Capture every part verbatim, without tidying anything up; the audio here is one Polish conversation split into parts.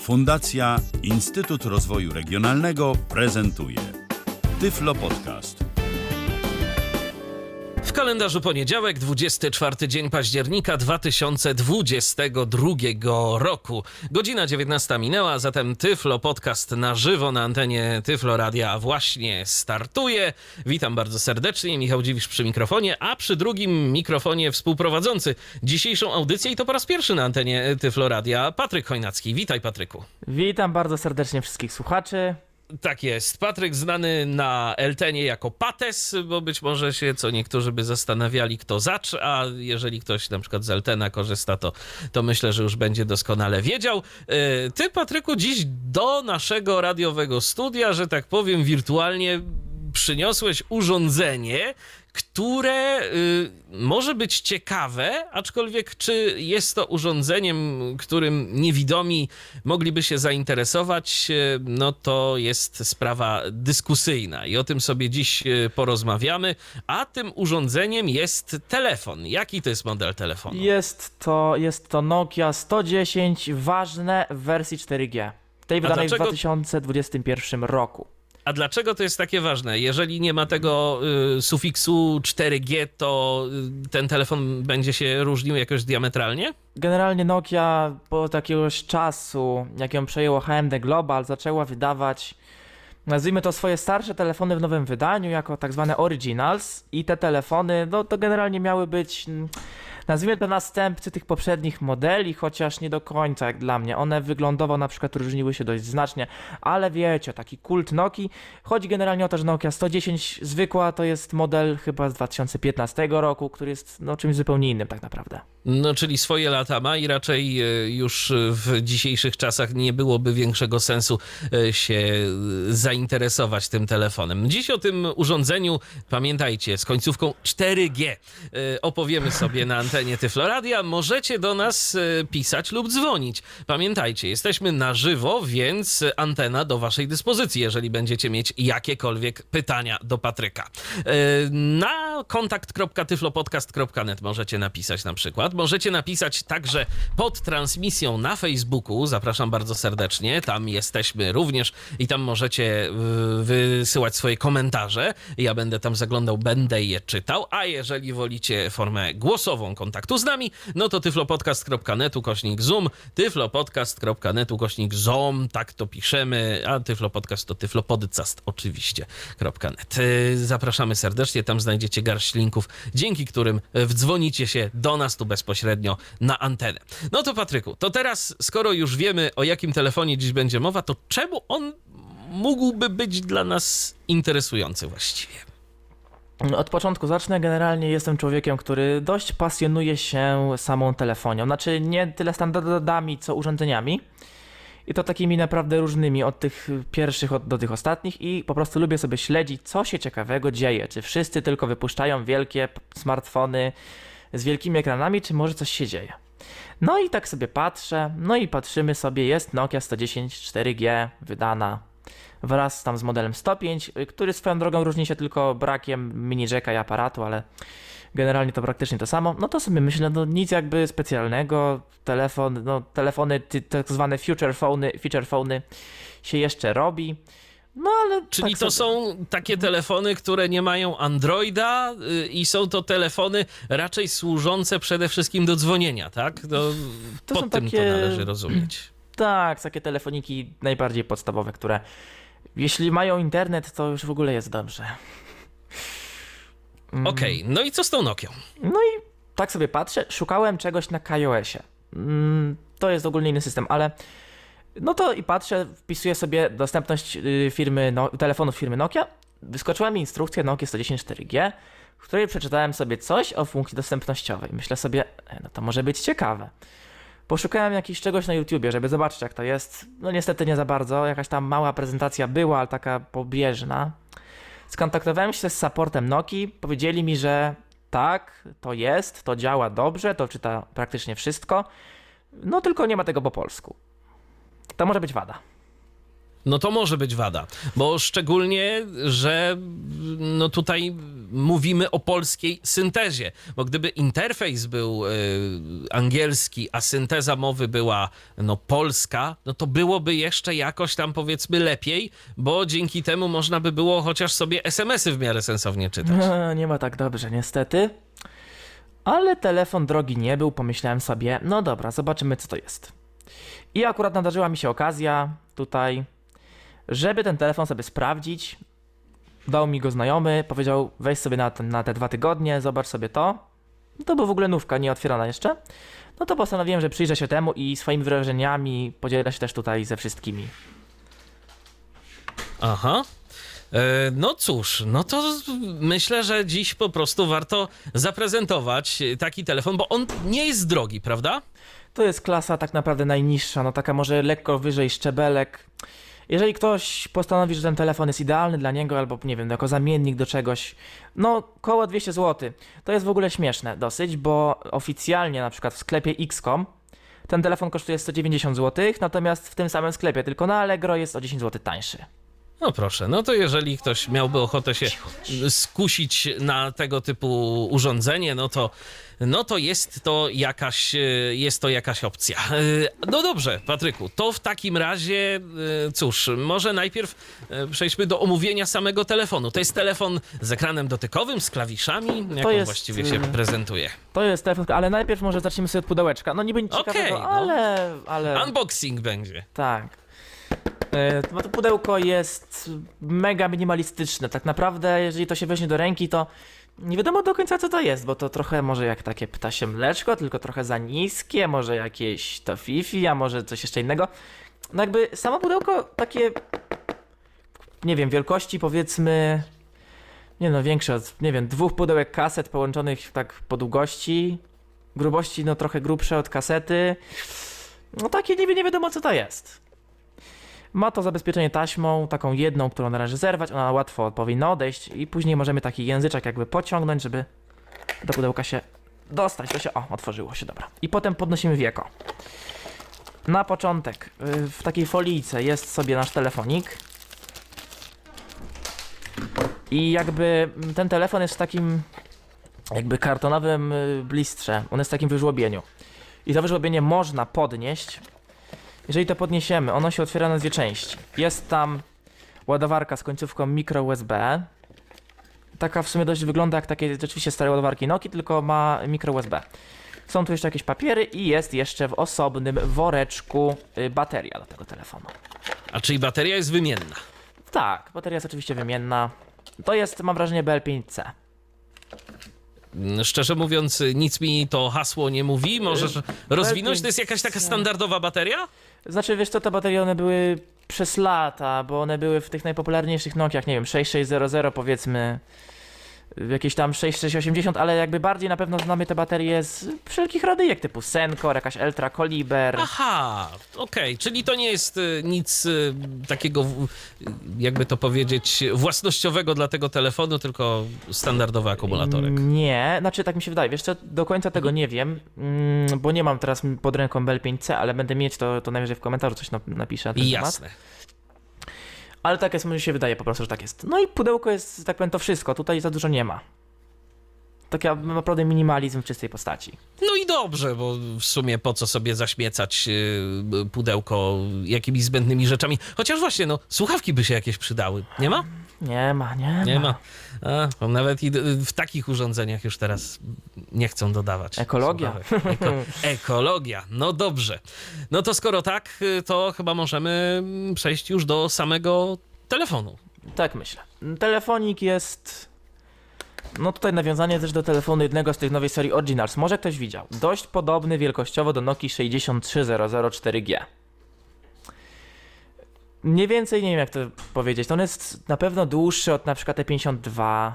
Fundacja Instytut Rozwoju Regionalnego prezentuje Tyflo Podcast. W kalendarzu poniedziałek, dwudziesty czwarty dzień października dwa tysiące dwudziestego drugiego roku. Godzina dziewiętnasta minęła, zatem Tyflo Podcast na żywo na antenie Tyflo Radia właśnie startuje. Witam bardzo serdecznie, Michał Dziwisz przy mikrofonie, a przy drugim mikrofonie współprowadzący dzisiejszą audycję i to po raz pierwszy na antenie Tyflo Radia, Patryk Chojnacki. Witaj, Patryku. Witam bardzo serdecznie wszystkich słuchaczy. Tak jest. Patryk znany na Eltenie jako Pates, bo być może się co niektórzy by zastanawiali, kto zacz, a jeżeli ktoś na przykład z Eltena korzysta, to, to myślę, że już będzie doskonale wiedział. Ty, Patryku, dziś do naszego radiowego studia, że tak powiem wirtualnie, przyniosłeś urządzenie, które y, może być ciekawe, aczkolwiek czy jest to urządzeniem, którym niewidomi mogliby się zainteresować, y, no to jest sprawa dyskusyjna i o tym sobie dziś y, porozmawiamy, a tym urządzeniem jest telefon. Jaki to jest model telefonu? Jest to, jest to Nokia sto dziesięć, ważne w wersji cztery G, tej wydanej dlaczego... w dwa tysiące dwudziestym pierwszym roku. A dlaczego to jest takie ważne? Jeżeli nie ma tego y, sufiksu cztery G, to y, ten telefon będzie się różnił jakoś diametralnie? Generalnie Nokia po jakiegoś czasu, jak ją przejęło H M D Global, zaczęła wydawać, nazwijmy to, swoje starsze telefony w nowym wydaniu jako tak zwane originals i te telefony, no to generalnie miały być, nazwijmy to, następcy tych poprzednich modeli, chociaż nie do końca jak dla mnie. One wyglądowo na przykład różniły się dość znacznie, ale wiecie, taki kult Nokii. Chodzi generalnie o to, że Nokia sto dziesięć zwykła to jest model chyba z dwa tysiące piętnastego roku, który jest no czymś zupełnie innym tak naprawdę. No, czyli swoje lata ma i raczej już w dzisiejszych czasach nie byłoby większego sensu się zainteresować tym telefonem. Dziś o tym urządzeniu, pamiętajcie, z końcówką cztery G opowiemy sobie na antenie Tyflo Radia. Możecie do nas pisać lub dzwonić. Pamiętajcie, jesteśmy na żywo, więc antena do waszej dyspozycji, jeżeli będziecie mieć jakiekolwiek pytania do Patryka. Na kontakt kropka tyflopodcast kropka net możecie napisać na przykład. Możecie napisać także pod transmisją na Facebooku. Zapraszam bardzo serdecznie. Tam jesteśmy również i tam możecie wysyłać swoje komentarze. Ja będę tam zaglądał, będę je czytał. A jeżeli wolicie formę głosową kontaktu z nami, no to tyflopodcast kropka net ukośnik zoom, tyflopodcast kropka net ukośnik zoom, tak to piszemy, a tyflopodcast to tyflopodcast oczywiście .net. Zapraszamy serdecznie, tam znajdziecie garść linków, dzięki którym wdzwonicie się do nas tu bezpośrednio na antenę. No to Patryku, to teraz, skoro już wiemy, o jakim telefonie dziś będzie mowa, to czemu on mógłby być dla nas interesujący właściwie? Od początku zacznę. Generalnie jestem człowiekiem, który dość pasjonuje się samą telefonią. Znaczy nie tyle standardami, co urządzeniami. I to takimi naprawdę różnymi, od tych pierwszych do tych ostatnich, i po prostu lubię sobie śledzić, co się ciekawego dzieje. Czy wszyscy tylko wypuszczają wielkie smartfony z wielkimi ekranami, czy może coś się dzieje. No i tak sobie patrzę, no i patrzymy sobie, jest Nokia sto dziesięć cztery G wydana wraz tam z modelem sto pięć, który swoją drogą różni się tylko brakiem mini jacka i aparatu, ale generalnie to praktycznie to samo. No to sobie myślę, no nic jakby specjalnego, telefon, no telefony, tak zwane future phony, feature phony się jeszcze robi. No ale czyli tak to sobie... są takie telefony, które nie mają Androida yy, i są to telefony raczej służące przede wszystkim do dzwonienia, tak? To, to pod są tym takie... to należy rozumieć. Tak, takie telefoniki najbardziej podstawowe, które jeśli mają internet, to już w ogóle jest dobrze. Mm. Okej, okay, no i co z tą Nokią? No i tak sobie patrzę, szukałem czegoś na KaiOSie. Mm, to jest ogólnie inny system, ale no to i patrzę, wpisuję sobie dostępność firmy, no, telefonów firmy Nokia. Wyskoczyła mi instrukcja Nokia sto dziesięć cztery G, w której przeczytałem sobie coś o funkcji dostępnościowej. Myślę sobie, no to może być ciekawe. Poszukałem jakiegoś czegoś na YouTubie, żeby zobaczyć, jak to jest. No niestety nie za bardzo, jakaś tam mała prezentacja była, ale taka pobieżna. Skontaktowałem się z supportem Nokii, powiedzieli mi, że tak, to jest, to działa dobrze, to czyta praktycznie wszystko, no tylko nie ma tego po polsku. To może być wada. No to może być wada, bo szczególnie, że no tutaj mówimy o polskiej syntezie, bo gdyby interfejs był y, angielski, a synteza mowy była no polska, no to byłoby jeszcze jakoś tam powiedzmy lepiej, bo dzięki temu można by było chociaż sobie es em esy w miarę sensownie czytać. No, nie ma tak dobrze niestety, ale telefon drogi nie był, pomyślałem sobie, no dobra, zobaczymy co to jest. I akurat nadarzyła mi się okazja tutaj, żeby ten telefon sobie sprawdzić. Dał mi go znajomy, powiedział weź sobie na, ten, na te dwa tygodnie, zobacz sobie to. To była w ogóle nówka, nie otwierana jeszcze. No to postanowiłem, że przyjrzę się temu i swoimi wrażeniami podzielę się też tutaj ze wszystkimi. Aha. E, No cóż, no to myślę, że dziś po prostu warto zaprezentować taki telefon, bo on nie jest drogi, prawda? To jest klasa tak naprawdę najniższa, no taka może lekko wyżej szczebelek. Jeżeli ktoś postanowi, że ten telefon jest idealny dla niego, albo nie wiem, jako zamiennik do czegoś, no koło dwieście złotych. To jest w ogóle śmieszne dosyć, bo oficjalnie na przykład w sklepie iks kropka com ten telefon kosztuje sto dziewięćdziesiąt złotych, natomiast w tym samym sklepie, tylko na Allegro jest o dziesięć złotych tańszy. No proszę, no to jeżeli ktoś miałby ochotę się skusić na tego typu urządzenie, no to, no to jest to jakaś, jest to jakaś opcja. No dobrze, Patryku, to w takim razie, cóż, może najpierw przejdźmy do omówienia samego telefonu. To jest telefon z ekranem dotykowym, z klawiszami? Jak on jest, właściwie się prezentuje? To jest telefon, ale najpierw może zacznijmy sobie od pudełeczka. No niby nic Okej, ciekawego, no. ale, ale... Unboxing będzie. Tak. E, To pudełko jest mega minimalistyczne. Tak naprawdę, jeżeli to się weźmie do ręki, to nie wiadomo do końca co to jest, bo to trochę może jak takie ptasie mleczko, tylko trochę za niskie, może jakieś to fifi, a może coś jeszcze innego. No jakby samo pudełko takie, nie wiem, wielkości powiedzmy, nie no, większe od, nie wiem, dwóch pudełek kaset połączonych tak po długości, grubości no trochę grubsze od kasety. No takie nie, nie wiadomo co to jest. Ma to zabezpieczenie taśmą, taką jedną, którą należy zerwać, ona łatwo powinna odejść i później możemy taki języczek jakby pociągnąć, żeby do pudełka się dostać. To się, o, otworzyło się, dobra. I potem podnosimy wieko. Na początek w takiej folijce jest sobie nasz telefonik. I jakby ten telefon jest w takim jakby kartonowym blistrze, on jest w takim wyżłobieniu. I to wyżłobienie można podnieść. Jeżeli to podniesiemy, ono się otwiera na dwie części. Jest tam ładowarka z końcówką mikro U S B. Taka w sumie dość wygląda jak takie rzeczywiście stare ładowarki Nokii, tylko ma mikro U S B. Są tu jeszcze jakieś papiery i jest jeszcze w osobnym woreczku bateria do tego telefonu. A czyli bateria jest wymienna? Tak, bateria jest oczywiście wymienna. To jest, mam wrażenie, B L pięć C. Szczerze mówiąc, nic mi to hasło nie mówi. Możesz rozwinąć? To jest jakaś taka standardowa bateria? Znaczy, wiesz co, te baterie one były przez lata, bo one były w tych najpopularniejszych Nokiach, nie wiem, sześć sześć zero zero powiedzmy, jakieś tam sześć sześć osiemdziesiąt, ale jakby bardziej na pewno znamy te baterie z wszelkich radyjek typu Senkor, jakaś Eltra, Koliber. Aha, okej, czyli to nie jest y, nic y, takiego, w- jakby to powiedzieć, własnościowego dla tego telefonu, tylko standardowy akumulatorek. Nie, znaczy tak mi się wydaje, wiesz co, do końca tego nie wiem, mm, bo nie mam teraz pod ręką B L pięć C, ale będę mieć, to, to najwyżej w komentarzu coś nap- napiszę na ten temat. Jasne. Ale tak jest, mi się wydaje po prostu, że tak jest. No i pudełko jest, tak powiem, to wszystko, tutaj za dużo nie ma. Taki naprawdę minimalizm w czystej postaci. No i dobrze, bo w sumie po co sobie zaśmiecać y, pudełko jakimiś zbędnymi rzeczami. Chociaż właśnie, no, słuchawki by się jakieś przydały. Nie ma? Nie ma, nie, Nie ma. A, bo nawet i d- w takich urządzeniach już teraz nie chcą dodawać. Ekologia. słuchawek. Eko- ekologia. No dobrze. No to skoro tak, y, to chyba możemy przejść już do samego telefonu. Tak myślę. Telefonik jest... No tutaj nawiązanie też do telefonu jednego z tych nowej serii Originals. Może ktoś widział. Dość podobny wielkościowo do Nokii sześćdziesiąt trzy zero zero cztery G. Mniej więcej nie wiem jak to powiedzieć. On jest na pewno dłuższy od na przykład T pięćdziesiąt dwa.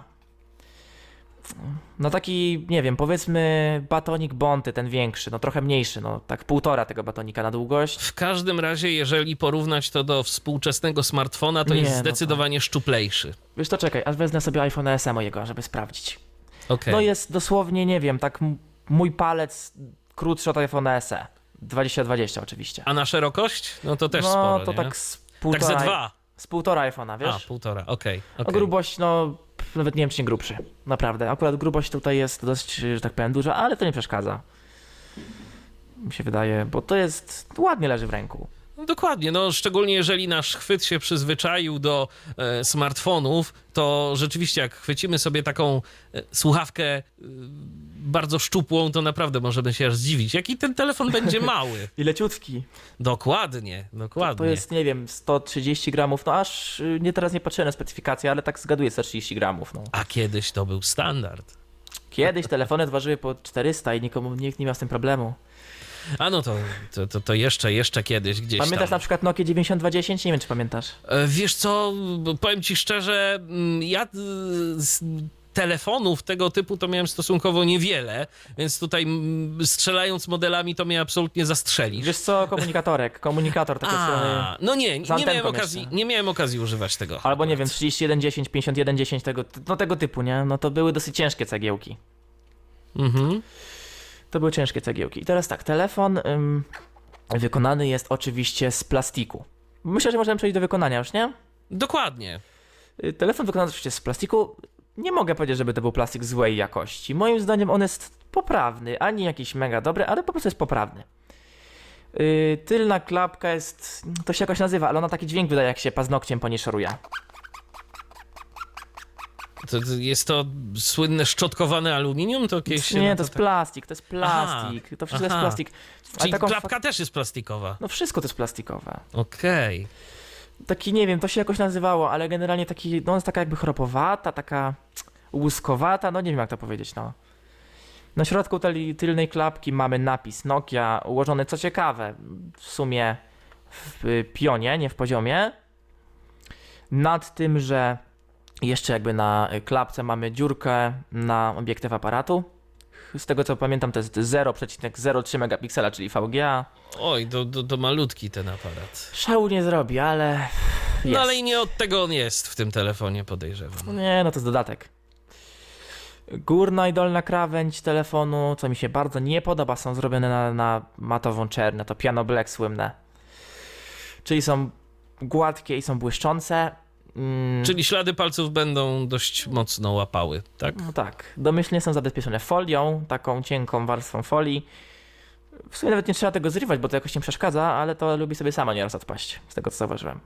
No taki, nie wiem, powiedzmy batonik Bonty, ten większy, no trochę mniejszy, no tak półtora tego batonika na długość. W każdym razie, jeżeli porównać to do współczesnego smartfona, to Nie, jest no to- zdecydowanie szczuplejszy. Wiesz to czekaj, aż wezmę sobie iPhone S E mojego, żeby sprawdzić. Okej. No jest dosłownie, nie wiem, tak m- mój palec krótszy od iPhone S E. dwadzieścia dwadzieścia oczywiście. A na szerokość? No to też no sporo, to nie? tak z półtora, Tak ze dwa. z półtora iPhone'a, A, wiesz? półtora, okej. A okej. grubość, no pff, nawet nie wiem, czy nie grubszy. Naprawdę. Akurat grubość tutaj jest dość, że tak powiem, duża, ale to nie przeszkadza. Mi się wydaje, bo to jest, ładnie leży w ręku. No dokładnie, no szczególnie jeżeli nasz chwyt się przyzwyczaił do e, smartfonów, to rzeczywiście jak chwycimy sobie taką e, słuchawkę e, bardzo szczupłą, to naprawdę możemy się aż zdziwić, jaki ten telefon będzie mały. I leciutki. Dokładnie, dokładnie. To jest, nie wiem, sto trzydzieści gramów, no aż y, nie teraz nie patrzyłem na specyfikację, ale tak zgaduję sto trzydzieści gramów, no. A kiedyś to był standard. Kiedyś telefony ważyły po czterysta i nikomu, nikt nie miał z tym problemu. A no to, to, to, to jeszcze, jeszcze kiedyś gdzieś Pamiętasz tam. na przykład Nokia dziewięćdziesiąt dwa dziesięć? Nie wiem, czy pamiętasz. E, Wiesz co, powiem ci szczerze, mm, ja y, z telefonów tego typu to miałem stosunkowo niewiele, więc tutaj mm, strzelając modelami to mnie absolutnie zastrzelisz. Wiesz co, komunikatorek, komunikator takie strony. A, no nie, nie z antenką miałem, okazji, jeszcze. nie miałem okazji używać tego. Albo nie akurat. wiem, trzydzieści jeden dziesięć, pięćdziesiąt jeden dziesięć, tego, no tego typu, nie? No to były dosyć ciężkie cegiełki. Mhm. To były ciężkie cegiełki. I teraz tak, telefon ym, wykonany jest oczywiście z plastiku. Myślę, że możemy przejść do wykonania już, nie? Dokładnie. Y, Telefon wykonany oczywiście z plastiku. Nie mogę powiedzieć, żeby to był plastik złej jakości. Moim zdaniem on jest poprawny, ani jakiś mega dobry, ale po prostu jest poprawny. Yy, tylna klapka jest, to się jakoś nazywa, ale ona taki dźwięk wydaje, jak się paznokciem po niej szoruje. To, to jest to słynne szczotkowane aluminium? To kiedyś się Nie, na to jest tak- plastik, to jest plastik, to wszystko jest aha. plastik. Ale Czyli taką klapka fa- też jest plastikowa. No wszystko to jest plastikowe. Okej. Taki, nie wiem, to się jakoś nazywało, ale generalnie taki, no jest taka jakby chropowata, taka łuskowata, no nie wiem jak to powiedzieć, no. Na środku tej tylnej klapki mamy napis Nokia ułożony, co ciekawe, w sumie w y, pionie, nie w poziomie. Nad tym, że jeszcze jakby na y, klapce mamy dziurkę na obiektyw aparatu. Z tego co pamiętam to jest zero przecinek zero trzy megapiksela, czyli V G A. Oj, to, to, to malutki ten aparat. Szału nie zrobi, ale jest. No ale i nie od tego on jest w tym telefonie, podejrzewam. Nie, no to jest dodatek. Górna i dolna krawędź telefonu, co mi się bardzo nie podoba, są zrobione na, na matową czernę, to piano black słynne. Czyli są gładkie i są błyszczące. Mm, Czyli ślady palców będą dość mocno łapały, tak? No tak, domyślnie są zabezpieczone folią, taką cienką warstwą folii. W sumie nawet nie trzeba tego zrywać, bo to jakoś nie przeszkadza, ale to lubi sobie sama nieraz odpaść, z tego co zauważyłem.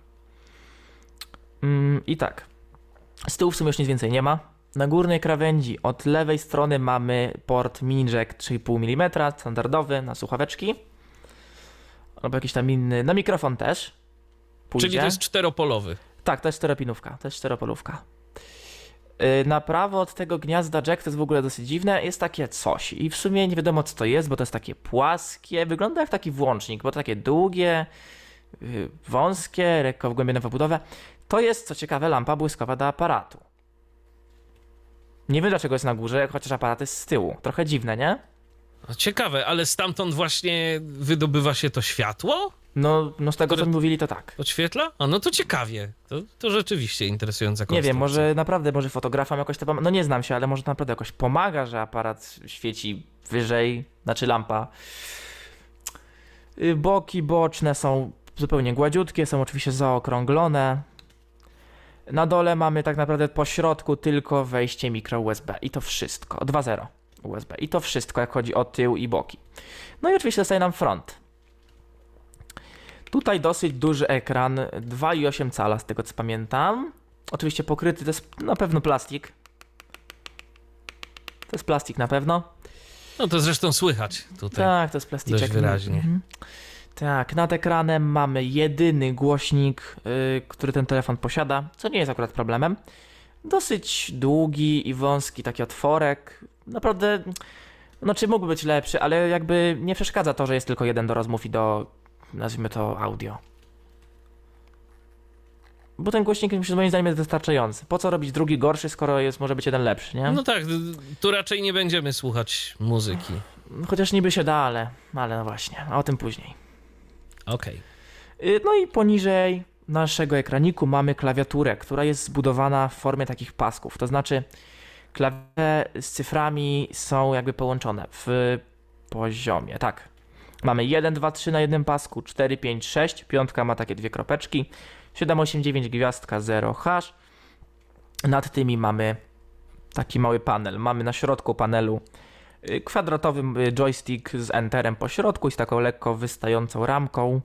Mm, I tak, z tyłu w sumie już nic więcej nie ma. Na górnej krawędzi od lewej strony mamy port mini jack trzy i pół milimetra, standardowy na słuchaweczki. Albo jakiś tam inny, na mikrofon też. Pójdzie. Czyli to jest czteropolowy. Tak, to jest czteropinówka, to jest czteropolówka. Yy, Na prawo od tego gniazda jack, to jest w ogóle dosyć dziwne, jest takie coś i w sumie nie wiadomo co to jest, bo to jest takie płaskie, wygląda jak taki włącznik, bo to takie długie, yy, wąskie, lekko wgłębione w obudowę. To jest, co ciekawe, lampa błyskowa do aparatu. Nie wiem dlaczego jest na górze, chociaż aparat jest z tyłu. Trochę dziwne, nie? Ciekawe, ale stamtąd właśnie wydobywa się to światło? No, no z tego Które- co mi mówili to tak. Podświetla? A no to ciekawie. To, to rzeczywiście interesująca Nie konstrukcja. wiem, może naprawdę, może fotografom jakoś to pomaga. No nie znam się, ale może to naprawdę jakoś pomaga, że aparat świeci wyżej, znaczy lampa. Y, Boki boczne są zupełnie gładziutkie, są oczywiście zaokrąglone. Na dole mamy tak naprawdę po środku tylko wejście mikro U S B i to wszystko. dwa zero U S B i to wszystko, jak chodzi o tył i boki. No i oczywiście zostaje nam front. Tutaj dosyć duży ekran, dwa i osiem cala z tego co pamiętam. Oczywiście pokryty, to jest na pewno plastik. To jest plastik na pewno. No to zresztą słychać tutaj. Tak, to jest plasticzek. dość wyraźnie. Mhm. Tak, nad ekranem mamy jedyny głośnik, yy, który ten telefon posiada, co nie jest akurat problemem. Dosyć długi i wąski taki otworek. Naprawdę, no czy mógłby być lepszy, ale jakby nie przeszkadza to, że jest tylko jeden do rozmów i do, nazwijmy to, audio. Bo ten głośnik moim zdaniem jest wystarczający. Po co robić drugi gorszy, skoro jest, może być jeden lepszy, nie? No tak, tu raczej nie będziemy słuchać muzyki. Chociaż niby się da, ale, ale no właśnie, a o tym później. Okej. Y, No i poniżej naszego ekraniku mamy klawiaturę, która jest zbudowana w formie takich pasków. To znaczy klawisze z cyframi są jakby połączone w poziomie, tak. Mamy jeden, dwa, trzy na jednym pasku, cztery, pięć, sześć, piątka ma takie dwie kropeczki, siedem, osiem, dziewięć, gwiazdka, zero, hash. Nad tymi mamy taki mały panel. Mamy na środku panelu kwadratowy joystick z enterem po środku i z taką lekko wystającą ramką,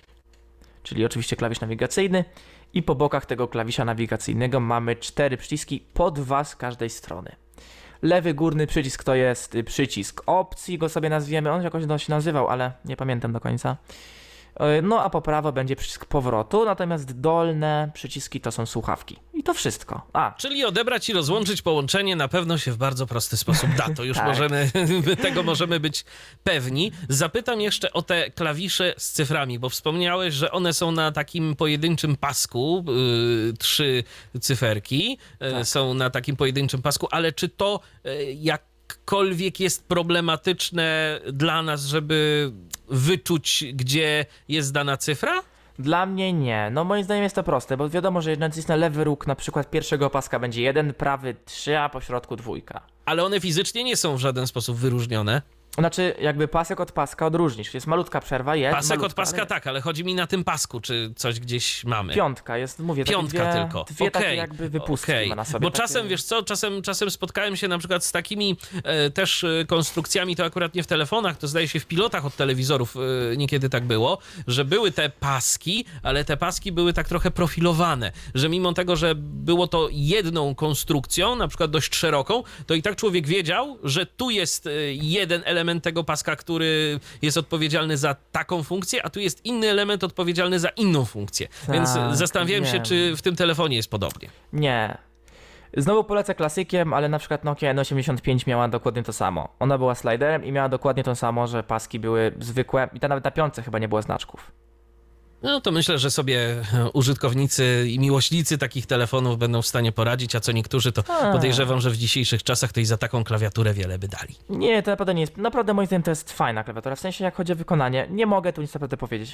czyli oczywiście klawisz nawigacyjny, i po bokach tego klawisza nawigacyjnego mamy cztery przyciski, po dwa z każdej strony. Lewy górny przycisk to jest przycisk opcji, go sobie nazwiemy, on jakoś się nazywał, ale nie pamiętam do końca. No a po prawo będzie przycisk powrotu, natomiast dolne przyciski to są słuchawki. I to wszystko. A. Czyli odebrać i rozłączyć połączenie na pewno się w bardzo prosty sposób da. To już tak. możemy, tego możemy być pewni. Zapytam jeszcze o te klawisze z cyframi, bo wspomniałeś, że one są na takim pojedynczym pasku, yy, trzy cyferki yy, tak. są na takim pojedynczym pasku, ale czy to yy, jakkolwiek jest problematyczne dla nas, żeby wyczuć, gdzie jest dana cyfra? Dla mnie nie. No moim zdaniem jest to proste, bo wiadomo, że jeżeli nacisnę lewy róg na przykład pierwszego paska będzie jeden, prawy trzy, a po środku dwójka. Ale one fizycznie nie są w żaden sposób wyróżnione. Znaczy, jakby pasek od paska odróżnisz. Jest malutka przerwa, jest. Pasek malutka, od paska ale... tak, ale chodzi mi na tym pasku, czy coś gdzieś mamy. Piątka jest, mówię, Piątka dwie, tylko. Dwie okay. takie jakby wypustki okay. ma na sobie. Bo takie... czasem, wiesz co, czasem, czasem spotkałem się na przykład z takimi e, też e, konstrukcjami, to akurat nie w telefonach, to zdaje się w pilotach od telewizorów e, niekiedy tak było, że były te paski, ale te paski były tak trochę profilowane, że mimo tego, że było to jedną konstrukcją, na przykład dość szeroką, to i tak człowiek wiedział, że tu jest e, jeden element tego paska, który jest odpowiedzialny za taką funkcję, a tu jest inny element odpowiedzialny za inną funkcję. Tak, więc zastanawiałem wiem. się, czy w tym telefonie jest podobnie. Nie. Znowu polecę klasykiem, ale na przykład Nokia N osiemdziesiąt pięć miała dokładnie to samo. Ona była sliderem i miała dokładnie to samo, że paski były zwykłe i ta nawet na piątce chyba nie było znaczków. No to myślę, że sobie użytkownicy i miłośnicy takich telefonów będą w stanie poradzić, a co niektórzy to a. podejrzewam, że w dzisiejszych czasach to i za taką klawiaturę wiele by dali. Nie, to naprawdę nie jest. Naprawdę moim zdaniem to jest fajna klawiatura. W sensie jak chodzi o wykonanie, nie mogę tu nic naprawdę powiedzieć.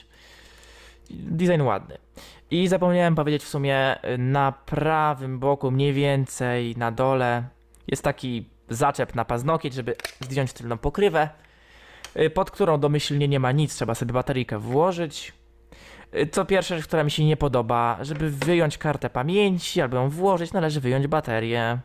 Design ładny. I zapomniałem powiedzieć w sumie, na prawym boku mniej więcej na dole jest taki zaczep na paznokieć, żeby zdjąć tylną pokrywę, pod którą domyślnie nie ma nic, trzeba sobie bateryjkę włożyć. Co pierwsza rzecz, która mi się nie podoba, żeby wyjąć kartę pamięci albo ją włożyć, należy wyjąć baterię.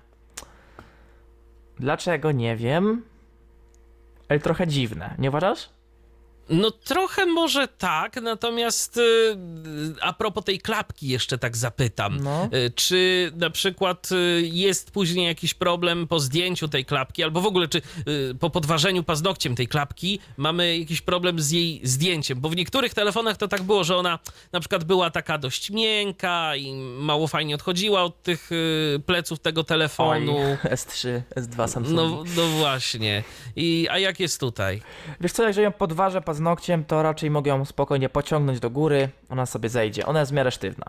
Dlaczego? Nie wiem. Ale trochę dziwne, nie uważasz? No trochę może tak, natomiast y, a propos tej klapki jeszcze tak zapytam, no. y, czy na przykład y, jest później jakiś problem po zdjęciu tej klapki, albo w ogóle czy y, po podważeniu paznokciem tej klapki mamy jakiś problem z jej zdjęciem, bo w niektórych telefonach to tak było, że ona na przykład była taka dość miękka i mało fajnie odchodziła od tych y, pleców tego telefonu. Oj, S trzy, S dwa Samsung. No, no właśnie. I, a jak jest tutaj? Wiesz co, jeżeli ją podważę paznokciem, to raczej mogę ją spokojnie pociągnąć do góry, ona sobie zejdzie. Ona jest w miarę sztywna.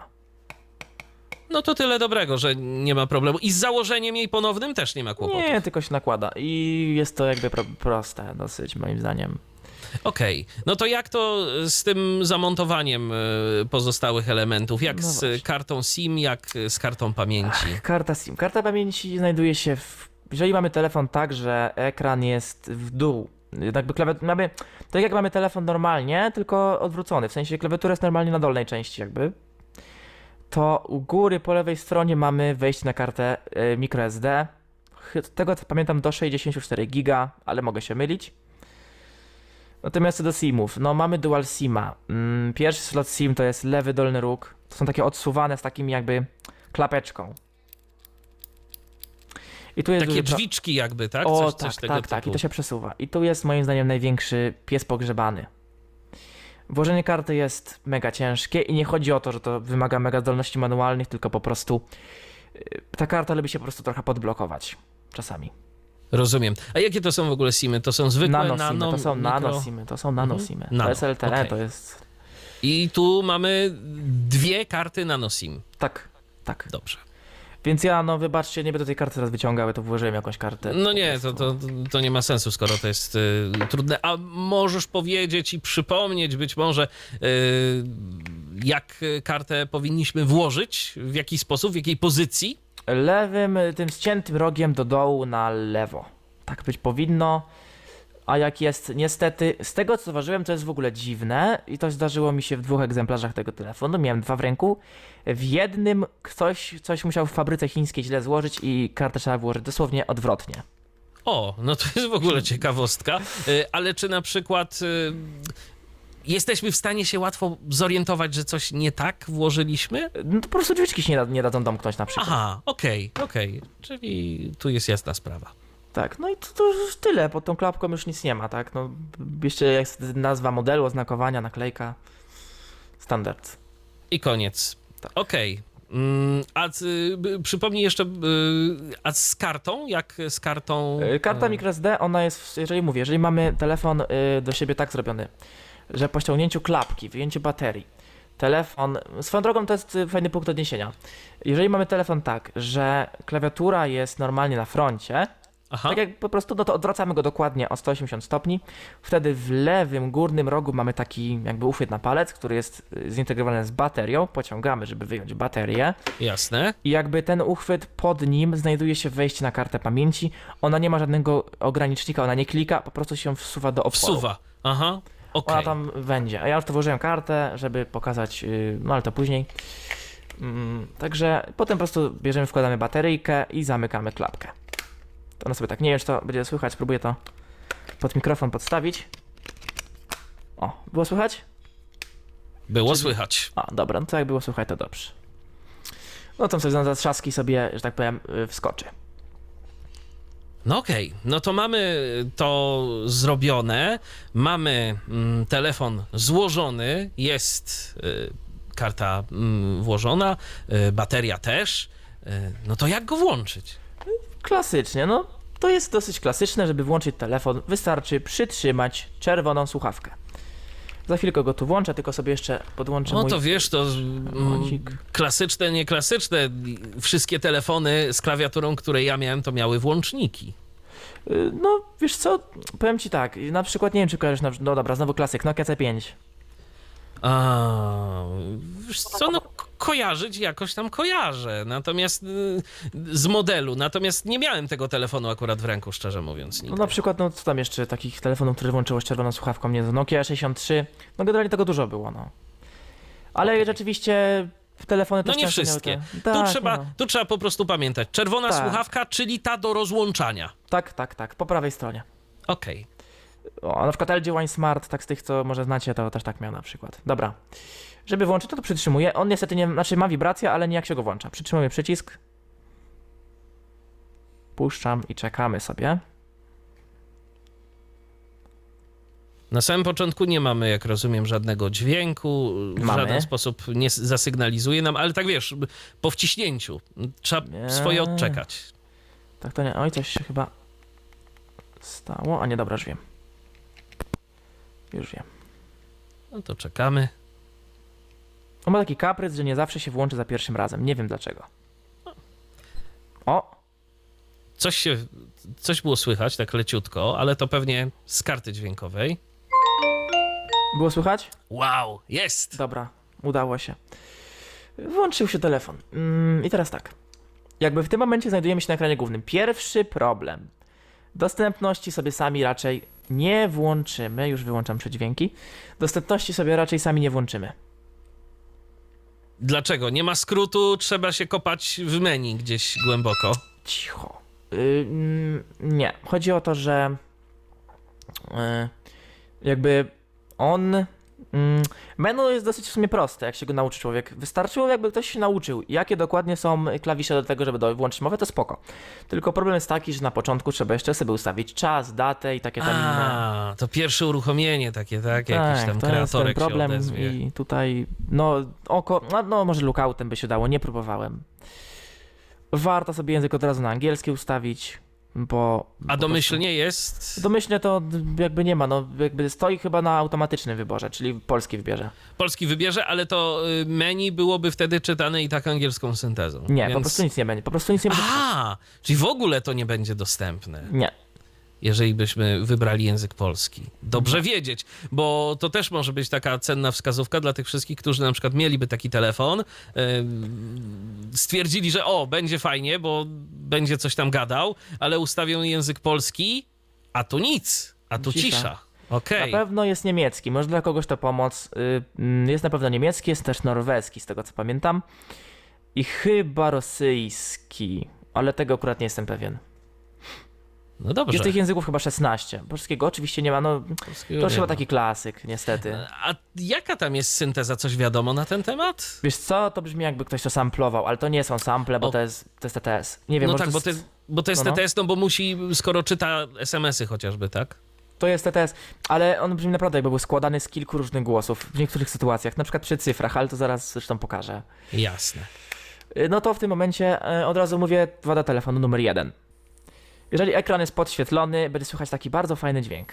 No to tyle dobrego, że nie ma problemu. I z założeniem jej ponownym też nie ma kłopotu. Nie, tylko się nakłada. I jest to jakby pro- proste dosyć, moim zdaniem. Okej, okay. No to jak to z tym zamontowaniem pozostałych elementów? Jak no z właśnie. kartą SIM, jak z kartą pamięci? Ach, karta SIM. Karta pamięci znajduje się w... Jeżeli mamy telefon tak, że ekran jest w dół, jakby klawiatura, mamy, tak jak mamy telefon normalnie, tylko odwrócony, w sensie klawiatura jest normalnie na dolnej części jakby, to u góry po lewej stronie mamy wejście na kartę y, microSD, tego co pamiętam do sześćdziesiąt cztery giga, ale mogę się mylić. Natomiast co do SIMów, no mamy dual SIMa. Mm, pierwszy slot SIM to jest lewy dolny róg, to są takie odsuwane z takim jakby klapeczką. I tu jest takie duży... drzwiczki jakby, tak? O, coś, tak, coś tego tak, typu. tak. I to się przesuwa. I tu jest moim zdaniem największy pies pogrzebany. Włożenie karty jest mega ciężkie i nie chodzi o to, że to wymaga mega zdolności manualnych, tylko po prostu ta karta lubi się po prostu trochę podblokować czasami. Rozumiem. A jakie to są w ogóle SIMy? To są zwykłe nano, nano... SIMy, to są mikro... nano SIMy, to są nano SIMy. Nano. To jest L T E, Okay. to jest... I tu mamy dwie karty nano SIM. Tak, tak. Dobrze. Więc ja, no wybaczcie, nie będę tej karty teraz wyciągał, to włożyłem jakąś kartę. No nie, to, to, to nie ma sensu, skoro to jest y, trudne. A możesz powiedzieć i przypomnieć być może, y, jak kartę powinniśmy włożyć, w jaki sposób, w jakiej pozycji? Lewym, tym ściętym rogiem do dołu na lewo. Tak być powinno. a jak jest niestety, z tego co zauważyłem, to jest w ogóle dziwne i to zdarzyło mi się w dwóch egzemplarzach tego telefonu, miałem dwa w ręku. W jednym ktoś coś musiał w fabryce chińskiej źle złożyć i kartę trzeba włożyć dosłownie odwrotnie. O, no to jest w ogóle ciekawostka, y, ale czy na przykład y, jesteśmy w stanie się łatwo zorientować, że coś nie tak włożyliśmy? No to po prostu drzwiczki się nie, da, nie dadzą domknąć na przykład. Aha, okej, okay, okej, okay. Czyli tu jest jasna sprawa. Tak, no i to, to już tyle, pod tą klapką już nic nie ma, tak? No, jeszcze jest nazwa modelu, oznakowania, naklejka, standard. I koniec. Tak. Okej. Okay. A y, przypomnij jeszcze, y, a z kartą? Jak z kartą? Karta microSD, ona jest, jeżeli mówię, jeżeli mamy telefon y, do siebie tak zrobiony, że po ściągnięciu klapki, wyjęciu baterii, telefon, swoją drogą to jest fajny punkt odniesienia. Jeżeli mamy telefon tak, że klawiatura jest normalnie na froncie, Aha. tak jak po prostu, no to odwracamy go dokładnie o sto osiemdziesiąt stopni. Wtedy w lewym górnym rogu mamy taki jakby uchwyt na palec, który jest zintegrowany z baterią. Pociągamy, żeby wyjąć baterię. Jasne. I jakby ten uchwyt pod nim znajduje się wejście na kartę pamięci. Ona nie ma żadnego ogranicznika, ona nie klika, po prostu się wsuwa do otworu. Wsuwa, aha. Okay. Ona tam będzie. A ja już to włożyłem kartę, żeby pokazać, no ale to później. Także potem po prostu bierzemy, wkładamy bateryjkę i zamykamy klapkę. To ona sobie tak, nie wiem czy to będzie słychać, spróbuję to pod mikrofon podstawić. O, było słychać? Było słychać. A, dobra, no to jak było słychać, to dobrze. No tam sobie za trzaski sobie, że tak powiem, wskoczy. No okej, okay. No to mamy to zrobione, mamy mm, telefon złożony, jest y, karta y, włożona, y, bateria też, y, no to jak go włączyć? Klasycznie, no to jest dosyć klasyczne, żeby włączyć telefon, wystarczy przytrzymać czerwoną słuchawkę. Za chwilkę go tu włączę, tylko sobie jeszcze podłączę No mój... to wiesz, to mm, klasyczne, nieklasyczne, wszystkie telefony z klawiaturą, które ja miałem, to miały włączniki. No, wiesz co, powiem ci tak, na przykład, nie wiem czy kojarzysz, no dobra, znowu klasyk, Nokia C pięć. A, wiesz co, no kojarzyć jakoś tam kojarzę, natomiast y, z modelu, natomiast nie miałem tego telefonu akurat w ręku, szczerze mówiąc. Nigdy. No na przykład, no co tam jeszcze, takich telefonów, które włączyło z czerwoną słuchawką, nie, Nokia sześćdziesiąt trzy, no generalnie tego dużo było, no. Ale okay. Rzeczywiście telefony też no nie wszystkie. Te... Tu, tak, trzeba, no. tu trzeba po prostu pamiętać. Czerwona tak. słuchawka, czyli ta do rozłączania. Tak, tak, tak, po prawej stronie. Okej. Okay. O, na przykład L G One Smart, tak z tych, co może znacie, to też tak miał na przykład. Dobra. Żeby włączyć, to to przytrzymuję. On niestety nie, znaczy ma wibrację, ale nie jak się go włącza. Przytrzymuję przycisk. Puszczam i czekamy sobie. Na samym początku nie mamy, jak rozumiem, żadnego dźwięku, w mamy. żaden sposób nie zasygnalizuje nam, ale tak wiesz, po wciśnięciu trzeba nie. swoje odczekać. Tak to nie, oj, coś się chyba stało, a nie, dobra, już wiem. Już wiem. No to czekamy. On ma taki kaprys, że nie zawsze się włączy za pierwszym razem, nie wiem dlaczego. O! Coś się, coś było słychać, tak leciutko, ale to pewnie z karty dźwiękowej. Było słychać? Wow, jest! Dobra, udało się. Włączył się telefon. Mm, I teraz tak. Jakby w tym momencie znajdujemy się na ekranie głównym. Pierwszy problem. Dostępności sobie sami raczej nie włączymy. Już wyłączam przedźwięki. Dostępności sobie raczej sami nie włączymy. Dlaczego? Nie ma skrótu, trzeba się kopać w menu gdzieś głęboko. Cicho. Yy, nie. Chodzi o to, że yy, jakby on... Menu jest dosyć w sumie proste, jak się go nauczy człowiek. Wystarczyło, jakby ktoś się nauczył, jakie dokładnie są klawisze do tego, żeby włączyć mowę, to spoko. Tylko problem jest taki, że na początku trzeba jeszcze sobie ustawić czas, datę i takie tam inne. A, to pierwsze uruchomienie takie, tak? Jakiś tak, tam to kreatorek jest ten problem się odezwie. I tutaj, no, oko, no, no może lookoutem by się dało, nie próbowałem. Warto sobie język od razu na angielski ustawić, bo... A domyślnie jest? Domyślnie to jakby nie ma, no jakby stoi chyba na automatycznym wyborze, czyli polski wybierze. Polski wybierze, ale to menu byłoby wtedy czytane i tak angielską syntezą. Nie, więc... po prostu nic nie będzie, po prostu nic nie będzie. A, czyli w ogóle to nie będzie dostępne. Nie. Jeżeli byśmy wybrali język polski. Dobrze mhm. wiedzieć, bo to też może być taka cenna wskazówka dla tych wszystkich, którzy na przykład mieliby taki telefon, yy, stwierdzili, że o, będzie fajnie, bo będzie coś tam gadał, ale ustawią język polski, a tu nic. A tu cisza. cisza. Okej. Na pewno jest niemiecki, może dla kogoś to pomoc. Jest na pewno niemiecki, jest też norweski, z tego co pamiętam. I chyba rosyjski, ale tego akurat nie jestem pewien. No dobrze. Jest tych języków chyba szesnaście. Polskiego oczywiście nie ma, no Polskiego to już nie chyba ma. taki klasyk, niestety. A jaka tam jest synteza? Coś wiadomo na ten temat? Wiesz co, to brzmi jakby ktoś to samplował, ale to nie są sample, bo O. to jest, to jest T T S. Nie wiem, No może tak, to bo to jest, jest, bo to jest no, no. T T S, no bo musi, skoro czyta es em esy chociażby, tak? to jest T T S, ale on brzmi naprawdę jakby był składany z kilku różnych głosów w niektórych sytuacjach, na przykład przy cyfrach, ale to zaraz zresztą pokażę. Jasne. No to w tym momencie e, od razu mówię wada telefonu numer jeden. Jeżeli ekran jest podświetlony, będzie słychać taki bardzo fajny dźwięk.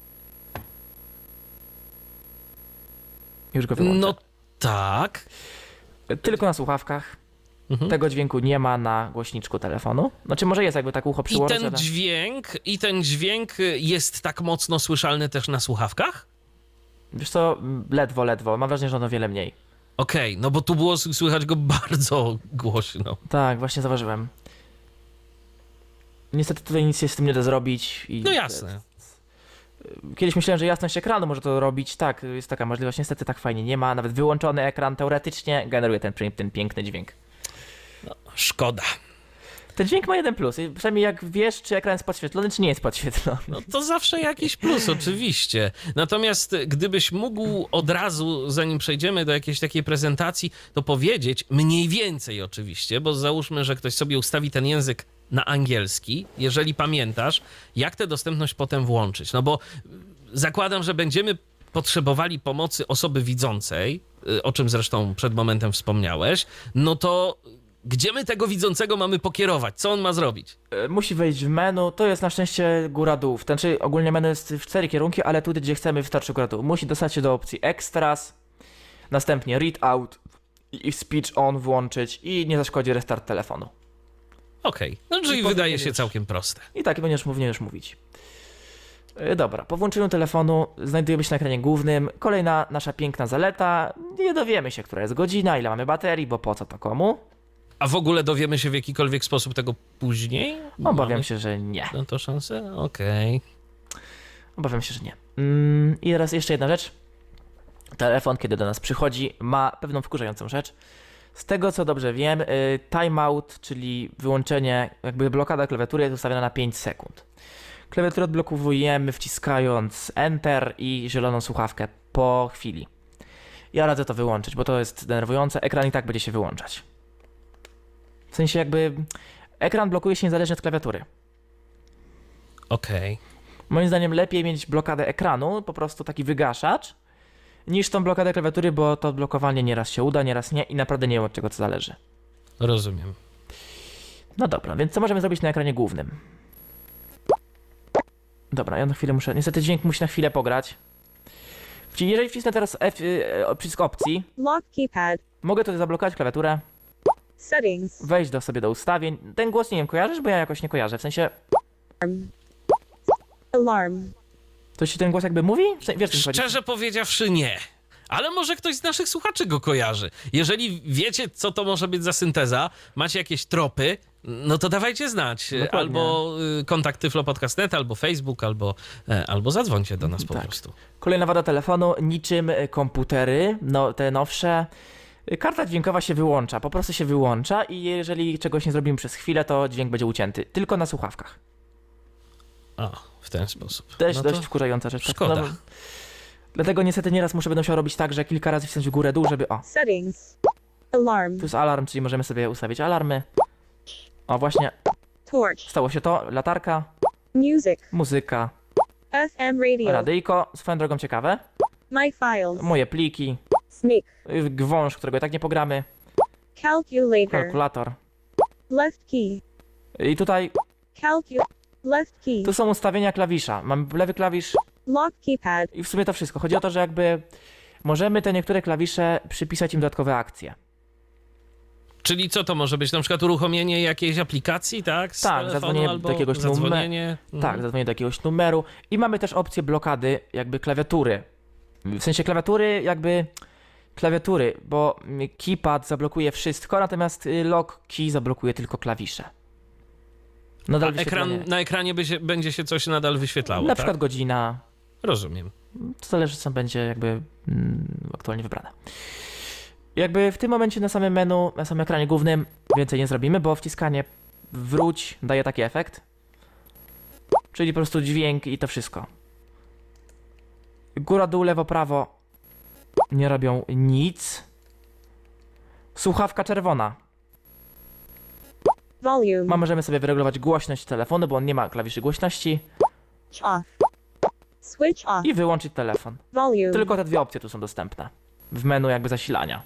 Już go wyłączę. No tak. Tylko na słuchawkach. Mhm. Tego dźwięku nie ma na głośniczku telefonu. Znaczy może jest jakby tak ucho I przyłożyć, ten ale... dźwięk, i ten dźwięk jest tak mocno słyszalny też na słuchawkach? Wiesz co, ledwo, ledwo. Mam wrażenie, że ono wiele mniej. Okej, okay, no bo tu było słychać go bardzo głośno. Tak, właśnie zauważyłem. Niestety tutaj nic się z tym nie da zrobić. I No jasne. Kiedyś myślałem, że jasność ekranu może to robić. Tak, jest taka możliwość. Niestety tak fajnie nie ma. Nawet wyłączony ekran teoretycznie generuje ten, ten piękny dźwięk. No, szkoda. Ten dźwięk ma jeden plus. Przynajmniej jak wiesz, czy ekran jest podświetlony, czy nie jest podświetlony. No to zawsze jakiś plus, oczywiście. Natomiast gdybyś mógł od razu, zanim przejdziemy do jakiejś takiej prezentacji, to powiedzieć mniej więcej oczywiście, bo załóżmy, że ktoś sobie ustawi ten język na angielski, jeżeli pamiętasz, jak tę dostępność potem włączyć. No bo zakładam, że będziemy potrzebowali pomocy osoby widzącej, o czym zresztą przed momentem wspomniałeś, no to gdzie my tego widzącego mamy pokierować? Co on ma zrobić? Musi wejść w menu, to jest na szczęście góra-dół. Znaczy ogólnie menu jest w cztery kierunki, ale tu gdzie chcemy wystarczy góra-dół. Musi dostać się do opcji Extras, następnie Read Out i Speech On włączyć i nie zaszkodzi restart telefonu. Okej, okay. No czyli I wydaje już... się całkiem proste. I tak będziesz już mówić. Yy, dobra, po włączeniu telefonu znajdujemy się na ekranie głównym. Kolejna nasza piękna zaleta. Nie dowiemy się, która jest godzina, ile mamy baterii, bo po co to komu. A w ogóle dowiemy się w jakikolwiek sposób tego później? Obawiam Mamy się, że nie. No to szansę? Okej. Okay. Obawiam się, że nie. Mm, I teraz jeszcze jedna rzecz. Telefon, kiedy do nas przychodzi, ma pewną wkurzającą rzecz. Z tego, co dobrze wiem, y, timeout, czyli wyłączenie, jakby blokada klawiatury jest ustawiona na pięć sekund. Klawiaturę odblokowujemy wciskając Enter i zieloną słuchawkę po chwili. Ja radzę to wyłączyć, bo to jest denerwujące. Ekran i tak będzie się wyłączać. W sensie jakby ekran blokuje się niezależnie od klawiatury. Okej. Okay. Moim zdaniem lepiej mieć blokadę ekranu, po prostu taki wygaszacz, niż tą blokadę klawiatury, bo to blokowanie nieraz się uda, nieraz nie i naprawdę nie wiem, od czego to zależy. Rozumiem. No dobra, więc co możemy zrobić na ekranie głównym? Dobra, ja na chwilę muszę... Niestety dźwięk musi na chwilę pograć. Czyli jeżeli wcisnę teraz F, yy, przycisk opcji, Lock keypad. mogę tutaj zablokować klawiaturę, Settings. wejść do sobie do ustawień. Ten głos nie wiem, kojarzysz? Bo ja jakoś nie kojarzę, w sensie... Alarm. To ci ten głos jakby mówi? Wiesz, co mi chodzi? Szczerze powiedziawszy nie. Ale może ktoś z naszych słuchaczy go kojarzy. Jeżeli wiecie, co to może być za synteza, macie jakieś tropy, no to dawajcie znać. Dokładnie. Albo y, kontakt tyflopodcast kropka net, albo Facebook, albo, e, albo zadzwońcie do nas po Tak. prostu. Kolejna wada telefonu, niczym komputery, no te nowsze, karta dźwiękowa się wyłącza, po prostu się wyłącza i jeżeli czegoś nie zrobimy przez chwilę, to dźwięk będzie ucięty, tylko na słuchawkach. O, w ten sposób. Też No to dość wkurzająca rzecz. szkoda. No, dlatego niestety nieraz muszę będę musiał robić tak, że kilka razy wcisnąć w górę dół, żeby o, Settings. Alarm. tu jest alarm, czyli możemy sobie ustawić alarmy. O właśnie, Torch. stało się to, latarka, Music. muzyka, F M radio. radyjko, swoją drogą ciekawe, My files. moje pliki, Sneak. y, gwąż, którego i tak nie pogramy, Calculator. kalkulator. Left key. I tutaj, Calcu. Left key. tu są ustawienia klawisza, mamy lewy klawisz Lock keypad. i w sumie to wszystko. Chodzi o to, że jakby możemy te niektóre klawisze przypisać im dodatkowe akcje. Czyli co to może być? Na przykład uruchomienie jakiejś aplikacji, tak? Z Tak, telefonu, zadzwonienie albo do jakiegoś numeru. zadzwonienie. Tak, zadzwonię do jakiegoś numeru i mamy też opcję blokady jakby klawiatury. W sensie klawiatury jakby klawiatury, bo keypad zablokuje wszystko, natomiast lock key zablokuje tylko klawisze. Nadal A ekran, wyświetlenie. na ekranie by się, będzie się coś nadal wyświetlało, Na tak? przykład godzina. Rozumiem. To zależy, co będzie jakby mm, aktualnie wybrane. Jakby w tym momencie na samym menu, na samym ekranie głównym więcej nie zrobimy, bo wciskanie wróć daje taki efekt. Czyli po prostu dźwięk i to wszystko. Góra, dół, lewo, prawo nie robią nic. Słuchawka czerwona. Volume. Ma, możemy sobie wyregulować głośność telefonu, bo on nie ma klawiszy głośności. Off. Switch off. I wyłączyć telefon. Volume. Tylko te dwie opcje tu są dostępne. W menu jakby zasilania.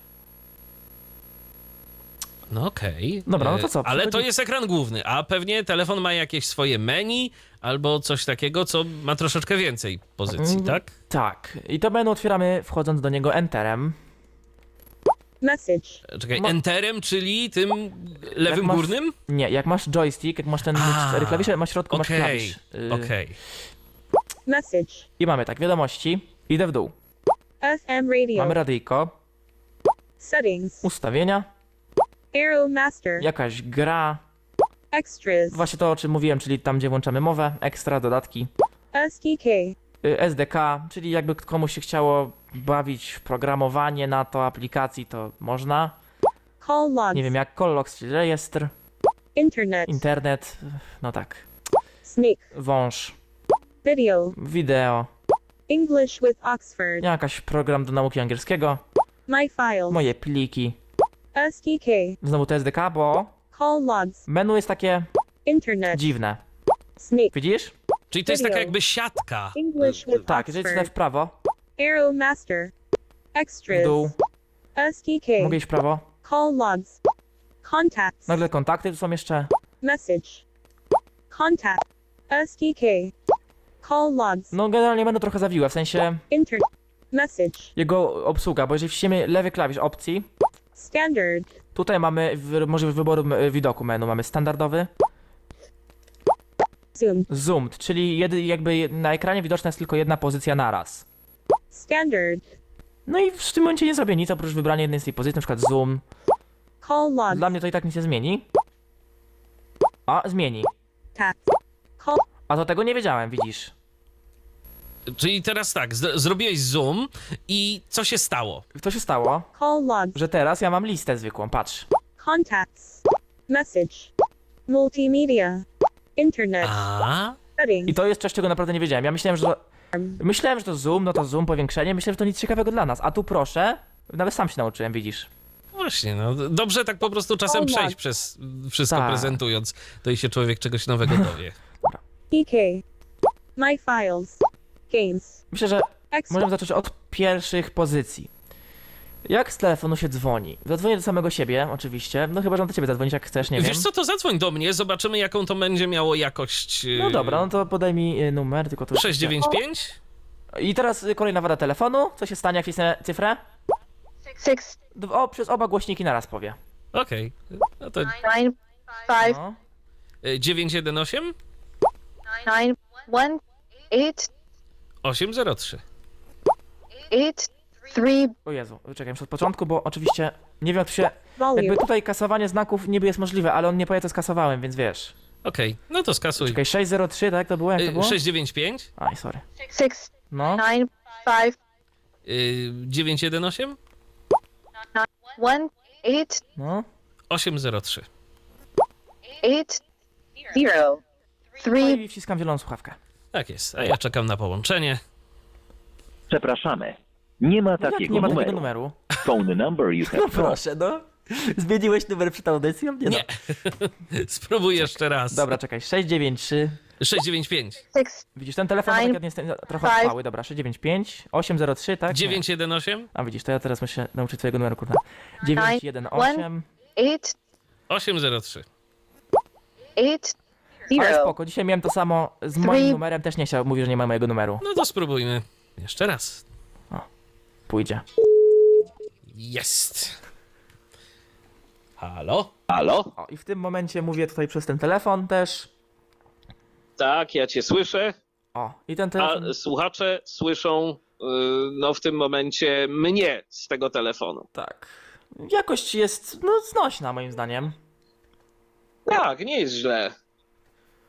No okej. Dobra, no to E, co, Ale to przychodzi- jest ekran główny, a pewnie telefon ma jakieś swoje menu albo coś takiego, co ma troszeczkę więcej pozycji, Mm. tak? Tak. I to menu otwieramy wchodząc do niego Enterem. Message. Czekaj, Ma- enterem, czyli tym lewym masz- górnym? Nie, jak masz joystick, jak masz ten A, cztery klawisze, masz w środku masz Okej, klawisz. Y, okej. Message. I mamy tak, wiadomości. Idę w dół. S M radio. Mamy radyjko, Settings. ustawienia, Arrow master. jakaś gra. Extras. Właśnie to, o czym mówiłem, czyli tam, gdzie włączamy mowę, ekstra, dodatki. S D K. Y, S D K, czyli jakby komuś się chciało bawić w programowanie na to aplikacji, to można. Call logs. Nie wiem, jak call logs, czyli rejestr, Internet. internet, no tak, Snake. wąż, Video. wideo, English with Oxford. jakaś program do nauki angielskiego, My files. moje pliki. S D K. Znowu to S D K, bo Call logs. menu jest takie Internet. dziwne. Snake. Widzisz? Czyli to jest taka Video. jakby siatka. English with Tak, jeżeli Oxford. chcę w prawo, Arrow master. Extras. w dół, S D K. mogę iść w prawo. Call logs. Contacts. Nagle kontakty tu są jeszcze. Message. Contact. S D K. Call logs. No generalnie menu trochę zawiłe, w sensie Inter. Message. jego obsługa, bo jeżeli wciśniemy lewy klawisz opcji, Standard. tutaj mamy w, możliwość wyboru m- widoku menu. Mamy standardowy, Zoom. zoomed, czyli jedy, jakby na ekranie widoczna jest tylko jedna pozycja naraz. Standard. No i w tym momencie nie zrobię nic oprócz wybrania jednej z tej pozycji, na przykład zoom. Call logs. Dla mnie to i tak nic nie zmieni. A, zmieni. Tap. Call. A to tego nie wiedziałem, widzisz. Czyli teraz tak, z- zrobiłeś zoom i co się stało? To się stało, Call logs. że teraz ja mam listę zwykłą, patrz. Contacts. Message. Multimedia. Internet. A? Settings. I to jest coś, czego naprawdę nie wiedziałem. Ja myślałem, że to... Myślałem, że to zoom, no to zoom, powiększenie. Myślałem, że to nic ciekawego dla nas. A tu proszę, nawet sam się nauczyłem, widzisz. Właśnie, no dobrze tak po prostu czasem O, przejść tak. przez wszystko Tak. prezentując, to i się człowiek czegoś nowego dowie. E K. My files. Games. Myślę, że X. możemy zacząć od pierwszych pozycji. Jak z telefonu się dzwoni? Zadzwonię do samego siebie, oczywiście. No chyba, że on do ciebie zadzwonić, jak chcesz, nie Wiesz wiem. co, to zadzwoń do mnie, zobaczymy jaką to będzie miało jakość. yy, No dobra, no to podaj mi y, numer, tylko to... sześć dziewięć pięć? I teraz y, kolejna wada telefonu. Co się stanie, jak wcisnę cyfrę? six D- O, przez oba głośniki naraz powie. Okej, no to nine five No. yy, dziewięć jeden osiem nine one eight osiem zero trzy. eight three O Jezu, czekaj, muszę od początku, bo oczywiście nie wiem, jak to się... Volume. Jakby tutaj kasowanie znaków niby jest możliwe, ale on nie powie, co skasowałem, więc wiesz. Okej, no to skasuj. Czekaj, sześć zero trzy, tak to było? Jak to Yy, było? sześć dziewięć pięć Aj, sorry. six No. nine five yy, dziewięć jeden osiem one eight No. osiem zero trzy. eight zero No three i wciskam zieloną słuchawkę. Tak jest, a ja czekam na połączenie. Przepraszamy. Nie ma No jak takiego nie ma numeru. takiego numeru? Phone number you have called. Proszę, no. Zmieniłeś numer przed audycją? Nie. Nie. Spróbuj jeszcze raz. No. Dobra, czekaj, sześć dziewięć trzy. sześć dziewięć pięć six Widzisz, ten telefon Nine, tak jest trochę five. trwały. Dobra, sześć dziewięć pięć osiem zero trzy, tak? Nie. dziewięć jeden osiem A widzisz, to ja teraz muszę nauczyć twojego numeru, kurwa. dziewięć jeden osiem. eight osiem zero trzy. eight Ale zero spoko, dzisiaj miałem to samo z moim Three. numerem, też nie chciał, mówi, że nie ma mojego numeru. No to spróbujmy jeszcze raz. Pójdzie. Jest. Halo? Halo? O, i w tym momencie mówię tutaj przez ten telefon też. Tak, ja cię słyszę, O, i ten telefon... a słuchacze słyszą yy, no w tym momencie mnie z tego telefonu. Tak. Jakość jest, no, znośna moim zdaniem. Tak, nie jest źle.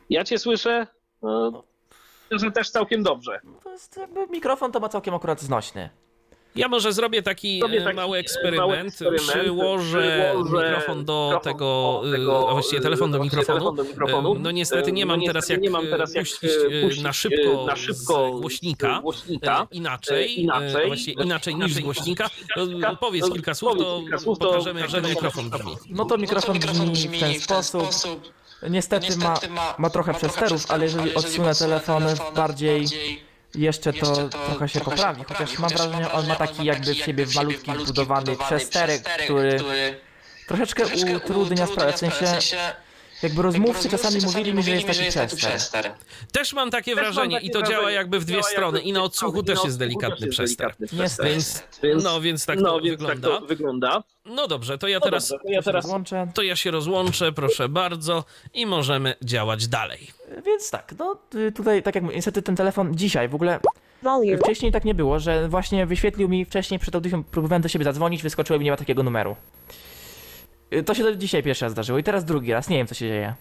Ja cię słyszę, no, że też całkiem dobrze. To jest jakby mikrofon to ma całkiem akurat znośny. Ja może zrobię taki, Zrobię e, taki mały, eksperyment. mały eksperyment. Przyłożę Przyłożę mikrofon do mikrofon tego, do tego, a właściwie telefon do właściwie mikrofonu. telefon do mikrofonu. E, No niestety nie No mam niestety teraz jak nie mam teraz jak, puścić e, e, puścić, na e, szybko, na szybko z głośnika. z głośnika. E, Inaczej, E, inaczej. e, właściwie inaczej niż z głośnika. E, Powiedz kilka słów, Powiedz to kilka słów, to pokażemy jak ten pokażemy, mikrofon brzmi. No to mikrofon brzmi w ten sposób. Niestety ma, ma trochę przesterów, ale jeżeli odsunę telefon bardziej jeszcze, to trochę się poprawi. Chociaż mam wrażenie, on ma taki jakby w siebie malutki wbudowany przesterek, który troszeczkę utrudnia sprawę. W sensie jakby rozmówcy czasami mówili mi, że jest taki przester. Też mam takie Też mam wrażenie takie i to wrażenie. działa jakby w dwie Działa strony. jakby I na w dwie odsłuchu strony. też I na jest odsłuchu delikatny też jest przester. delikatny Niestety. Więc, Więc- no więc tak no, to więc wygląda. tak to wygląda. No dobrze, to ja No teraz... dobrze, to ja teraz Rozłączę. To ja się rozłączę, proszę bardzo, i możemy działać dalej. Więc tak, no y, tutaj tak jak mówię, niestety ten telefon dzisiaj w ogóle Volume. wcześniej tak nie było, że właśnie wyświetlił mi wcześniej przed audycją, próbowałem do siebie zadzwonić, wyskoczyło i nie ma takiego numeru. Y, To się do dzisiaj pierwszy raz zdarzyło i teraz drugi raz, nie wiem co się dzieje.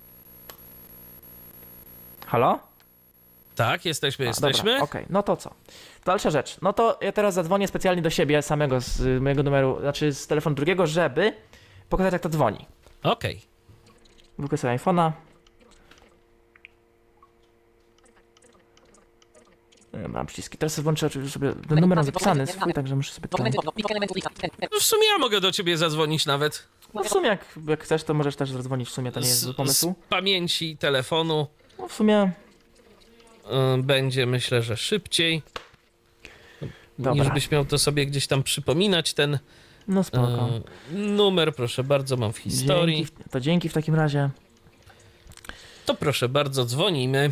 Halo? Tak, jesteśmy, A, jesteśmy. Dobra, okej, no to co? Dalsza rzecz. No to ja teraz zadzwonię specjalnie do siebie samego z y, mojego numeru, znaczy z telefonu drugiego, żeby pokazać jak to dzwoni. Okej. Wykuję sobie iPhone'a. Y, Mam przyciski. Teraz sobie włączę oczywiście sobie ten numer mam zapisany swój, także muszę sobie ten... No w sumie ja mogę do ciebie zadzwonić nawet. No w sumie jak, jak chcesz, to możesz też zadzwonić, w sumie to nie jest Z, zły z pomysł. pamięci telefonu No w sumie... y, będzie, myślę, że szybciej. Dobra. Niż byś miał to sobie gdzieś tam przypominać ten No spoko. y, numer, proszę bardzo, mam w historii. Dzięki, w- to dzięki w takim razie. To proszę bardzo, dzwonimy.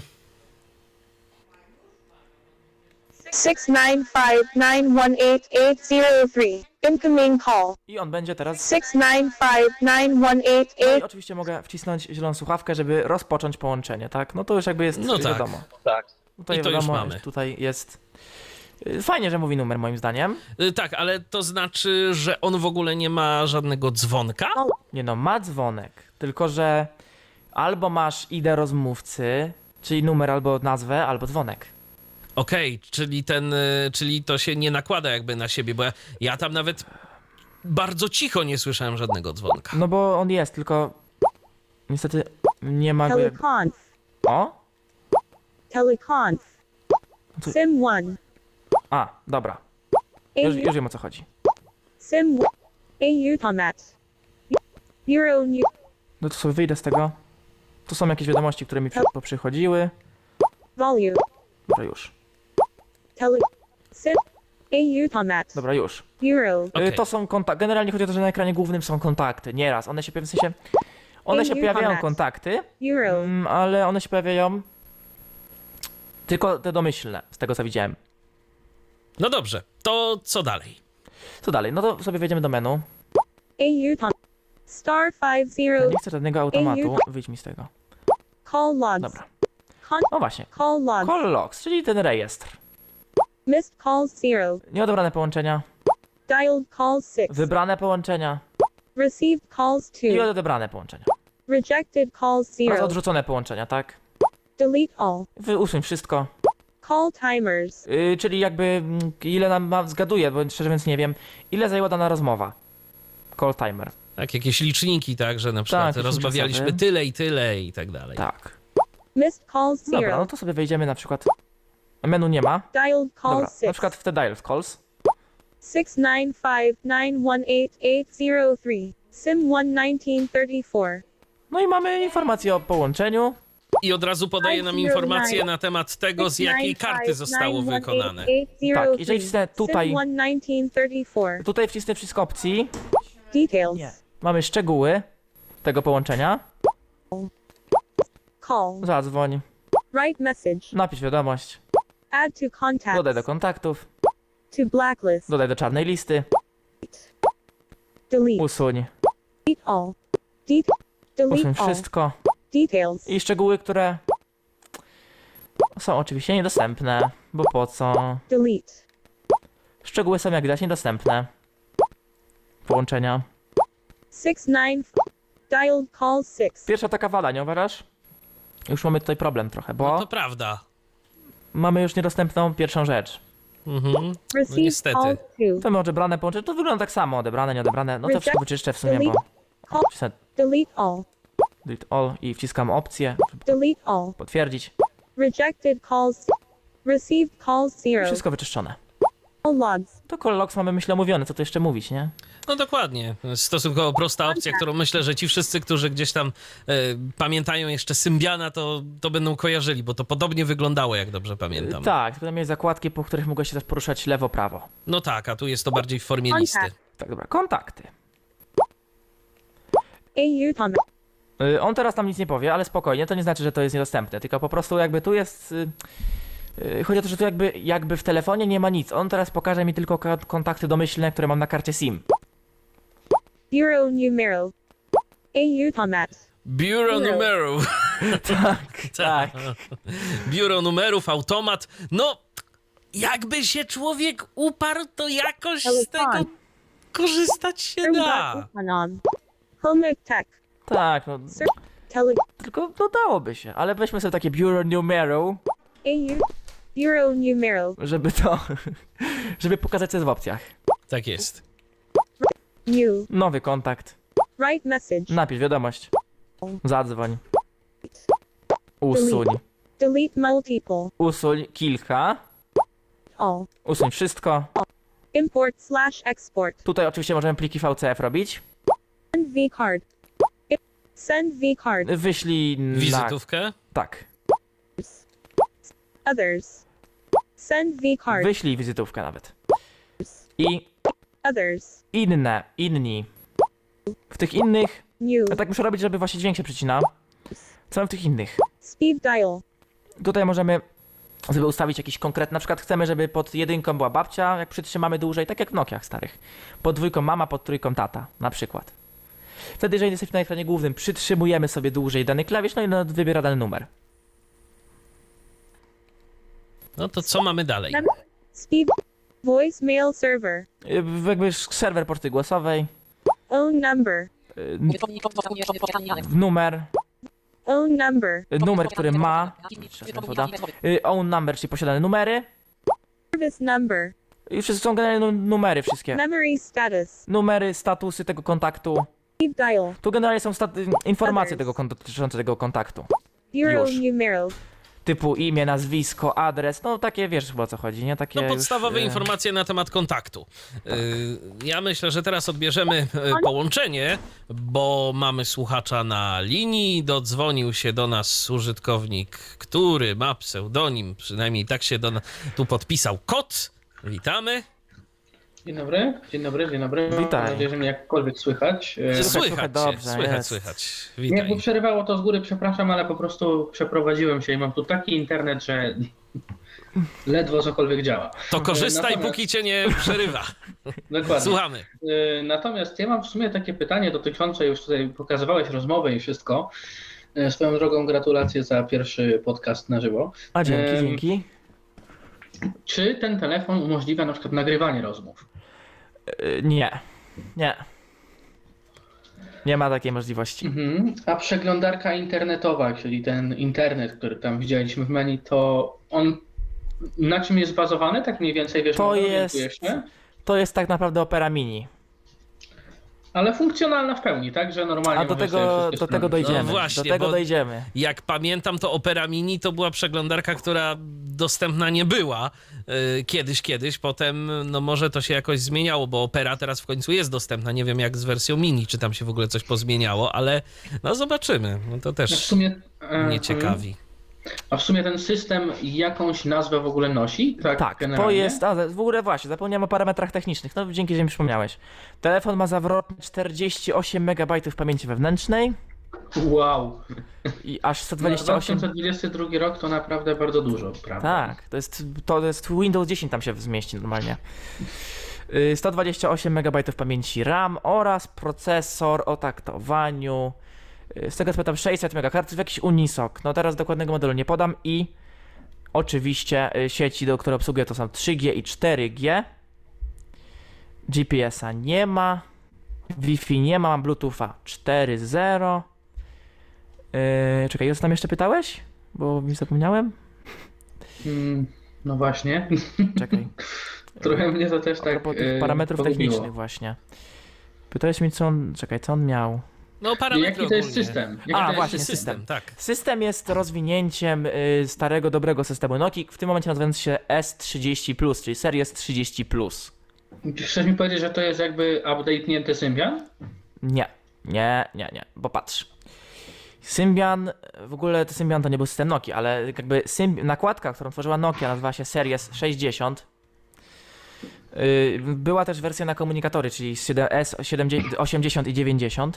six nine five nine one eight eight zero three. Incoming call. I on będzie teraz... six nine five nine one eight No i eight. oczywiście mogę wcisnąć zieloną słuchawkę, żeby rozpocząć połączenie, tak? No to już jakby jest No tak. wiadomo. Tak. Tutaj I to już wiadomo, mamy. tutaj jest... y, Fajnie, że mówi numer moim zdaniem. Y, tak, ale to znaczy, że on w ogóle nie ma żadnego dzwonka? Nie no, ma dzwonek, tylko że albo masz I D rozmówcy, czyli numer albo nazwę, albo dzwonek. Okej, czyli ten, y, czyli to się nie nakłada jakby na siebie, bo ja, ja tam nawet bardzo cicho nie słyszałem żadnego dzwonka. No bo on jest, tylko niestety nie ma go jak... Teleconf. O? Teleconf. To- Sim one. A, dobra. A Już, już wiem o co chodzi. Sim one. A Utomat. Euro New. No to sobie wyjdę z tego. Tu są jakieś wiadomości, które mi przy, poprzychodziły. Volume. Dobra, już. Tele. Sim. A Utomat. Dobra, już. Euro. Y, Okej. To są kontakty. Generalnie chodzi o to, że na ekranie głównym są kontakty. Nieraz. One się pojawiają, w sensie... One się Ej, pojawiają Johannes. kontakty, Euro. mm, ale one się pojawiają tylko te domyślne, z tego co widziałem. No dobrze, to co dalej? Co dalej? No to sobie wejdziemy do menu. A Utomat. Star five Ja zero. nie chcę żadnego automatu. Wyjdź mi z tego. Call logs. Dobra. Con. No właśnie. Call logs. Call logs, czyli ten rejestr. Missed calls zero. Nieodebrane połączenia, Dialed calls six. wybrane połączenia Received calls i two. odebrane połączenia. Rejected calls Oraz zero. odrzucone połączenia, tak? Delete all. Wy- Usuń wszystko. Call timers. Yy, czyli jakby mm, ile nam ma, zgaduję, bo szczerze mówiąc nie wiem, ile zajęła dana rozmowa. Call timer. Tak, jakieś liczniki, tak, że na przykład jakieś rozmawialiśmy czasowe. tyle i tyle i tak dalej. Tak. Missed calls Dobra, no zero. to sobie wejdziemy na przykład. Menu nie ma. Dialed Dobra, calls na six. przykład w te dial calls. six nine five nine one eight eight zero three. Sim one nineteen thirty four. No i mamy informację o połączeniu. I od razu podaje nam informacje na temat tego, z jakiej karty zostało wykonane. Tak, jeżeli wcisnę tutaj- Sim one nineteen thirty four. Tutaj wcisnę przycisk opcji. Details. Nie. Mamy szczegóły tego połączenia. Call. Zadzwoń, Write message. napisz wiadomość, Add to contacts. dodaj do kontaktów, To blacklist. dodaj do czarnej listy, Delete. usuń, Delete all. Det. Delete usuń all. wszystko. Details. I szczegóły, które są oczywiście niedostępne, bo po co? Delete. Szczegóły są jak widać niedostępne. Połączenia. six nine. Dialed call six. Pierwsza taka wada, nie uważasz? Już mamy tutaj problem trochę, bo No to prawda. mamy już niedostępną pierwszą rzecz. Mhm. No Receive niestety. calls to. To mamy odebrane połączenie, to wygląda tak samo, odebrane, nieodebrane. No to wszystko wyczyszczę w sumie, bo Call. wcisnę Delete all. delete all i wciskam opcję, żeby Delete all. potwierdzić. Rejected calls. Received calls zero. Wszystko wyczyszczone. All logs. To call logs mamy, myślę, omówione, co tu jeszcze mówić, nie? No dokładnie. Stosunkowo prosta opcja, którą myślę, że ci wszyscy, którzy gdzieś tam e, pamiętają jeszcze Symbiana, to, to będą kojarzyli, bo to podobnie wyglądało, jak dobrze pamiętam. Tak, tylko tam miałeś zakładki, po których mogłeś się też poruszać lewo-prawo. No tak, a tu jest to bardziej w formie listy. Tak, dobra, kontakty. A U Thomas. Y, On teraz nam nic nie powie, ale spokojnie, to nie znaczy, że to jest niedostępne, tylko po prostu jakby tu jest... y, y, Chodzi o to, że tu jakby, jakby w telefonie nie ma nic. On teraz pokaże mi tylko ko- kontakty domyślne, które mam na karcie SIM. Bureau numero. A U Thomas. Biuro Nie. numerów. Tak, tak. Biuro numerów, automat. No, jakby się człowiek uparł, to jakoś z tego korzystać się da. Anon. Home tech. Tak, no, Tele. tylko no dałoby się, ale weźmy sobie takie biuro numero, A U. Bureau numero. żeby to, żeby pokazać co jest w opcjach. Tak jest. New. Nowy kontakt, Write message. napisz wiadomość, zadzwoń, usuń, Delete multiple. usuń kilka, All. usuń wszystko. Import slash export. Tutaj oczywiście możemy pliki V C F robić. Send V card. Send V card. Wyślij na... Wizytówkę. Tak. Others. Send V card. Wyślij wizytówkę nawet. I Others. inne, inni. W tych innych... New. Ja tak muszę robić, żeby właśnie dźwięk się przycinał. Co mam w tych innych? Speed dial. Tutaj możemy sobie ustawić jakiś konkretny, na przykład chcemy, żeby pod jedynką była babcia, jak przytrzymamy dłużej, tak jak w Nokiach starych. Pod dwójką mama, pod trójką tata, na przykład. Wtedy, jeżeli jesteśmy na ekranie głównym, przytrzymujemy sobie dłużej dany klawisz, no i no, wybiera dany numer. No to co mamy dalej? Speed. Voicemail server. Yy, Jakby serwer poczty głosowej, Own number. yy, numer, Own number. yy, numer, który ma, yy, own number, czyli posiadane numery. Service number. I wszystko są generalnie nu- numery wszystkie. Memory status. Numery, statusy tego kontaktu. Speed dial. Tu generalnie są stat- informacje tego kont- dotyczące tego kontaktu. Bureau Już. numero. Typu imię, nazwisko, adres, no takie wiesz chyba o co chodzi, nie? Takie No podstawowe już, e, informacje na temat kontaktu. Y, Ja myślę, że teraz odbierzemy y, połączenie, bo mamy słuchacza na linii. Dodzwonił się do nas użytkownik, który ma pseudonim, przynajmniej tak się do na- tu podpisał, Kot. Witamy. Dzień dobry, dzień dobry, dzień dobry. Witaj. Mam nadzieję, że mnie jakkolwiek słychać. E, Słychać, Słychać, słychać cię, dobrze, słychać, jest. słychać. Nie, bo Witaj. przerywało to z góry, przepraszam, ale po prostu przeprowadziłem się i mam tu taki internet, że ledwo cokolwiek działa. To korzystaj, Natomiast- póki cię nie przerywa. Dokładnie. Słuchamy. E, Natomiast ja mam w sumie takie pytanie dotyczące, już tutaj pokazywałeś rozmowę i wszystko. E, Swoją drogą gratulacje za pierwszy podcast na żywo. A dzięki, Em, dzięki. Czy ten telefon umożliwia na przykład nagrywanie rozmów? Y, nie, nie. Nie ma takiej możliwości. Mhm. A przeglądarka internetowa, czyli ten internet, który tam widzieliśmy w menu, to on na czym jest bazowany? Tak mniej więcej wiesz, To może jest- orientujesz się? To jest tak naprawdę Opera Mini. Ale funkcjonalna w pełni, tak? Że normalnie A do możesz sobie tego, wszystkie do tego strony- dojdziemy. No właśnie, do tego bo- dojdziemy. Jak pamiętam, to Opera Mini to była przeglądarka, która dostępna nie była yy, kiedyś, kiedyś. Potem, no może to się jakoś zmieniało, bo Opera teraz w końcu jest dostępna. Nie wiem jak z wersją Mini, czy tam się w ogóle coś pozmieniało, ale no zobaczymy. No to A w też sumie, e, mnie ciekawi. A w sumie ten system jakąś nazwę w ogóle nosi? Tak, Tak, to generalnie? jest. A, w ogóle właśnie, zapomniałem o parametrach technicznych. No dzięki, że mi przypomniałeś. Telefon ma zawrotne czterdzieści osiem megabajtów pamięci wewnętrznej Wow. i aż sto Na dwadzieścia osiem. dwa tysiące dwudziesty drugi rok to naprawdę bardzo dużo, prawda? Tak, to jest, to jest Windows dziesięć tam się zmieści normalnie. Y, sto dwadzieścia osiem megabajtów pamięci RAM oraz procesor o taktowaniu. y, Z tego co pamiętam sześćset megaherców, jakiś Unisoc. No teraz dokładnego modelu nie podam i oczywiście y, sieci, do które obsługuję to są trzy G i cztery G. G P S a nie ma. Wi-Fi nie ma, mam Bluetootha cztery zero. Yy, czekaj, co tam jeszcze pytałeś? Bo mi zapomniałem. Mm, no właśnie. Czekaj. Trochę mnie to też A tak propos tych e, parametrów pogubiło. technicznych właśnie. Pytałeś mnie, co on... Czekaj, co on miał? No parametry Jaki to jest ogólnie. system? Jaki A, to jest właśnie, system? System, tak. System jest rozwinięciem y, starego, dobrego systemu Nokii, w tym momencie nazywając się S trzydzieści plus, czyli Series trzydzieści plus. Chcesz mi powiedzieć, że to jest jakby update'nięty Symbian? Nie, nie, nie, nie, bo patrz. Symbian, w ogóle to Symbian to nie był system Nokii, ale jakby Symb- nakładka, którą tworzyła Nokia, nazywa się Series sześćdziesiąt. Yy, była też wersja na komunikatory, czyli S osiemdziesiąt i dziewięćdziesiąt.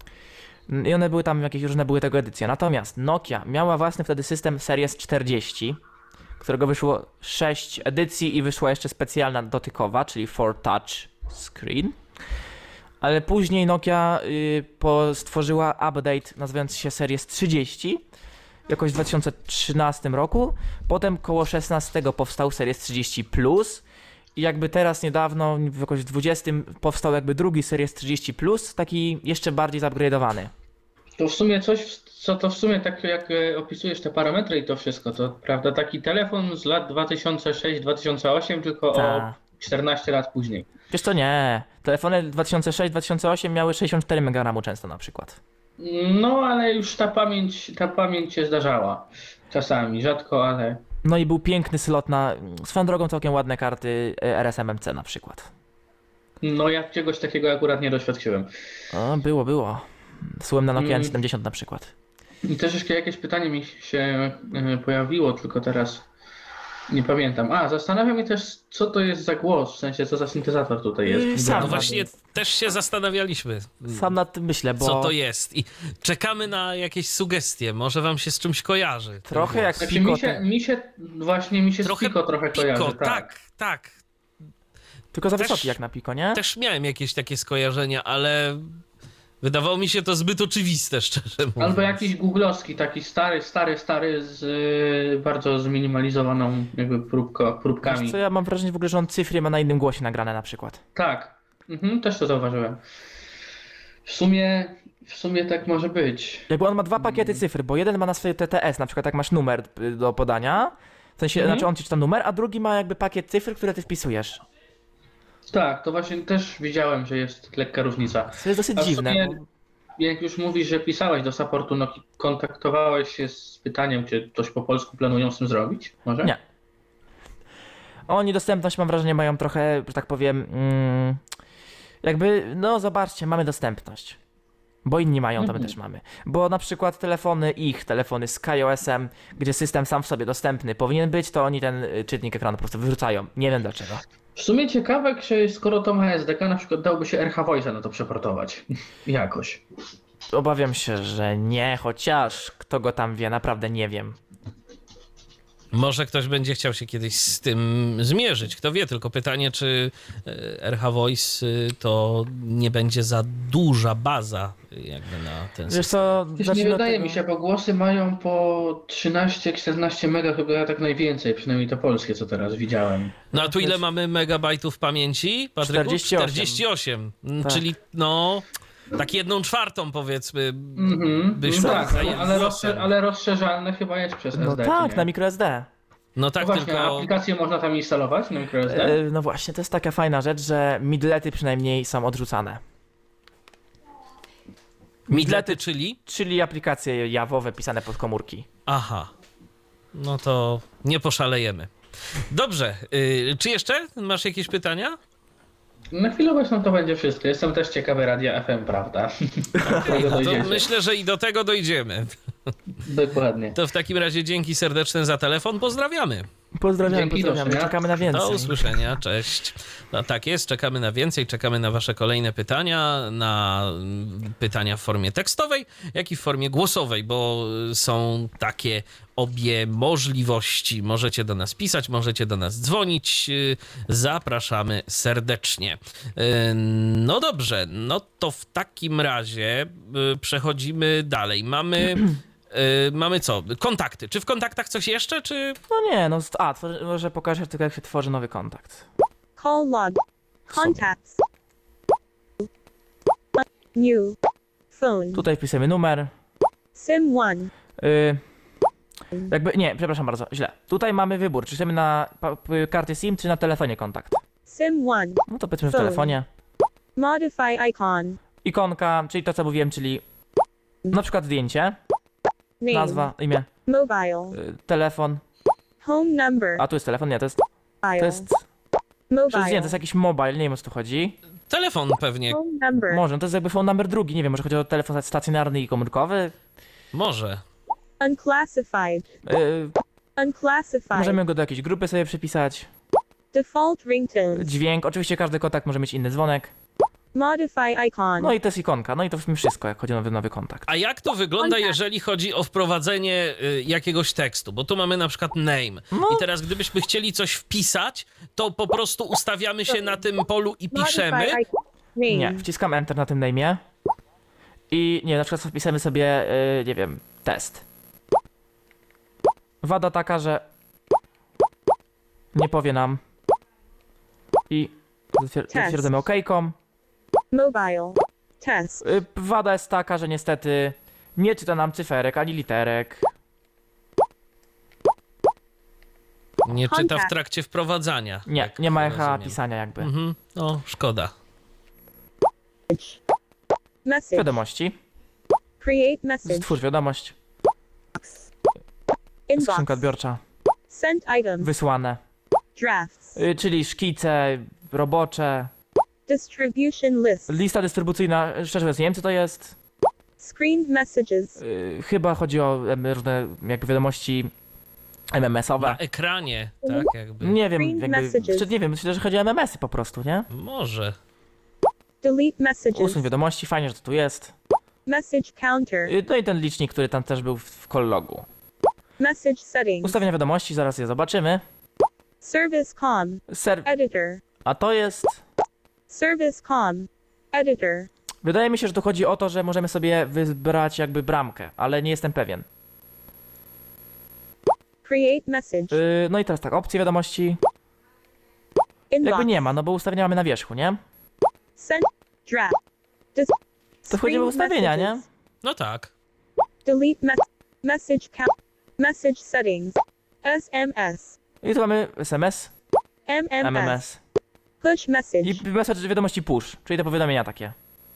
I one były tam, jakieś różne były tego edycje. Natomiast Nokia miała własny wtedy system Series czterdzieści, którego wyszło sześć edycji i wyszła jeszcze specjalna dotykowa, czyli for touch screen. Ale później Nokia y, po, stworzyła update nazywający się Series trzydzieści, jakoś w dwa tysiące trzynastym roku. Potem koło szesnastego powstał Series trzydzieści plus i jakby teraz niedawno, jakoś w dwudziestym powstał jakby drugi Series trzydzieści plus, taki jeszcze bardziej zupgrade'owany. To w sumie coś, co to w sumie tak jak e, opisujesz te parametry i to wszystko, to prawda, taki telefon z lat dwa tysiące sześć dwa tysiące osiem, tylko Ta. o czternaście lat później. Wiesz co, nie. Telefony dwa tysiące sześć dwa tysiące osiem miały sześćdziesiąt cztery mega ramu często na przykład. No ale już ta pamięć, ta pamięć się zdarzała. Czasami, rzadko, ale... No i był piękny slot na, swoją drogą całkiem ładne karty R S M M C na przykład. No ja czegoś takiego akurat nie doświadczyłem. O, było, było. Słem na Nokia Mm. N siedemdziesiąt na przykład. I też jeszcze jakieś pytanie mi się e, pojawiło, tylko teraz nie pamiętam. A, zastanawia mnie też, co to jest za głos, w sensie co za syntezator tutaj jest. Yy, sam. No No właśnie też się zastanawialiśmy, Sam nad tym myślę, bo co to jest i czekamy na jakieś sugestie, może wam się z czymś kojarzy. ten trochę jak Znaczy Pico, mi się, te... mi się właśnie mi się Trochę z Pico trochę Pico, kojarzy. Tak. tak, tak. tylko za też- wysoki jak na Pico, nie? Też miałem jakieś takie skojarzenia, ale wydawało mi się to zbyt oczywiste, szczerze mówiąc. Albo jakiś googlowski, taki stary, stary, stary z y, bardzo zminimalizowaną jakby próbko, próbkami. Wiesz co, ja mam wrażenie w ogóle, że on cyfry ma na innym głosie nagrane na przykład. Tak, mhm, też to zauważyłem. W sumie, w sumie tak może być. Jakby on ma dwa pakiety cyfr, bo jeden ma na swoje T T S, na przykład jak masz numer y, do podania, w sensie, Mhm. znaczy on ci czyta numer, a drugi ma jakby pakiet cyfr, które ty wpisujesz. Tak, to właśnie też widziałem, że jest lekka różnica. To jest dosyć A w dziwne. sumie- Bo... Jak już mówisz, że pisałeś do supportu, no kontaktowałeś się z pytaniem, czy coś po polsku planują z tym zrobić? Może? Nie. Oni dostępność, mam wrażenie, mają trochę, że tak powiem, mm, jakby, no zobaczcie, mamy dostępność. Bo inni mają, to my Mhm. też mamy. Bo na przykład telefony ich, telefony z KaiOS-em, gdzie system sam w sobie dostępny powinien być, to oni ten y, czytnik ekranu po prostu wyrzucają. Nie wiem dlaczego. W sumie ciekawe, czy skoro to ma S D K, na przykład dałoby się R H Voice'a na to przeportować. Jakoś. Obawiam się, że nie, chociaż kto go tam wie, naprawdę nie wiem. Może ktoś będzie chciał się kiedyś z tym zmierzyć, kto wie, tylko pytanie, czy e, R H Voice y, to nie będzie za duża baza jakby na ten Wiesz system. co, Wiesz, nie zacznijmy od wydaje tego- mi się, bo głosy mają po trzynaście czternaście mega, chyba ja tak najwięcej, przynajmniej to polskie, co teraz widziałem. No a tu ile Wiesz- mamy megabajtów pamięci, Patryku? czterdzieści osiem. czterdzieści osiem. Mm, Tak. Czyli no, tak jedną czwartą powiedzmy Mhm. byśmy No tak, zajęli ale, głosem. rozsze, ale rozszerzalne chyba jest przez No S D. czy tak, nie? na microSD. No No tak, właśnie, a tylko aplikację można tam instalować na microSD? E, no właśnie, to jest taka fajna rzecz, że midlety przynajmniej są odrzucane. midlety, czyli? Czyli aplikacje jawowe pisane pod komórki. Aha, no to nie poszalejemy. Dobrze, y, czy jeszcze masz jakieś pytania? Na chwilę obecną to będzie wszystko. Jestem też ciekawy radia F M, prawda? Do tego To dojdziecie. myślę, że i do tego dojdziemy. Dokładnie. To w takim razie dzięki serdeczne za telefon, pozdrawiamy. Pozdrawiamy, Dzięki, pozdrawiamy. do Czekamy na więcej. Do usłyszenia, cześć. No tak jest, czekamy na więcej, czekamy na wasze kolejne pytania, na mm, pytania w formie tekstowej, jak i w formie głosowej, bo y, są takie obie możliwości. Możecie do nas pisać, możecie do nas dzwonić, y, zapraszamy serdecznie. Y, No dobrze, no to w takim razie y, przechodzimy dalej. Mamy... y, Mamy co? Kontakty. Czy w kontaktach coś jeszcze, czy... No nie, no, st- a, tworzy, może pokażę tylko jak się tworzy nowy kontakt. Call log. Contacts. New. Phone. Tutaj wpisujemy numer. SIM one. Y, jakby, nie, przepraszam bardzo, źle. Tutaj mamy wybór, czy chcemy na pa- p- karty SIM, czy na telefonie kontakt. SIM one. No to powiedzmy w Phone. telefonie. Modify icon. Ikonka, czyli to co mówiłem, czyli na przykład zdjęcie, Name. nazwa, imię, Mobile. y, telefon. Home number. A tu jest telefon, nie, to jest, to Mobile. jest, to jest, nie, to Mobile. jest jakiś mobile, nie wiem o co tu chodzi. Telefon pewnie. Home number. Może, no to jest jakby phone number drugi, nie wiem, może chodzi o telefon stacjonarny i komórkowy. Może. Unclassified. Y, Unclassified. możemy go do jakiejś grupy sobie przypisać. Default ringtones. Dźwięk, oczywiście każdy kontakt może mieć inny dzwonek. Modify icon. No i to jest ikonka, no i to w sumie wszystko, jak chodzi o nowy, nowy kontakt. A jak to wygląda, Kontakt. jeżeli chodzi o wprowadzenie y, jakiegoś tekstu? Bo tu mamy na przykład name. No. I teraz gdybyśmy chcieli coś wpisać, to po prostu ustawiamy się na tym polu i piszemy. Modify icon. Name. Nie, wciskam Enter na tym name'ie i nie, na przykład wpisamy sobie, yy, nie wiem, test. Wada taka, że nie powie nam i zatwier- Test. zatwierdzamy okejką. Mobile. Test. Yy, wada jest taka, że niestety nie czyta nam cyferek ani literek. Nie czyta w Kontakt. trakcie wprowadzania. Nie, jak nie ma echa rozumiem. pisania jakby. Mhm. No, szkoda. Message. Wiadomości, Create message. stwórz wiadomość, Inbox. skrzynka odbiorcza, Sent item. wysłane, Drafts. yy, czyli szkice, robocze, Distribution list. lista dystrybucyjna, szczerze mówiąc nie wiem co to jest. Screened messages. Yy, chyba chodzi o em, różne jakby wiadomości M M S-owe. Na ekranie, tak jakby. Nie wiem, Screen jakby, messages. jeszcze nie wiem, myślę, że chodzi o M M S-y po prostu, nie? Może. Delete messages. Usuń wiadomości, fajnie, że to tu jest. Message counter. Yy, no i ten licznik, który tam też był w, w call logu. Message settings. Ustawienia wiadomości, zaraz je zobaczymy. Service com. Ser Editor. A to jest... Service com. Editor. Wydaje mi się, że tu chodzi o to, że możemy sobie wybrać jakby bramkę, ale nie jestem pewien. Create message. Yy, no i teraz tak, opcje wiadomości Inbox. jakby nie ma, no bo ustawienia mamy na wierzchu, nie? Send. Draft. Dis- To wchodzimy w Screened ustawienia, nie? messages. No tak. Delete mes- message count. Message settings. S M S. I tu mamy S M S, M M S. M M S Push message. i message wiadomości push, czyli te powiadomienia takie.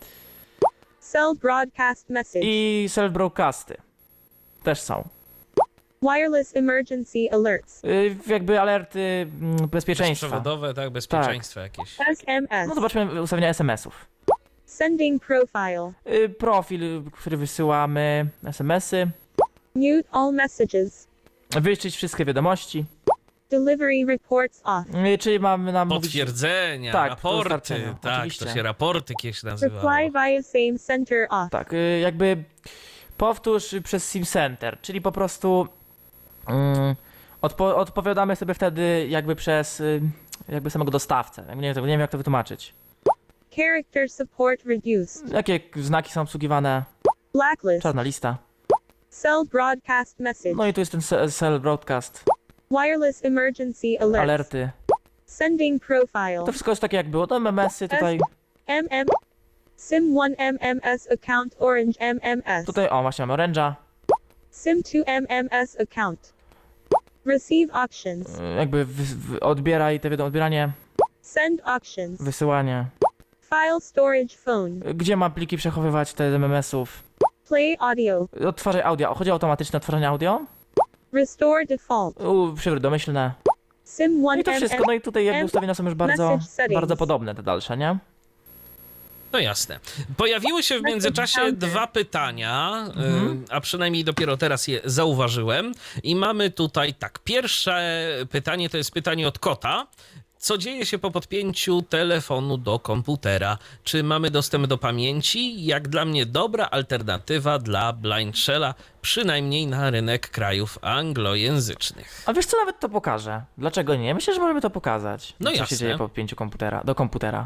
Cell broadcast message. I self-broadcasty też są. Wireless emergency alerts. Yy, jakby alerty mm, bezpieczeństwa. Bezprzewodowe, tak, bezpieczeństwo jakieś. S M S. No zobaczmy ustawienia S M S-ów. Sending profile. Yy, profil, który wysyłamy, S M S-y, Mute all messages. wyczyść wszystkie wiadomości, Delivery reports off. yy, czyli mamy nam mówić... Potwierdzenia, Tak, po raporty. dostarczeniu, Tak, oczywiście. to się raporty kiedyś nazywało. Reply via same center off. Tak, yy, jakby powtórz przez SIM Center, czyli po prostu yy, odpo odpowiadamy sobie wtedy jakby przez yy, jakby samego dostawcę. Nie wiem, nie wiem jak to wytłumaczyć. Character support reduced. Jakie znaki są obsługiwane, Blacklist. czarna lista. Cell broadcast message. No i tu jest ten ce- cell broadcast, Wireless emergency alerts. alerty. Sending profile. To wszystko jest takie jak było, to M M S-y tutaj, M M. SIM one M M S account orange M M S. tutaj o właśnie mamy oręża, SIM two M M S account. Receive options. yy, jakby wy- wy- odbieraj te wiadomo, odbieranie, Send options. wysyłanie. File storage phone. Gdzie ma pliki przechowywać te M M S-ów? Play audio. Odtwarzaj audio. Chodzi o automatyczne odtwarzanie audio? Restore default. U, przywrót domyślne. SIM No one i to M wszystko. M. No i tutaj jakby M- ustawienia są już bardzo, message settings. bardzo podobne te dalsze, nie? No jasne. Pojawiły się w międzyczasie counter. dwa pytania, Mhm. y, a przynajmniej dopiero teraz je zauważyłem. I mamy tutaj tak, pierwsze pytanie to jest pytanie od kota. Co dzieje się po podpięciu telefonu do komputera? Czy mamy dostęp do pamięci? Jak dla mnie dobra alternatywa dla Blind Shella, przynajmniej na rynek krajów anglojęzycznych. A wiesz co, nawet to pokażę. Dlaczego nie? Myślę, że możemy to pokazać. No co jasne. się dzieje po podpięciu komputera, do komputera.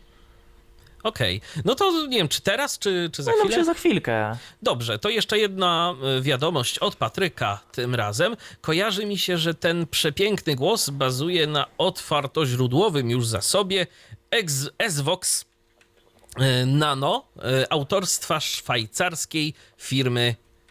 Okej, no to nie wiem, czy teraz, czy, czy za No, no chwilę? myślę, za chwilkę. Dobrze, to jeszcze jedna y, wiadomość od Patryka tym razem. Kojarzy mi się, że ten przepiękny głos bazuje na otwartoźródłowym już zasobie Ex- S-Vox y, Nano y, autorstwa szwajcarskiej firmy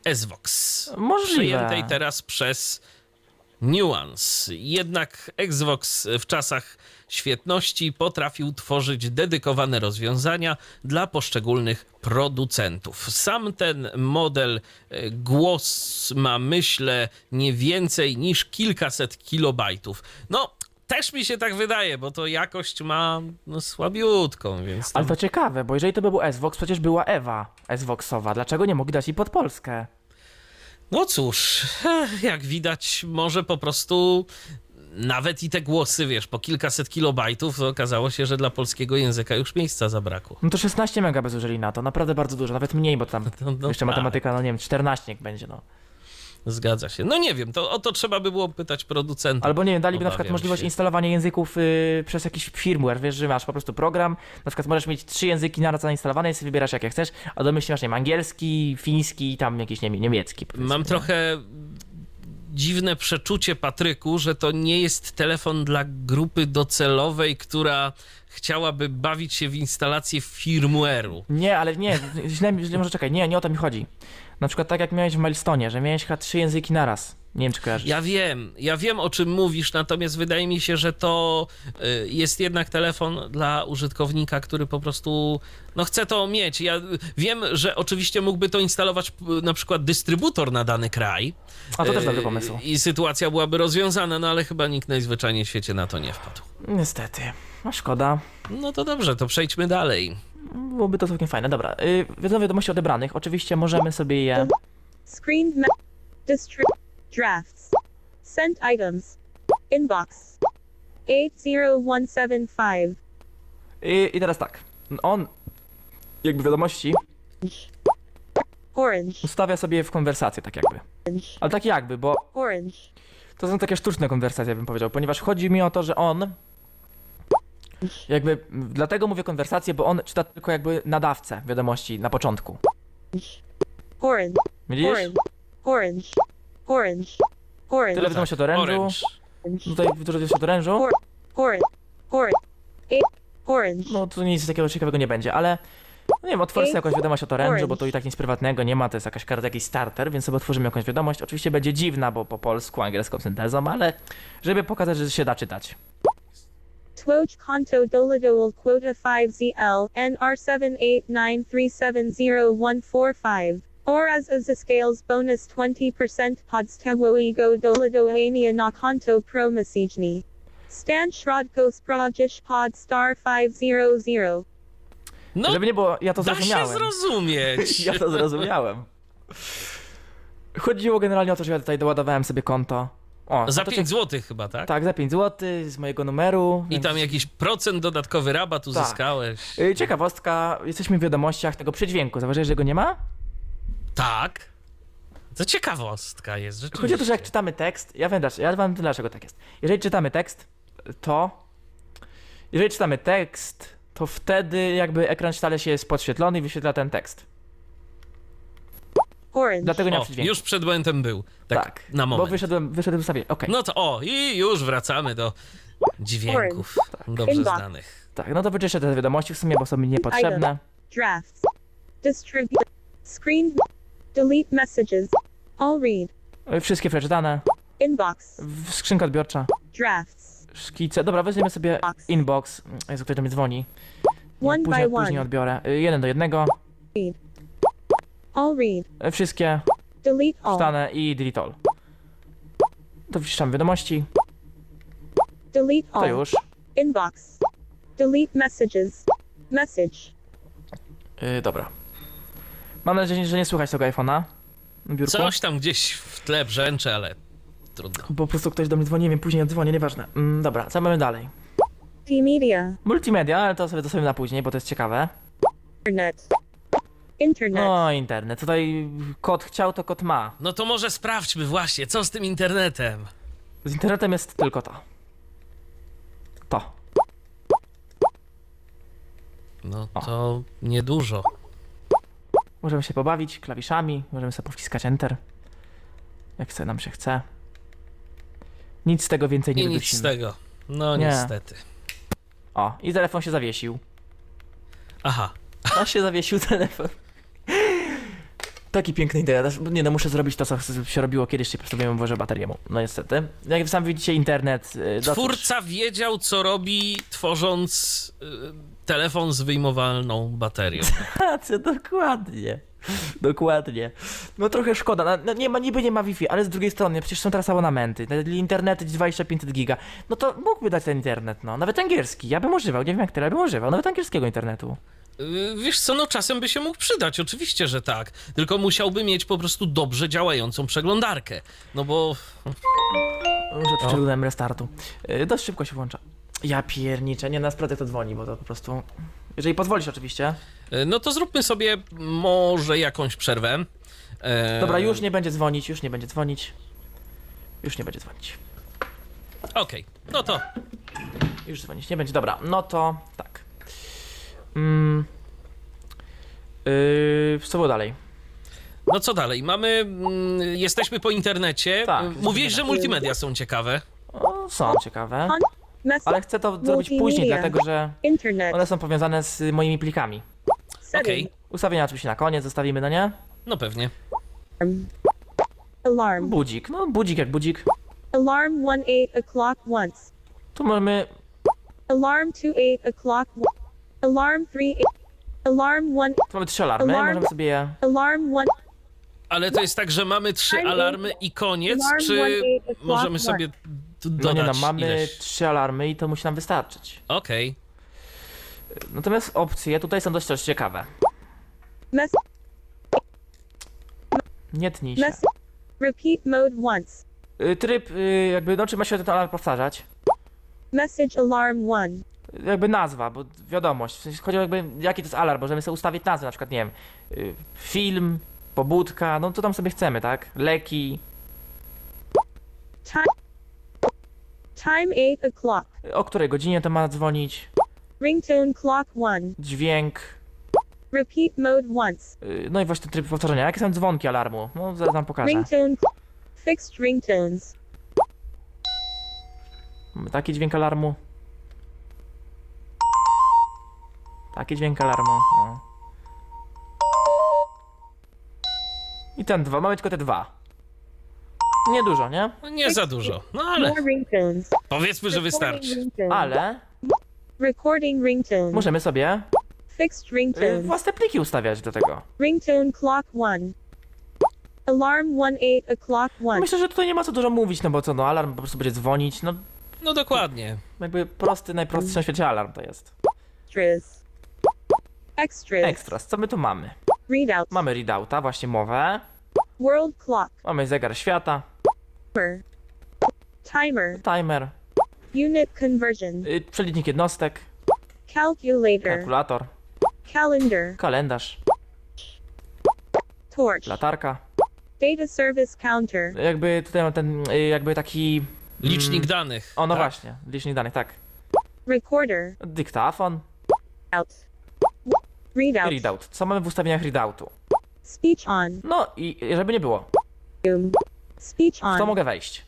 Xvox. Możliwe. Przejętej teraz przez Nuance. Jednak Xvox w czasach świetności potrafił tworzyć dedykowane rozwiązania dla poszczególnych producentów. Sam ten model e, głos ma, myślę, nie więcej niż kilkaset kilobajtów. No, też mi się tak wydaje, bo to jakość ma no, słabiutką, więc... Tam... Ale to ciekawe, bo jeżeli to by był Xvox, przecież była Ewa Xvoxowa. Dlaczego nie mogli dać jej pod Polskę? No cóż, jak widać, może po prostu nawet i te głosy, wiesz, po kilkaset kilobajtów, to okazało się, że dla polskiego języka już miejsca zabrakło. No to szesnaście mega by zużyli na to, naprawdę bardzo dużo, nawet mniej, bo tam No, no jeszcze tak. matematyka, no nie wiem, czternaście niech będzie, no. Zgadza się. No nie wiem, to o to trzeba by było pytać producenta. Albo nie wiem, daliby na przykład Obawiam możliwość się. instalowania języków y, przez jakiś firmware, wiesz, że masz po prostu program, na przykład możesz mieć trzy języki naraz zainstalowane i sobie wybierasz jakie chcesz, a domyślnie masz, nie wiem, angielski, fiński i tam jakiś, nie wiem, niemiecki. powiedzmy, Mam nie? trochę dziwne przeczucie, Patryku, że to nie jest telefon dla grupy docelowej, która chciałaby bawić się w instalację firmware'u. Nie, ale nie, źle, źle może czekaj, nie, nie o to mi chodzi. Na przykład tak jak miałeś w Milestone'ie, że miałeś chyba trzy języki naraz. Nie wiem, czy kojarzysz. Ja wiem, ja wiem o czym mówisz, natomiast wydaje mi się, że to y, jest jednak telefon dla użytkownika, który po prostu no chce to mieć. Ja wiem, że oczywiście mógłby to instalować p- na przykład dystrybutor na dany kraj. A to też y, dobry pomysł. I sytuacja byłaby rozwiązana, no ale chyba nikt najzwyczajniej w świecie na to nie wpadł. Niestety, a szkoda. No to dobrze, to przejdźmy dalej. Byłoby to całkiem fajne. Dobra, yy, wiadomo, wiadomości odebranych. Oczywiście możemy sobie je... Screened me- Distri- Drafts. Sent items. Inbox. eight zero one seven five. I, I teraz tak. On, jakby wiadomości, Orange. ustawia sobie w konwersację, tak jakby. Ale tak jakby, bo Orange. to są takie sztuczne konwersacje, bym powiedział, ponieważ chodzi mi o to, że on jakby, dlatego mówię konwersację, bo on czyta tylko jakby nadawcę wiadomości na początku. Orange. Widzisz? Orange. Orange. Orange. Orange. Tyle wiadomości od orężu. Orange. Tutaj dużo wiadomości od orężu. Orange. Orange. Eight. Orange. No tu nic takiego ciekawego nie będzie, ale no nie wiem, otwórz sobie jakąś wiadomość od orężu, bo to i tak nic prywatnego nie ma, to jest jakaś karta, jakiś starter, więc sobie otworzymy jakąś wiadomość. Oczywiście będzie dziwna, bo po polsku, angielską syntezą, ale żeby pokazać, że się da czytać. Twoj konto dolidol quota five Z L N R seven eight nine three seven zero one four five. Oraz uzyskales bonus twenty percent podstawowego dolidowania na konto promesijni. Stan środko spradzisz pod star pięć zero zero. No, Żeby nie było, ja to da się zrozumiałem. zrozumieć. Ja to zrozumiałem. Chodziło generalnie o to, że ja tutaj doładowałem sobie konto. O, Za to pięć ciek- złotych chyba, tak? Tak, za pięć złotych z mojego numeru. I więc- tam jakiś procent dodatkowy rabat Tak. uzyskałeś. Y, Ciekawostka, jesteśmy w wiadomościach tego przydźwięku. Zauważyłeś, że go nie ma? Tak. To ciekawostka jest, rzeczywiście. Chodzi o to, że jak czytamy tekst, ja wiem, dlaczego- ja wam dlaczego tak jest. Jeżeli czytamy tekst, to... Jeżeli czytamy tekst, to wtedy jakby ekran stale się jest podświetlony i wyświetla ten tekst. Orange. Dlatego nie ma O, przydźwięku. już przed momentem był. Tak, Tak, na moment. bo wyszedłem, wyszedłem z ustawienia. Okej, No to o, i już wracamy do dźwięków dobrze Inbox. znanych. tak, no to wyczyszczę te wiadomości w sumie, bo są mi niepotrzebne. Drafts. Distribute. Screen. Delete messages. All read. Y, Wszystkie przeczytane. Inbox. W- Skrzynka odbiorcza. Drafts. Szkice. Dobra, weźmiemy sobie inbox. Jezu, ktoś do mnie dzwoni. One Później, by później one. odbiorę. Y, Jeden do jednego. All read. Y, Wszystkie Delete all. wstane i delete all. To wciszczamy wiadomości. Delete To all. już. Inbox. Delete messages. Message. Yy, dobra. Mam nadzieję, że nie słychać tego iPhone'a na biurku. Coś tam gdzieś w tle brzęczy, ale trudno. Po prostu ktoś do mnie dzwoni, nie wiem, później odzwonię, nieważne. Mm, dobra, co mamy dalej? D-Media. Multimedia, ale to sobie zostawimy na później, bo to jest ciekawe. Internet. Internet. No, internet. Tutaj kot chciał, to kot ma. No to może sprawdźmy właśnie, co z tym internetem. Z internetem jest tylko to. To. No to niedużo. Możemy się pobawić klawiszami, możemy sobie powciskać Enter. Jak sobie nam się chce. Nic z tego więcej nie I nic wydusimy. z tego. No Nie. niestety. O, i telefon się zawiesił. Aha. A się zawiesił telefon. Taki piękny internet. Nie no, muszę zrobić to, co się robiło kiedyś, się postawiłem może baterię mu. No niestety. Jak sam widzicie, internet... y, dosyć- Twórca wiedział, co robi, tworząc y, telefon z wyjmowalną baterią. Racja, dokładnie. Dokładnie. No trochę szkoda. No, no, nie ma, niby nie ma Wi-Fi, ale z drugiej strony przecież są teraz abonamenty. Te internety dwadzieścia pięć giga. No to mógłby dać ten internet, no. Nawet angielski. Ja bym używał, nie wiem jak tyle, ale bym używał. Nawet angielskiego internetu. Y, Wiesz co, no czasem by się mógł przydać, oczywiście, że tak. Tylko musiałby mieć po prostu dobrze działającą przeglądarkę. No bo... Może odczytałem restartu. Yy, dość szybko się włącza. Ja pierniczę, nie, na sprawę to dzwoni, bo to po prostu... Jeżeli pozwolisz oczywiście. y, No to zróbmy sobie może jakąś przerwę. E, Dobra, już nie będzie dzwonić, już nie będzie dzwonić. Już nie będzie dzwonić. Okej, no to... Już dzwonić nie będzie. Dobra, no to tak. Mm. Yy, co było dalej? No co dalej? Mamy... mm, Jesteśmy po internecie. Tak, Y, jesteśmy Mówiłeś, że na- multimedia są ciekawe. O, są ciekawe. Mess Ale chcę to zrobić później, Multimedia. dlatego że Internet. one są powiązane z moimi plikami. Okej, Setting. Ustawienia oczywiście na koniec zostawimy, no nie? no pewnie. Alarm. Budzik, no budzik jak budzik. Alarm one eight o'clock once. Tu mamy... Alarm two eight o'clock. one- Alarm three eight. Alarm one. Tu mamy trzy alarmy, Alarm. możemy sobie je... Alarm one. Ale to jest tak, że mamy trzy Alarm alarmy i koniec, Alarm czy one eight o'clock możemy one. sobie d- No dodać nie no, mamy ileś? trzy alarmy i to musi nam wystarczyć. Okej. Natomiast opcje tutaj są dość też ciekawe. Mess. Nie tnij się. Mess. Repeat mode once. Y, Tryb, y, jakby, no czy ma się ten alarm powtarzać? Message alarm one. Jakby nazwa, bo wiadomość, w sensie chodzi o jakby, jaki to jest alarm, możemy sobie ustawić nazwę, na przykład, nie wiem, y, film, pobudka, no co tam sobie chcemy, tak? Leki, Time. Time eight o'clock. y, o której godzinie to ma dzwonić, Ringtone clock one. dźwięk, Repeat mode once. y, no i właśnie tryb powtarzania. Jakie są dzwonki alarmu? No zaraz wam pokażę. Ringtone. Fixed ringtones. Mamy taki dźwięk alarmu. Taki dźwięk alarmu. O. I ten dwa, mamy tylko te dwa. Niedużo, nie? No nie za dużo, no ale More ringtones. powiedzmy, że Recording wystarczy. ringtones. Ale Recording ringtone. możemy sobie Fixed y, ringtones. własne pliki ustawiać do tego. Ringtone clock one. Alarm one eight o'clock one. Myślę, że tutaj nie ma co dużo mówić, no bo co, no alarm po prostu będzie dzwonić, no No dokładnie. jakby prosty, najprostszy na świecie alarm to jest. Extras. Extras. Extras, co my tu mamy? Readout. Mamy readouta, właśnie mowę, World clock. mamy zegar świata, Timer. Timer. timer, Unit conversion. y, przelicznik jednostek, Calculator. kalkulator, Calendar. kalendarz, Torch. latarka. Data service counter. Jakby tutaj mam ten, y, jakby taki... Licznik danych. O, no tak? właśnie, licznik danych, tak. Recorder. Dyktafon, Out. Readout. readout. Co mamy w ustawieniach readoutu? Speech on. No i żeby nie było, Zoom. Speech w to on. mogę wejść.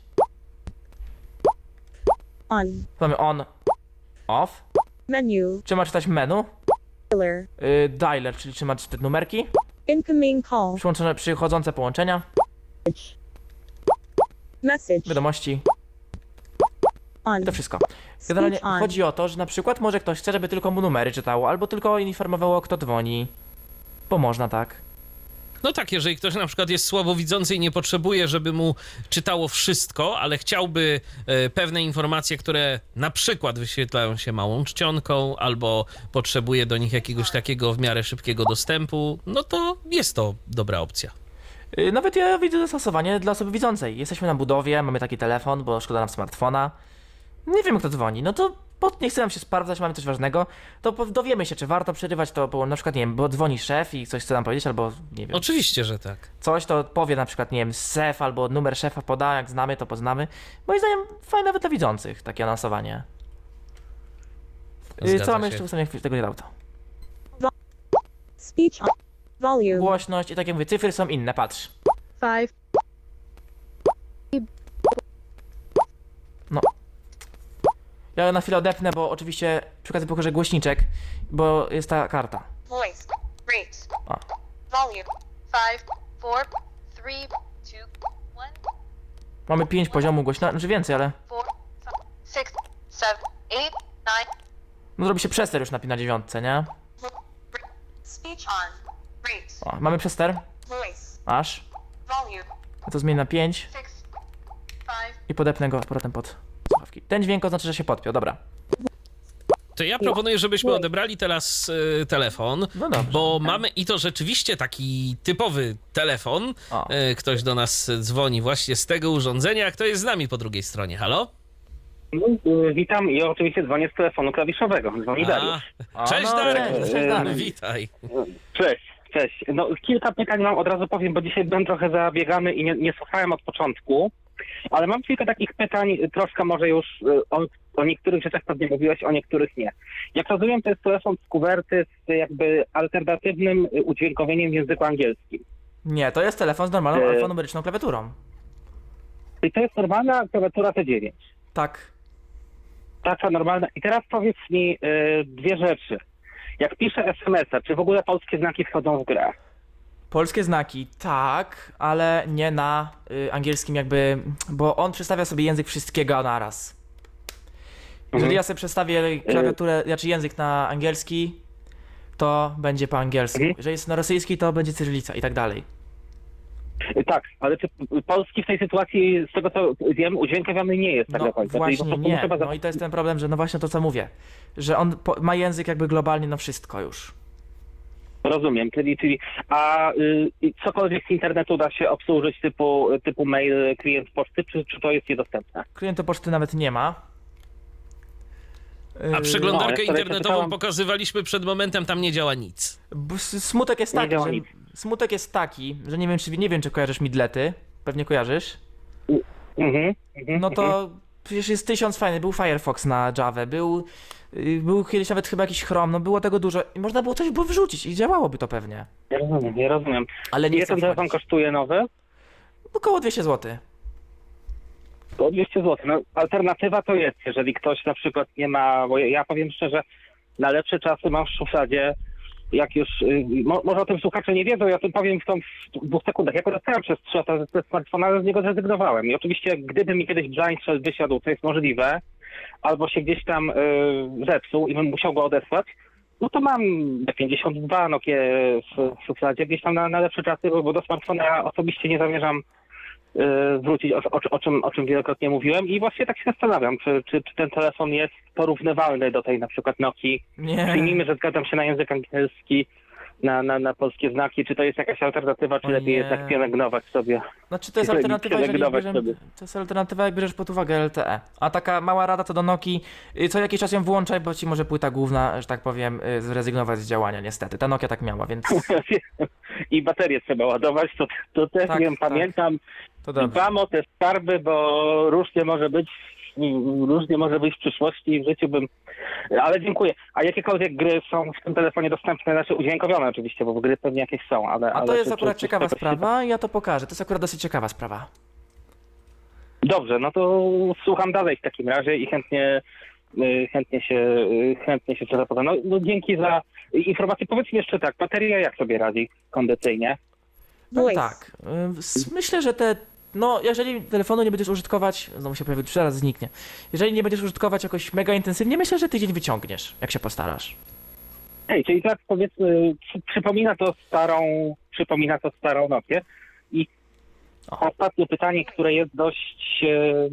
On. Mamy on, off. Menu. Czy ma czytać menu? Dialer. Y, dialer, czyli czy ma czytać numerki? Incoming call. Przyłączone, przychodzące połączenia, Message. wiadomości On. i to wszystko. Generalnie Speech on. chodzi o to, że na przykład może ktoś chce, żeby tylko mu numery czytało, albo tylko informowało, kto dzwoni. Bo można tak. No tak, jeżeli ktoś na przykład jest słabowidzący i nie potrzebuje, żeby mu czytało wszystko, ale chciałby e, pewne informacje, które na przykład wyświetlają się małą czcionką, albo potrzebuje do nich jakiegoś takiego w miarę szybkiego dostępu, no to jest to dobra opcja. Y, Nawet ja widzę zastosowanie dla osoby widzącej. Jesteśmy na budowie, mamy taki telefon, bo szkoda nam smartfona. Nie wiemy, kto dzwoni. No to bo nie chce nam się sprawdzać, mamy coś ważnego, to po- dowiemy się, czy warto przerywać to, bo na przykład, nie wiem, bo dzwoni szef i coś chce nam powiedzieć, albo nie wiem, Oczywiście, że tak. coś, to powie na przykład, nie wiem, szef albo numer szefa poda, jak znamy, to poznamy. Moim zdaniem fajne nawet dla widzących, takie anonsowanie. Y, Zgadza Co mamy się. jeszcze w ustawieniach tego readouta? Speech on. Volume. Głośność i tak jak mówię, cyfry są inne, patrz. five, No. Ja na chwilę odepnę, bo oczywiście przy okazji pokażę głośniczek, bo jest ta karta. voice, rate, O. volume, five, four, three, two, one, Mamy pięć poziomów głośności, znaczy więcej, ale four, five, six, seven, eight, nine. no zrobi się przester już na, na dziewiątce, nie? Speech on. Rate. O, mamy przester, Voice. aż. Volume. Ja to zmienię na pięć Six, five. i podepnę go z powrotem pod słuchawki. Ten dźwięk oznacza, że się podpiął, dobra. To ja proponuję, żebyśmy odebrali teraz y, telefon, No dobrze. bo mamy i to rzeczywiście taki typowy telefon. O. Y, ktoś do nas dzwoni właśnie z tego urządzenia. Kto jest z nami po drugiej stronie? Halo? Witam i oczywiście dzwonię z telefonu klawiszowego. Dzwoni Dariusz. A, cześć no, Darek! cześć, cześć, Darek. Witaj. Cześć, cześć. No, kilka pytań mam, od razu powiem, bo dzisiaj byłem trochę zabiegany i nie, nie słuchałem od początku, ale mam kilka takich pytań, troszkę może już o, o niektórych rzeczach pewnie mówiłeś, o niektórych nie. Jak rozumiem, to jest telefon z kuwerty z jakby alternatywnym udźwiękowieniem w języku angielskim. Nie, to jest telefon z normalną E. alfanumeryczną klawiaturą. I to jest normalna klawiatura T dziewięć. Tak. Taka normalna. I teraz powiedz mi y, dwie rzeczy. Jak piszę es em es a, czy w ogóle polskie znaki wchodzą w grę? Polskie znaki, tak, ale nie na y, angielskim jakby, bo on przedstawia sobie język wszystkiego naraz. Jeżeli Mhm. ja sobie przedstawię klawiaturę, znaczy język na angielski, to będzie po angielsku. Mhm. Jeżeli jest na rosyjski, to będzie cyrylica i tak dalej. Y, Tak, ale czy polski w tej sytuacji, z tego co wiem, udźwiękowiony nie jest tak No do końca. Czyli po właśnie prostu nie, trzeba za- no i to jest ten problem, że no właśnie to co mówię, że on po, ma język jakby globalnie na wszystko już. Rozumiem, czyli, czyli a y, y, cokolwiek z internetu da się obsłużyć typu, typu mail, klient poczty, czy, czy to jest niedostępne? Klientu poczty nawet nie ma. A Yy, przeglądarkę No, ale wczoraj internetową przeczytałem- pokazywaliśmy przed momentem, tam nie działa nic. b- s- Smutek jest Nie taki, działa że, nic. smutek jest taki, że nie wiem czy nie wiem czy kojarzysz Midlety, pewnie kojarzysz. Mhm, mhm, No mhm. to przecież jest tysiąc fajnych, był Firefox na Javę, był, yy, był kiedyś nawet chyba jakiś Chrome, no było tego dużo i można było coś było wyrzucić i działałoby to pewnie. Ja rozumiem, ja rozumiem. Ale nie Ile chcę ten telefon wchodzić. kosztuje nowy? Około dwieście złotych. To dwieście złotych. No, alternatywa to jest, jeżeli ktoś na przykład nie ma, bo ja, ja powiem szczerze, na lepsze czasy mam w szufladzie, jak już, y, mo, może o tym słuchacze nie wiedzą, ja o tym powiem w, tą, w dwóch sekundach. Ja korzystałem przez trzy lata ze smartfona, ale z niego zrezygnowałem. I oczywiście, gdyby mi kiedyś Blind Shell wysiadł, co jest możliwe, albo się gdzieś tam y, zepsuł i bym musiał go odesłać, no to mam B pięćdziesiąt dwa Nokia w, w szufladzie, gdzieś tam na, na lepsze czasy, bo, bo do smartfona ja osobiście nie zamierzam y, wrócić, o, o, o, czym, o czym wielokrotnie mówiłem i właśnie tak się zastanawiam, czy, czy, czy ten telefon jest porównywalny do tej na przykład Nokii. Nie. Przyjmijmy, że zgadzam się na język angielski, na, na, na polskie znaki, czy to jest jakaś alternatywa, czy O lepiej nie. jednak pielęgnować sobie? Znaczy to jest Lepiej alternatywa, jeżeli pielęgnować bierzemy, sobie. to jest alternatywa, jak bierzesz pod uwagę L T E. A taka mała rada co do Nokii, y, co jakiś czas ją włączaj, bo ci może płyta główna, że tak powiem, y, zrezygnować z działania niestety. Ta Nokia tak miała, więc I baterię trzeba ładować, to, to też Tak, wiem, tak. pamiętam. to dobrze. Dbam o te skarby, bo różnie może być, różnie może być w przyszłości i w życiu bym... Ale dziękuję. A jakiekolwiek gry są w tym telefonie dostępne, znaczy udźwiękowione oczywiście, bo gry pewnie jakieś są, ale... A ale to jest czy- akurat czy- czy ciekawa czegoś się- sprawa i ja to pokażę. To jest akurat dosyć ciekawa sprawa. Dobrze, no to słucham dalej w takim razie i chętnie, y, chętnie się, y, chętnie się zapowiem. No, no dzięki za informację. Powiedz mi jeszcze tak, bateria jak sobie radzi kondycyjnie? Powiem tak, y, s- myślę, że te, no jeżeli telefonu nie będziesz użytkować, znowu się pojawi, zaraz zniknie. Jeżeli nie będziesz użytkować jakoś mega intensywnie, myślę, że tydzień wyciągniesz, jak się postarasz. Hej, czyli tak powiedzmy, przy, przypomina to starą, przypomina to starą Nokię. I ostatnie pytanie, które jest dość... E,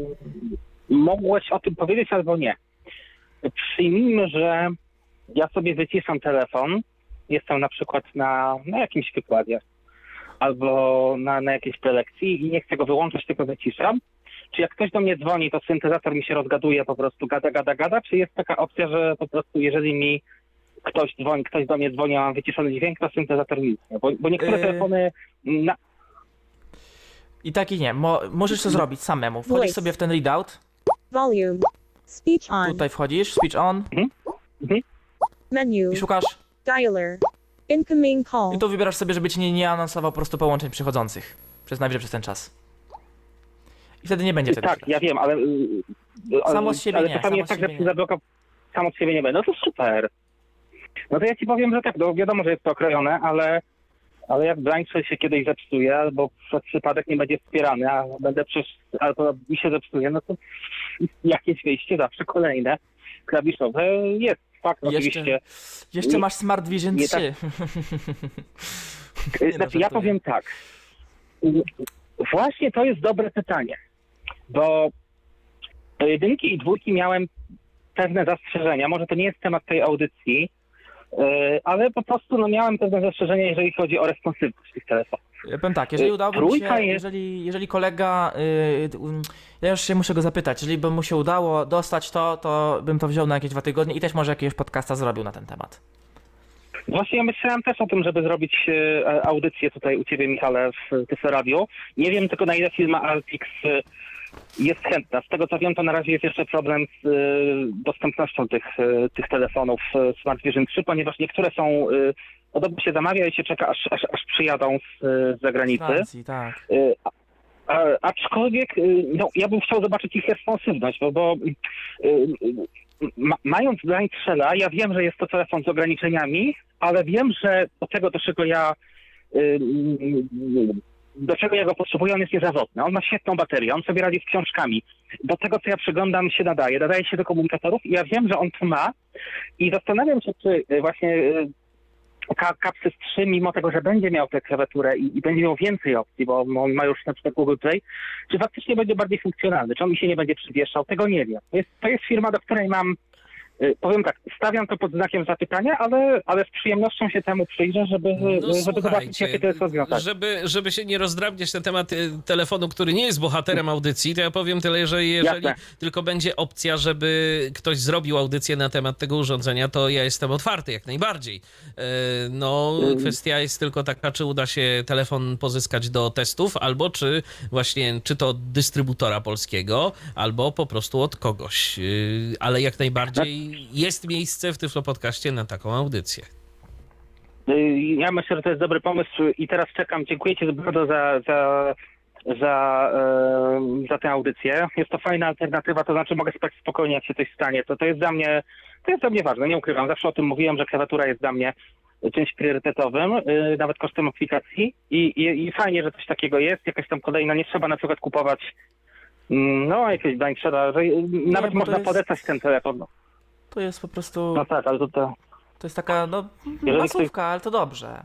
mogłeś o tym powiedzieć albo nie. Przyjmijmy, że ja sobie wyciszam telefon, jestem na przykład na, na jakimś wykładzie albo na, na jakiejś prelekcji i nie chcę go wyłączyć, tylko wyciszam. Czy jak ktoś do mnie dzwoni, to syntezator mi się rozgaduje, po prostu gada, gada, gada, czy jest taka opcja, że po prostu jeżeli mi ktoś dzwoni, ktoś do mnie dzwoni, a mam wyciszony dźwięk, to syntezator milknie, bo, bo niektóre Yy. telefony... Na... I tak i nie, Mo, możesz to zrobić samemu. Wchodzisz Voice. sobie w ten readout, Volume. Speech on. tutaj wchodzisz, switch on Menu. i szukasz Dialer. Incoming call. i tu wybierasz sobie, żeby ci nie, nie anonsował po prostu połączeń przychodzących przez najwyżej przez ten czas. I wtedy nie będzie wtedy. Tak, ja wiem, ale... y, ale- Samo z siebie ale nie, czasami samo jest z tak, że siebie nie. zablokował... Samo z siebie nie będę. No to super. No to ja ci powiem, że tak, no wiadomo, że jest to okrojone, ale ale jak blind shell się kiedyś zepsuje, albo przez przypadek nie będzie wspierany, a będę przecież, albo mi się zepsuje, no to jakieś wyjście zawsze kolejne klawiszowe jest. Fakt, Jeszcze, oczywiście. jeszcze nie, masz Smart Vision nie trzy. Tak, Nie, no, znaczy, ja żartuję. powiem tak. Właśnie to jest dobre pytanie, bo do jedynki i dwójki miałem pewne zastrzeżenia. Może to nie jest temat tej audycji, yy, ale po prostu no, miałem pewne zastrzeżenia, jeżeli chodzi o responsywność tych telefonów. Ja powiem tak, jeżeli Y, udałoby mi się, trójka jest- jeżeli, jeżeli kolega, yy, um, ja już się muszę go zapytać, jeżeli by mu się udało dostać to, to bym to wziął na jakieś dwa tygodnie i też może jakiegoś podcasta zrobił na ten temat. Właśnie ja myślałem też o tym, żeby zrobić e, audycję tutaj u Ciebie, Michale, w Tyflo Radio. Nie wiem tylko, na ile firma Altix e, jest chętna. Z tego co wiem, to na razie jest jeszcze problem z e, dostępnością tych, e, tych telefonów e, Smart Vision trzy, ponieważ niektóre są, e, podobno się zamawia i się czeka, aż, aż, aż przyjadą z, z zagranicy. Francji, tak. E, a, a, aczkolwiek e, no, ja bym chciał zobaczyć ich responsywność, bo, bo e, ma, mając blind shella, ja wiem, że jest to telefon z ograniczeniami, ale wiem, że do tego, do czego ja y, do czego ja go potrzebuję, on jest niezawodny. On ma świetną baterię, on sobie radzi z książkami. Do tego, co ja przeglądam, się nadaje. Nadaje się do komunikatorów i ja wiem, że on to ma i zastanawiam się, czy właśnie y, Capsys trzy, mimo tego, że będzie miał tę klawiaturę i, i będzie miał więcej opcji, bo on ma już na przykład Google Play, czy faktycznie będzie bardziej funkcjonalny, czy on mi się nie będzie przywieszał, tego nie wiem. To jest, to jest firma, do której mam, y, powiem tak, stawiam to pod znakiem zapytania, ale, ale z przyjemnością się temu przyjrzę, żeby, No, żeby zobaczyć, jakie to jest rozwiązanie. żeby, żeby się nie rozdrabniać na temat y, telefonu, który nie jest bohaterem audycji, to ja powiem tyle, że jeżeli Jasne. tylko będzie opcja, żeby ktoś zrobił audycję na temat tego urządzenia, to ja jestem otwarty jak najbardziej. Y, No, kwestia jest tylko taka, czy uda się telefon pozyskać do testów, albo czy właśnie, czy to od dystrybutora polskiego, albo po prostu od kogoś. Y, Ale jak najbardziej jest miejsce w Tyflo Podcaście na taką audycję. Y, Ja myślę, że to jest dobry pomysł i teraz czekam. Dziękuję Ci bardzo za, za, za, e, za tę audycję. Jest to fajna alternatywa, to znaczy mogę spać spokojnie, jak się coś stanie. To, to jest dla mnie, to jest dla mnie ważne, nie ukrywam. Zawsze o tym mówiłem, że klawiatura jest dla mnie czymś priorytetowym, y, nawet kosztem aplikacji I, i, i fajnie, że coś takiego jest, jakaś tam kolejna, nie trzeba na przykład kupować mm, no jakiegoś blind shella, że y, nawet bo to można jest- polecać ten telefon. No, To jest po prostu, no tak, ale to, to to jest taka, no, Jeżeli masówka, ale to dobrze.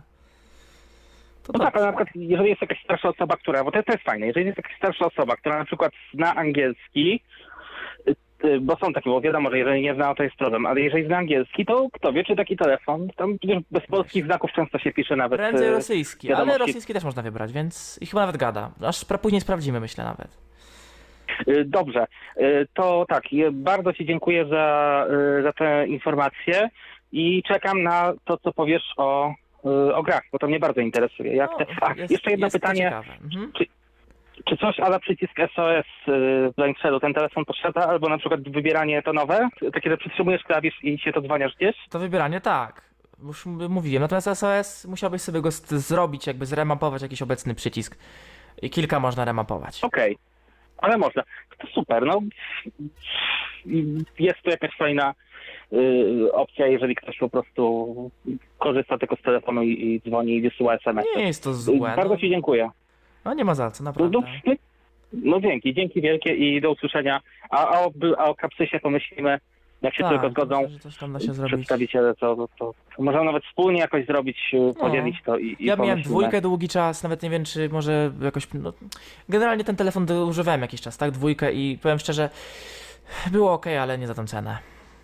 To no tak, ale na dobrze. przykład jeżeli jest jakaś starsza osoba, która, bo to, to jest fajne, jeżeli jest jakaś starsza osoba, która na przykład zna angielski, y, y, bo są takie, bo wiadomo, że jeżeli nie zna, to jest problem, ale jeżeli zna angielski, to kto wie, czy taki telefon, tam przecież bez polskich znaków często się pisze nawet. Prędzej y, rosyjski, ale wiadomości. rosyjski też można wybrać, więc i chyba nawet gada. Aż pra- później sprawdzimy, myślę nawet. Y, Dobrze, Y, to tak, y, bardzo Ci dziękuję za, y, za tę informację i czekam na to, co powiesz o, y, o grach, bo to mnie bardzo interesuje. Jak No, te... Ach, jest- jeszcze jedno jest to pytanie. ciekawe. Mhm. Czy coś ala przycisk S O S y, w blind shellu ten telefon posiada, albo na przykład wybieranie tonowe, takie, że przytrzymujesz klawisz i się to dzwaniasz gdzieś? To wybieranie tak, już m- mówiłem, natomiast S O S musiałbyś sobie go st- zrobić, jakby zremapować jakiś obecny przycisk. I kilka można remapować. Okej, ale można. To super, no. Jest to jakaś fajna y, opcja, jeżeli ktoś po prostu korzysta tylko z telefonu i, i dzwoni i wysyła es em es. Nie jest to złe. Bardzo No, Ci dziękuję. no nie ma za co, No, naprawdę. no, no dzięki, dzięki wielkie i do usłyszenia. A, a, o, a o Capsysie pomyślimy, jak się Tak, tylko zgodzą myślę, że coś tam da się zrobić. przedstawiciele, to, to, to możemy nawet wspólnie jakoś zrobić, y, podzielić to i, i Ja miałem pomyślimy. dwójkę długi czas, nawet nie wiem, czy może jakoś. No, generalnie ten telefon do- używałem jakiś czas, tak? Dwójkę i powiem szczerze, było ok, ale nie za tą cenę.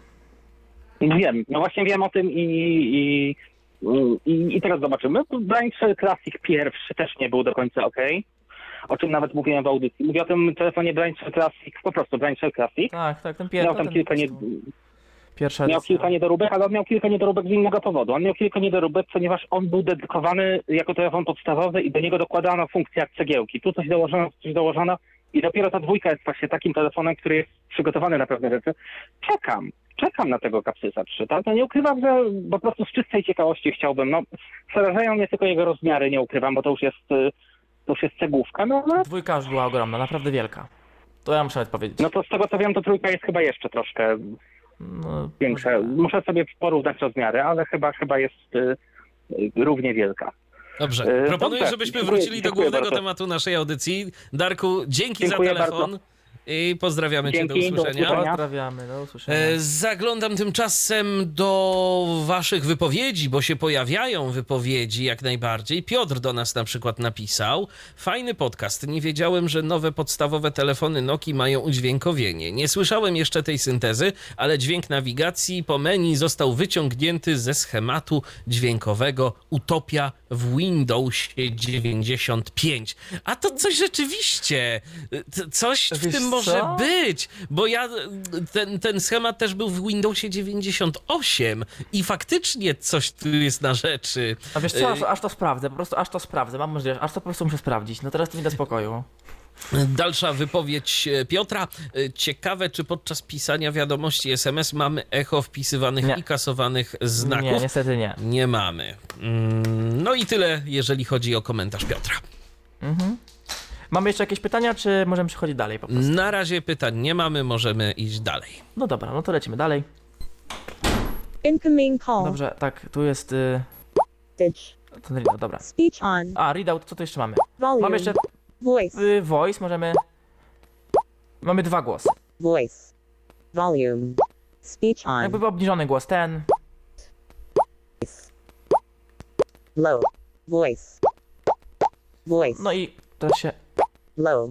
Wiem, no właśnie wiem o tym i, i, i, i teraz zobaczymy. Blind Shell Classic pierwszy też nie był do końca ok, o czym nawet mówiłem w audycji. Mówię o tym telefonie Blind Shell Classic, po prostu Blind Shell Classic. Tak, tak, ten pierwszy. Miał tam kilka, nie, Pierwsza miał edycja. kilka niedoróbek, ale on miał kilka niedoróbek z innego powodu. On miał kilka niedoróbek, ponieważ on był dedykowany jako telefon podstawowy i do niego dokładano funkcję jak cegiełki. Tu coś dołożono, tu coś dołożono i dopiero ta dwójka jest właśnie takim telefonem, który jest przygotowany na pewne rzeczy. Czekam. Czekam na tego Capsysa trzy, tak? No nie ukrywam, że po prostu z czystej ciekawości chciałbym. No, przerażają mnie tylko jego rozmiary, nie ukrywam, bo to już jest, y, to już jest cegłówka, no ale Dwójka już była ogromna, naprawdę wielka. To ja muszę nawet powiedzieć. no to z tego co wiem, to trójka jest chyba jeszcze troszkę No, większa. możliwe. Muszę sobie porównać rozmiary, ale chyba chyba jest y, y, równie wielka. Dobrze, E, proponuję, dobrze. żebyśmy Dziękuję, wrócili do dziękuję głównego bardzo. tematu naszej audycji. Darku, dzięki Dziękuję za telefon bardzo. i pozdrawiamy cię, Dzięki, do do usłyszenia. usłyszenia. Pozdrawiamy, do usłyszenia. E, Zaglądam tymczasem do waszych wypowiedzi, bo się pojawiają wypowiedzi jak najbardziej. Piotr do nas na przykład napisał: fajny podcast, nie wiedziałem, że nowe podstawowe telefony Nokii mają udźwiękowienie. Nie słyszałem jeszcze tej syntezy, ale dźwięk nawigacji po menu został wyciągnięty ze schematu dźwiękowego Utopia w Windowsie dziewięćdziesiąt pięć. A to coś rzeczywiście, t- coś w Wiesz tym co? może być, bo ja ten, ten schemat też był w Windowsie dziewięćdziesiąt osiem i faktycznie coś tu jest na rzeczy. A wiesz co, aż, Y, aż to sprawdzę, po prostu aż to sprawdzę, mam możliwość, aż to po prostu muszę sprawdzić. No teraz to mi da spokoju. Dalsza wypowiedź e, Piotra. E, Ciekawe, czy podczas pisania wiadomości S M S mamy echo wpisywanych Nie. i kasowanych znaków. Nie, niestety nie. Nie mamy. Mm, No i tyle, jeżeli chodzi o komentarz Piotra. Mhm. Mamy jeszcze jakieś pytania, czy możemy przechodzić dalej po prostu? Na razie pytań nie mamy, możemy iść dalej. No dobra, no to lecimy dalej. Incoming call. Dobrze, tak, tu jest y, Ditch. ten readout, dobra. Speech on. A, readout, co tu jeszcze mamy? Volume. Mamy jeszcze Voice. y, voice, możemy... Mamy dwa głosy. Voice. Volume. Speech on. Jakby obniżony głos, ten. Low. Voice. Voice. No i to się... Low.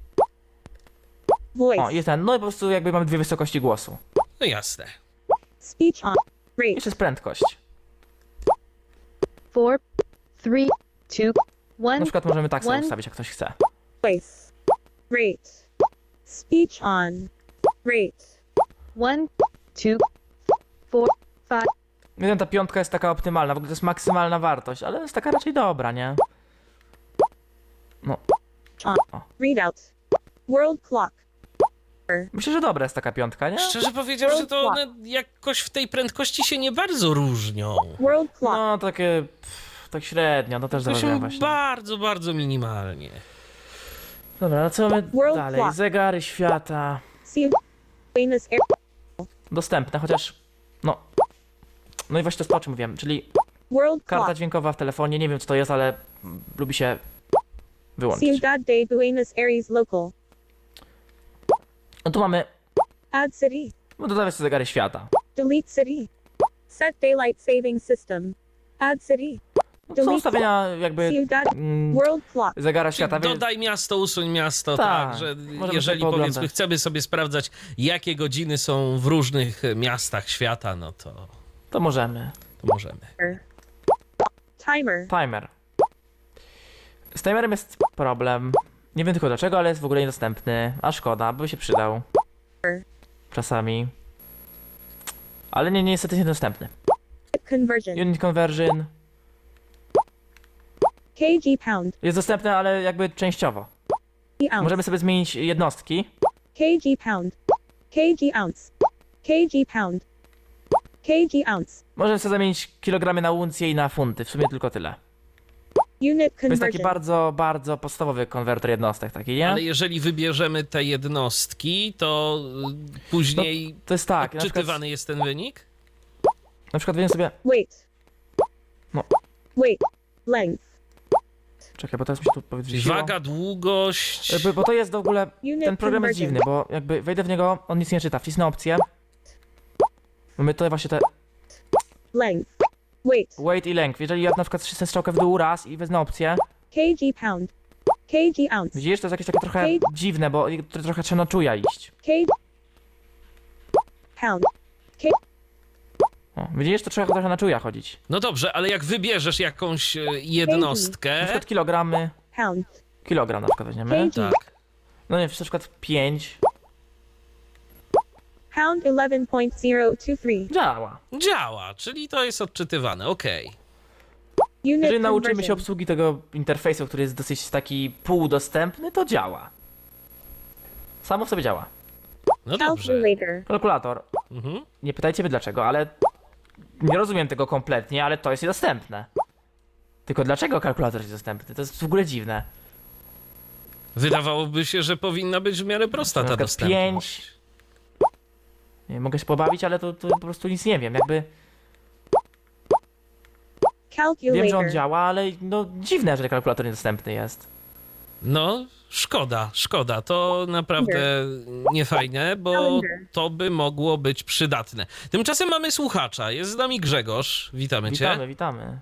Voice. O, jest ten. No i po prostu jakby mamy dwie wysokości głosu. No jasne. Speech on. Rate. Jeszcze jest prędkość. Four, three, two, one. Na przykład możemy tak sobie one. ustawić, jak ktoś chce. Voice. Rate. Speech on. Rate. One, two, four, five. Nie wiem, ta piątka jest taka optymalna, w ogóle to jest maksymalna wartość, ale jest taka raczej dobra, nie? No, On. Readout. World clock. myślę, że dobra jest taka piątka, nie? Szczerze powiedziawszy, to one jakoś w tej prędkości się nie bardzo różnią. World clock. No, takie... Pff, tak średnio, no też To zauważyłem się właśnie. bardzo, bardzo minimalnie. Dobra, no co mamy World dalej? clock. Zegary świata. See Buenos Aires. Dostępne, chociaż... No... No i właśnie to jest to, o czym mówiłem, czyli World karta clock. dźwiękowa w telefonie, nie wiem co to jest, ale mm, lubi się wyłączyć. Ciudad de Buenos Aires local. No tu mamy... Add city. No dodawać sobie zegary świata. Delete city. Set daylight saving system. Add city. No, są Delete. ustawienia jakby Ciudad. mm, World clock. zegara świata. więc- Dodaj miasto, usuń miasto, Tak, tak, że możemy jeżeli sobie powiedzmy pooglądać. chcemy sobie sprawdzać, jakie godziny są w różnych miastach świata, no to, To możemy. to możemy. Timer. Timer. Z timerem jest problem. Nie wiem tylko dlaczego, ale jest w ogóle niedostępny. A szkoda, by się przydał. Czasami. Ale nie, nie niestety jest niedostępny. Conversion. Unit conversion K G pound. jest dostępny, ale jakby częściowo. G ounce. Możemy sobie zmienić jednostki. K G pound. K G ounce. K G pound. K G ounce. Możemy sobie zamienić kilogramy na uncje i na funty. W sumie tylko tyle. Unit To jest taki conversion. bardzo, bardzo podstawowy konwerter jednostek, taki, nie? Ale jeżeli wybierzemy te jednostki, to y, później To jest tak, na przykład, odczytywany jest ten wynik? na przykład wiem sobie... Weight. No. Weight. Length. Czekaj, bo teraz mi się tu powiedz Waga, długość... Jakby, bo to jest w ogóle... Unit Ten program jest conversion. dziwny, bo jakby wejdę w niego, on nic nie czyta. Wcisnę opcję. Mamy tutaj właśnie te Length. Weight. weight i length. Jeżeli ja na przykład wcisnę strzałkę w dół raz i wezmę opcję, K G pound. K G ounce. widzisz, to jest jakieś takie trochę Okej. dziwne, bo to trochę trzeba na czuja iść. K pound. O, widzisz, to trzeba trochę na czuja chodzić. No dobrze, ale jak wybierzesz jakąś e, Na jednostkę... przykład kilogramy, Pound. kilogram na przykład weźmiemy. K G. Tak. No nie, na przykład pięć. Pound eleven point zero two three. Działa. Działa, czyli to jest odczytywane, okej. Unit Jeżeli nauczymy się conversion. obsługi tego interfejsu, który jest dosyć taki półdostępny, to działa. Samo w sobie działa. No dobrze. Calculator. Kalkulator. Mhm. Nie pytajcie mnie dlaczego, ale nie rozumiem tego kompletnie, ale to jest niedostępne. Tylko dlaczego kalkulator jest dostępny? To jest w ogóle dziwne. Wydawałoby się, że powinna być w miarę prosta Na ta przykład dostępność. pięć. Nie, mogę się pobawić, ale to, to po prostu nic nie wiem. Jakby Wiem, że on Calculator. działa, ale no dziwne, że kalkulator niedostępny jest. No, szkoda, szkoda. To naprawdę niefajne, bo to by mogło być przydatne. Tymczasem mamy słuchacza. Jest z nami Grzegorz. Witamy cię. Witamy, witamy.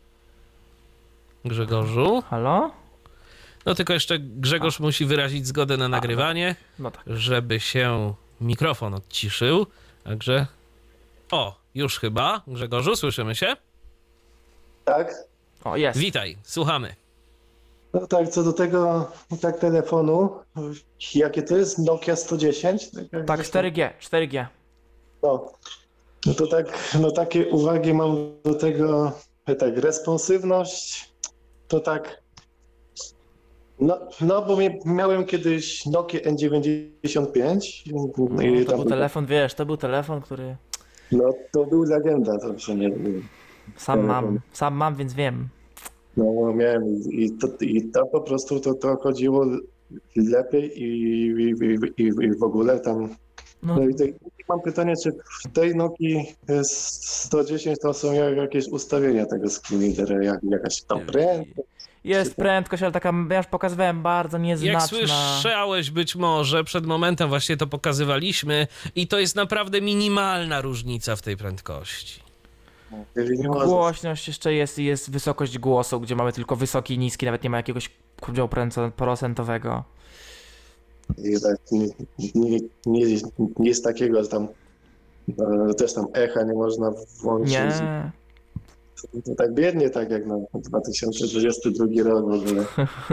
Grzegorzu. Halo? No tylko jeszcze Grzegorz musi wyrazić zgodę na nagrywanie, No tak. żeby się mikrofon odciszył. Także... O, już chyba. Grzegorzu, słyszymy się? Tak? O, jest. Witaj, słuchamy. No tak, co do tego tak telefonu, jakie to jest? Nokia sto dziesięć? Tak, cztery G, cztery G. No, no to tak, no takie uwagi mam do tego, tak, responsywność, to tak, no, no bo mie- miałem kiedyś Nokia N dziewięćdziesiąt pięć. No, i to tam, był telefon, wiesz, to był telefon, który no to był legenda, to się nie sam mam, sam mam, więc wiem. No miałem i, i, to, i tam po prostu to, to chodziło lepiej i, i, i, i w ogóle tam. No, No i te, mam pytanie, czy w tej Nokii sto dziesięć to są jak- jakieś ustawienia tego screen readera, jak, jakaś tam prędkość? jest prędkość, ale taka, ja już pokazywałem, bardzo Jak nieznaczna. słyszałeś być może, przed momentem właśnie to pokazywaliśmy i to jest naprawdę minimalna różnica w tej prędkości. Jeżeli nie ma, Głośność jeszcze jest i jest wysokość głosu, gdzie mamy tylko wysoki i niski, nawet nie ma jakiegoś podziału procent- procentowego. i tak, nie, nie, nie, nie jest takiego, że tam e, też tam echa nie można włączyć. Nie. To tak biednie, tak jak na dwa tysiące dwudziesty drugi rok w ogóle.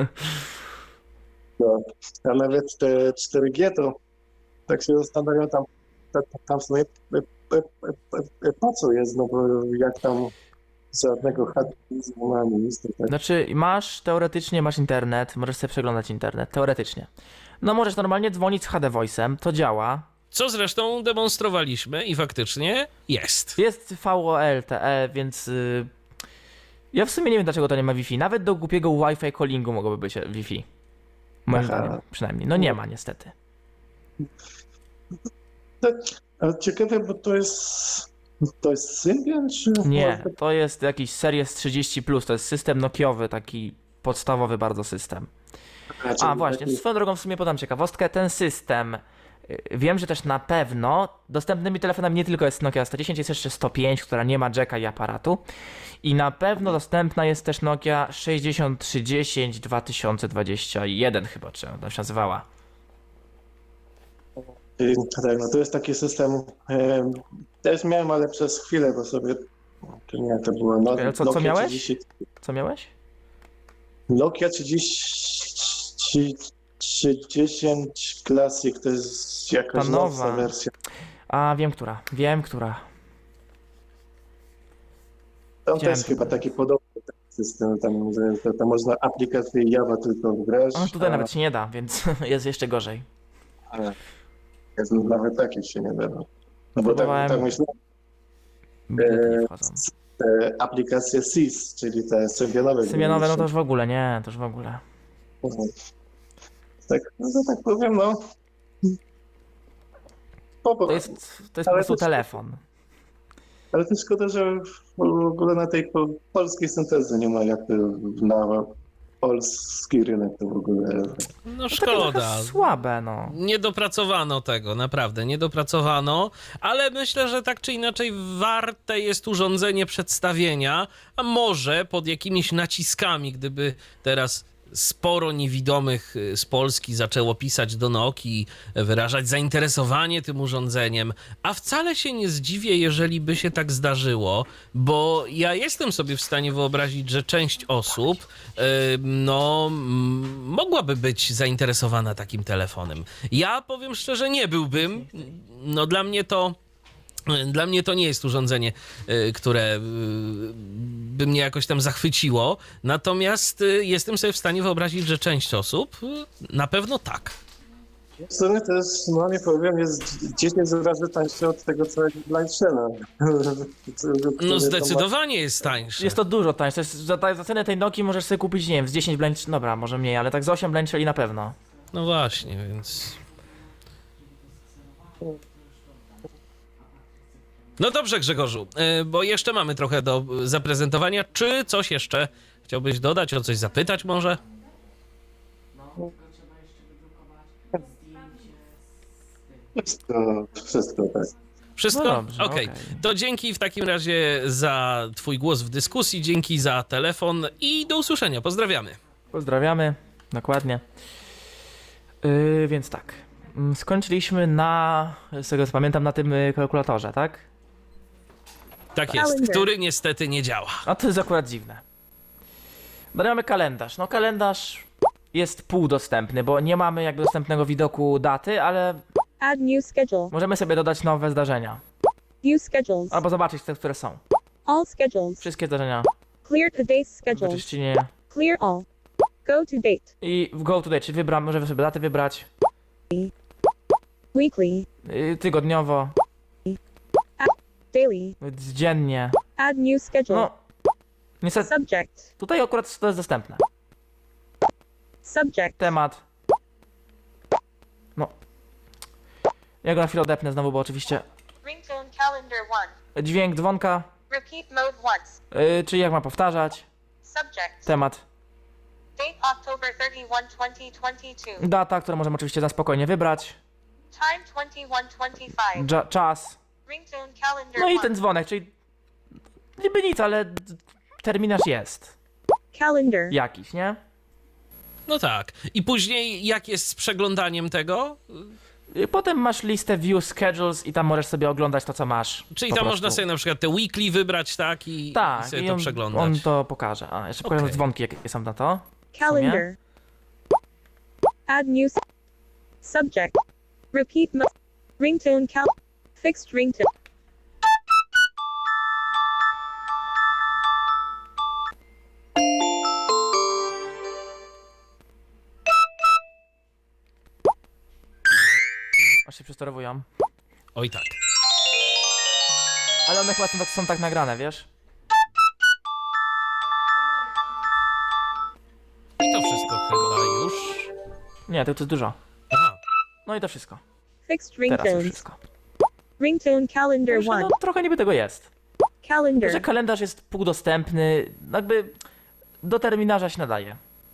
No, a nawet te cztery G to tak się zastanawiam tam, tam, tam w sumie e, e, e, e, po co jest, no bo jak tam żadnego H D nie ma nic, to tak. Znaczy, masz, teoretycznie masz internet, możesz sobie przeglądać internet, teoretycznie. No możesz normalnie dzwonić z H D Voice'em, to działa. Co zresztą demonstrowaliśmy i faktycznie jest. Jest V O L T E, więc y, ja w sumie nie wiem, dlaczego to nie ma Wi-Fi. Nawet do głupiego Wi-Fi callingu mogłoby być Wi-Fi. Moim Aha. zdaniem, przynajmniej. No nie ma niestety. Ale ciekawe, bo to jest, to jest Symbian, czy? Nie, to jest jakiś Series trzydzieści plus, to jest system nokiowy, taki podstawowy bardzo system. A, czyli A właśnie, taki- swoją drogą w sumie podam ciekawostkę, ten system, y, wiem, że też na pewno dostępnymi telefonami nie tylko jest Nokia sto dziesięć, jest jeszcze sto pięć, która nie ma jacka i aparatu. I na pewno dostępna jest też Nokia sześćdziesiąt trzy dziesięć dwa tysiące dwadzieścia jeden chyba, czy ona się nazywała. I, tak, no to jest taki system, e, też miałem, ale przez chwilę, bo sobie, czy nie, to było no, Ale co- co Nokia miałeś? trzydzieści Co miałeś? Nokia trzydzieści trzydzieści Classic, to jest jakaś Ta nowsza nowa. wersja. A, wiem która, wiem która. Tam Widziałem też to. chyba taki podobny taki system, tam, że to, to można aplikację Java tylko wgrać. A tutaj a- nawet się nie da, więc jest jeszcze gorzej. a jest nawet takie się nie da. No bo tak, Próbowałem. tak myślę, Bilety nie wchodzą. te aplikacje S I S, czyli te symbionowe. Symianowe, no to już w ogóle, nie, to już w ogóle. Tak, no to tak powiem, no. Po, po, To jest, to jest po Ale prostu to- telefon. Ale to szkoda, że w ogóle na tej po, polskiej syntezy nie ma jak to na polski rynek to w ogóle. No To takie szkoda. trochę słabe, no. Nie dopracowano tego, naprawdę, nie dopracowano, ale myślę, że tak czy inaczej warte jest urządzenie przedstawienia, a może pod jakimiś naciskami, gdyby teraz sporo niewidomych z Polski zaczęło pisać do Nokii, wyrażać zainteresowanie tym urządzeniem, a wcale się nie zdziwię, jeżeli by się tak zdarzyło, bo ja jestem sobie w stanie wyobrazić, że część osób yy, no, m, mogłaby być zainteresowana takim telefonem. Ja powiem szczerze, nie byłbym. No dla mnie to Dla mnie to nie jest urządzenie, y, które y, by mnie jakoś tam zachwyciło, natomiast y, jestem sobie w stanie wyobrazić, że część osób y, na pewno tak. W sumie to jest, no nie powiem, jest dziesięć razy tańsze od tego całego Blindshella. No zdecydowanie jest tańsze. Jest to dużo tańsze. To jest- Za, za cenę tej Nokii możesz sobie kupić, nie wiem, z dziesięć blind, dobra, może mniej, ale tak z osiem blind na pewno. No właśnie, więc... No dobrze, Grzegorzu, y, bo jeszcze mamy trochę do zaprezentowania. Czy coś jeszcze chciałbyś dodać, o coś zapytać może? Wszystko, wszystko tak. Wszystko? No dobrze, Okej. okej. To dzięki w takim razie za twój głos w dyskusji, dzięki za telefon i do usłyszenia. Pozdrawiamy. Pozdrawiamy, dokładnie. Yy, więc tak, mm, skończyliśmy na, z tego co pamiętam, na tym y, kalkulatorze, tak? Tak jest, Calendar. który niestety nie działa. A to jest akurat dziwne. Dalej mamy kalendarz. No kalendarz jest półdostępny, bo nie mamy jakby dostępnego widoku daty, ale Add new schedule. możemy sobie dodać nowe zdarzenia. View schedules. Albo zobaczyć te, które są. All schedules. Wszystkie zdarzenia. Clear today's schedules. Wyczyszczenie. Clear all. Go to date. I w Go Today, czyli wybram, możemy sobie daty wybrać. Weekly. Yy, tygodniowo, Daily. dziennie. Add new schedule. No, niestety, Subject. tutaj akurat to jest dostępne. Subject. Temat. No. Ja go na chwilę odepnę znowu, bo oczywiście Ringtone calendar one. dźwięk dzwonka, Repeat mode once. yy, czyli jak ma powtarzać. Subject. Temat. Date October thirty-first, twenty twenty-two. Data, którą możemy oczywiście na spokojnie wybrać. Time twenty-one twenty-five. Dża- czas. Ringtone calendar No i one. ten dzwonek, czyli niby nic, ale d- terminarz jest Calendar. jakiś, nie? No tak. I później jak jest z przeglądaniem tego? I potem masz listę view schedules i tam możesz sobie oglądać to, co masz. Czyli po tam prostu. można sobie na przykład te weekly wybrać, tak? I, Tak, i sobie i to on, przeglądać. on to pokaże. A, jeszcze pokażę Okej. dzwonki, jakie są na to. Calendar. Add new s- subject. Repeat mo- ringtone cal fixed ringtone. Aż się przestorowują. Oj tak. Ale one chyba są tak, są tak nagrane, wiesz? I to wszystko chyba już. Nie, to, to jest dużo. Aha. No i to wszystko. Fixed Teraz już ringtones. wszystko. Ringtone calendar Także, one. no, trochę niby tego jest. Calendar. Że kalendarz jest półdostępny, jakby do terminarza się nadaje.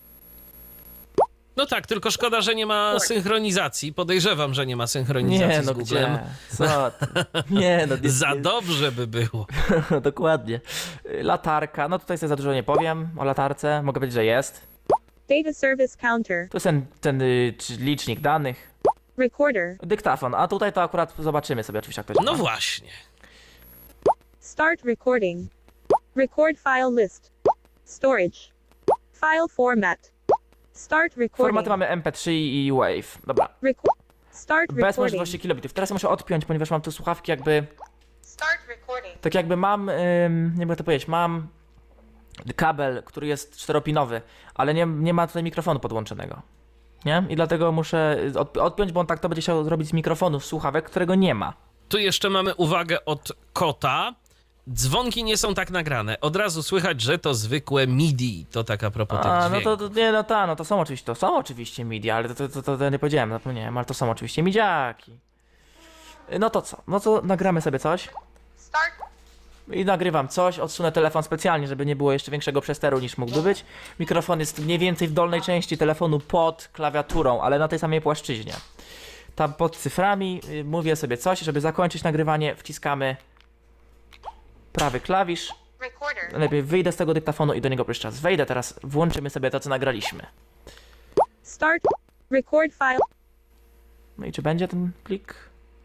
No tak, tylko szkoda, że nie ma synchronizacji. Podejrzewam, że nie ma synchronizacji Nie, z no Googlem. gdzie? Co ty? Nie, no nie, Za nie. dobrze by było. Dokładnie. Latarka, no tutaj sobie za dużo nie powiem o latarce, mogę powiedzieć, że jest. Data service counter. To jest ten, ten y, czy licznik danych. Recorder. Dyktafon, a tutaj to akurat zobaczymy sobie oczywiście jak to działa. No właśnie. Start recording. Record file list. Storage. File format. Start recording. Formaty mamy M P trzy i Wave. Dobra. Reco- Start Bez recording. możliwości kilobitów. Teraz muszę odpiąć, ponieważ mam tu słuchawki jakby... Start recording. Tak jakby mam... Ym, nie mogę to powiedzieć, mam kabel, który jest czteropinowy, ale nie, nie ma tutaj mikrofonu podłączonego. Nie? I dlatego muszę od, odpiąć, bo on tak to będzie chciał zrobić z mikrofonu, z słuchawek, którego nie ma. Tu jeszcze mamy uwagę od kota. Dzwonki nie są tak nagrane. Od razu słychać, że to zwykłe MIDI. To taka propos tych A, no dźwięków. to, to nie, no ta, no to są oczywiście, to są oczywiście MIDI, ale to, to, to, to, to nie powiedziałem, zapomniałem, ale to są oczywiście midiaki. No to co? No to nagramy sobie coś. Start. I nagrywam coś, odsunę telefon specjalnie, żeby nie było jeszcze większego przesteru niż mógłby być. Mikrofon jest mniej więcej w dolnej części telefonu pod klawiaturą, ale na tej samej płaszczyźnie. Tam pod cyframi y, mówię sobie coś, żeby zakończyć nagrywanie, wciskamy prawy klawisz. Recorder. Lepiej wyjdę z tego dyktafonu i do niego jeszcze raz wejdę. Teraz włączymy sobie to, co nagraliśmy. Start. Record file. No i czy będzie ten plik?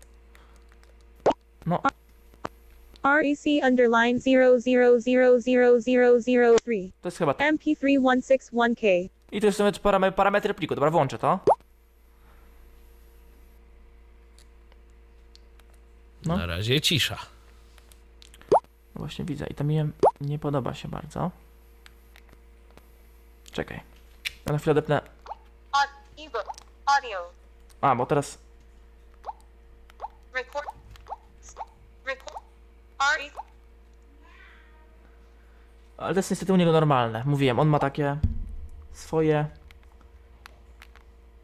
No, rec underline zero zero zero zero zero zero three. to jest chyba to. M P three one six one K. I to jest sobie parame- parametry pliku. Dobra, włączę to. No. Na razie cisza. No właśnie widzę i to mi nie podoba się bardzo. Czekaj. Ja na chwilę odepnę. Aud- ebook. Audio. A, bo teraz... Record. Record. R. Ale to jest niestety u niego normalne. Mówiłem, on ma takie... swoje...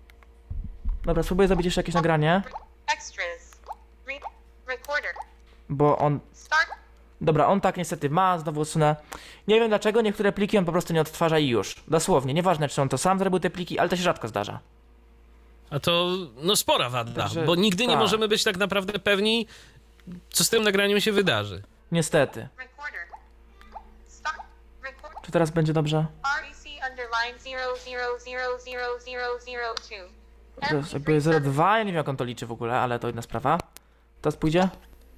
Dobra, spróbuję zrobić jeszcze jakieś nagranie. Extras. Re- recorder. bo on... Start. Dobra, on tak niestety ma, znowu usunę. Nie wiem dlaczego, niektóre pliki on po prostu nie odtwarza i już. Dosłownie, nieważne czy on to sam zrobił te pliki, ale to się rzadko zdarza. A to no spora wada, Także, bo nigdy nie tak. możemy być tak naprawdę pewni, co z tym nagraniem się wydarzy. Niestety. Recorder. Start. Record. Czy teraz będzie dobrze? R E C underline zero zero zero zero zero zero two. To jest jakby zero dwa, ja nie wiem jak on to liczy w ogóle, ale to inna sprawa. Teraz pójdzie?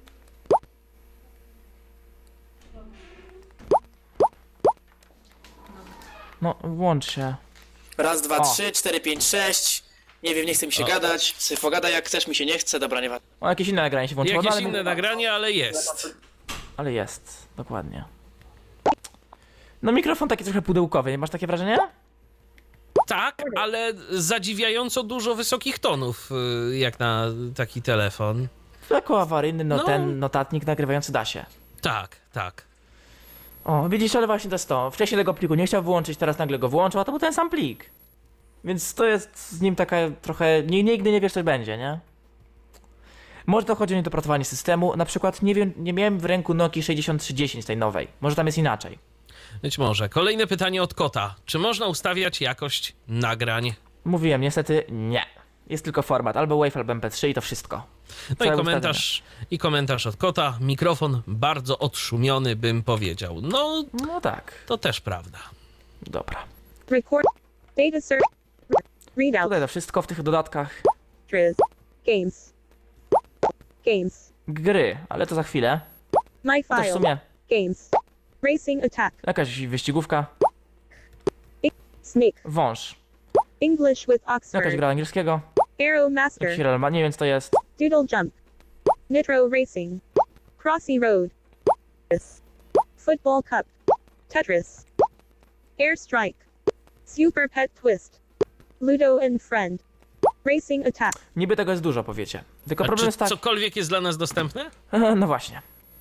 No, włącz się. Raz, dwa, O. trzy, cztery, pięć, sześć. Nie wiem, nie chce mi się O. gadać. Sy pogadaj jak chcesz, mi się nie chce, dobra, nie ma. O, jakieś inne nagranie się włączyło, no, Jakieś ale, inne nagranie, ale jest. ale jest, dokładnie. No mikrofon taki trochę pudełkowy, nie masz takie wrażenie? Tak, ale zadziwiająco dużo wysokich tonów, y, jak na taki telefon. Jako awaryjny, no, No. ten notatnik nagrywający da się. Tak, tak. O, widzisz, ale właśnie to jest to. Wcześniej tego pliku nie chciał wyłączyć, teraz nagle go włączył, a to był ten sam plik. Więc to jest z nim taka trochę... Nie, nigdy nie wiesz, co będzie, nie? Może to chodzi o niedopracowanie systemu. Na przykład nie wiem, nie miałem w ręku Nokii sześćdziesiąt trzy dziesięć tej nowej. Może tam jest inaczej. Być może. Kolejne pytanie od kota. Czy można ustawiać jakość nagrań? Mówiłem, niestety nie. Jest tylko format, albo WAV, albo M P trzy i to wszystko. No Całe i komentarz, i komentarz od kota. Mikrofon bardzo odszumiony, bym powiedział. No, No tak, to też prawda. dobra. Record. Data search. Readout. Tutaj to wszystko w tych dodatkach. Driz. Games. Games. Gry, ale to za chwilę. My To w file. sumie Games. Racing attack. jakaś wyścigówka. Snake. Wąż. English with Jakaś Oxford. gra angielskiego. Arrow Master. Jakiś realma, nie wiem co to jest. Doodle Jump. Nitro Racing. Crossy Road. Football Cup. Tetris. Airstrike. Super Pet Twist. Ludo and Friend. Racing Attack. Niby tego jest dużo, powiecie. Tylko A problem czy jest tak... cokolwiek jest dla nas dostępne? No właśnie.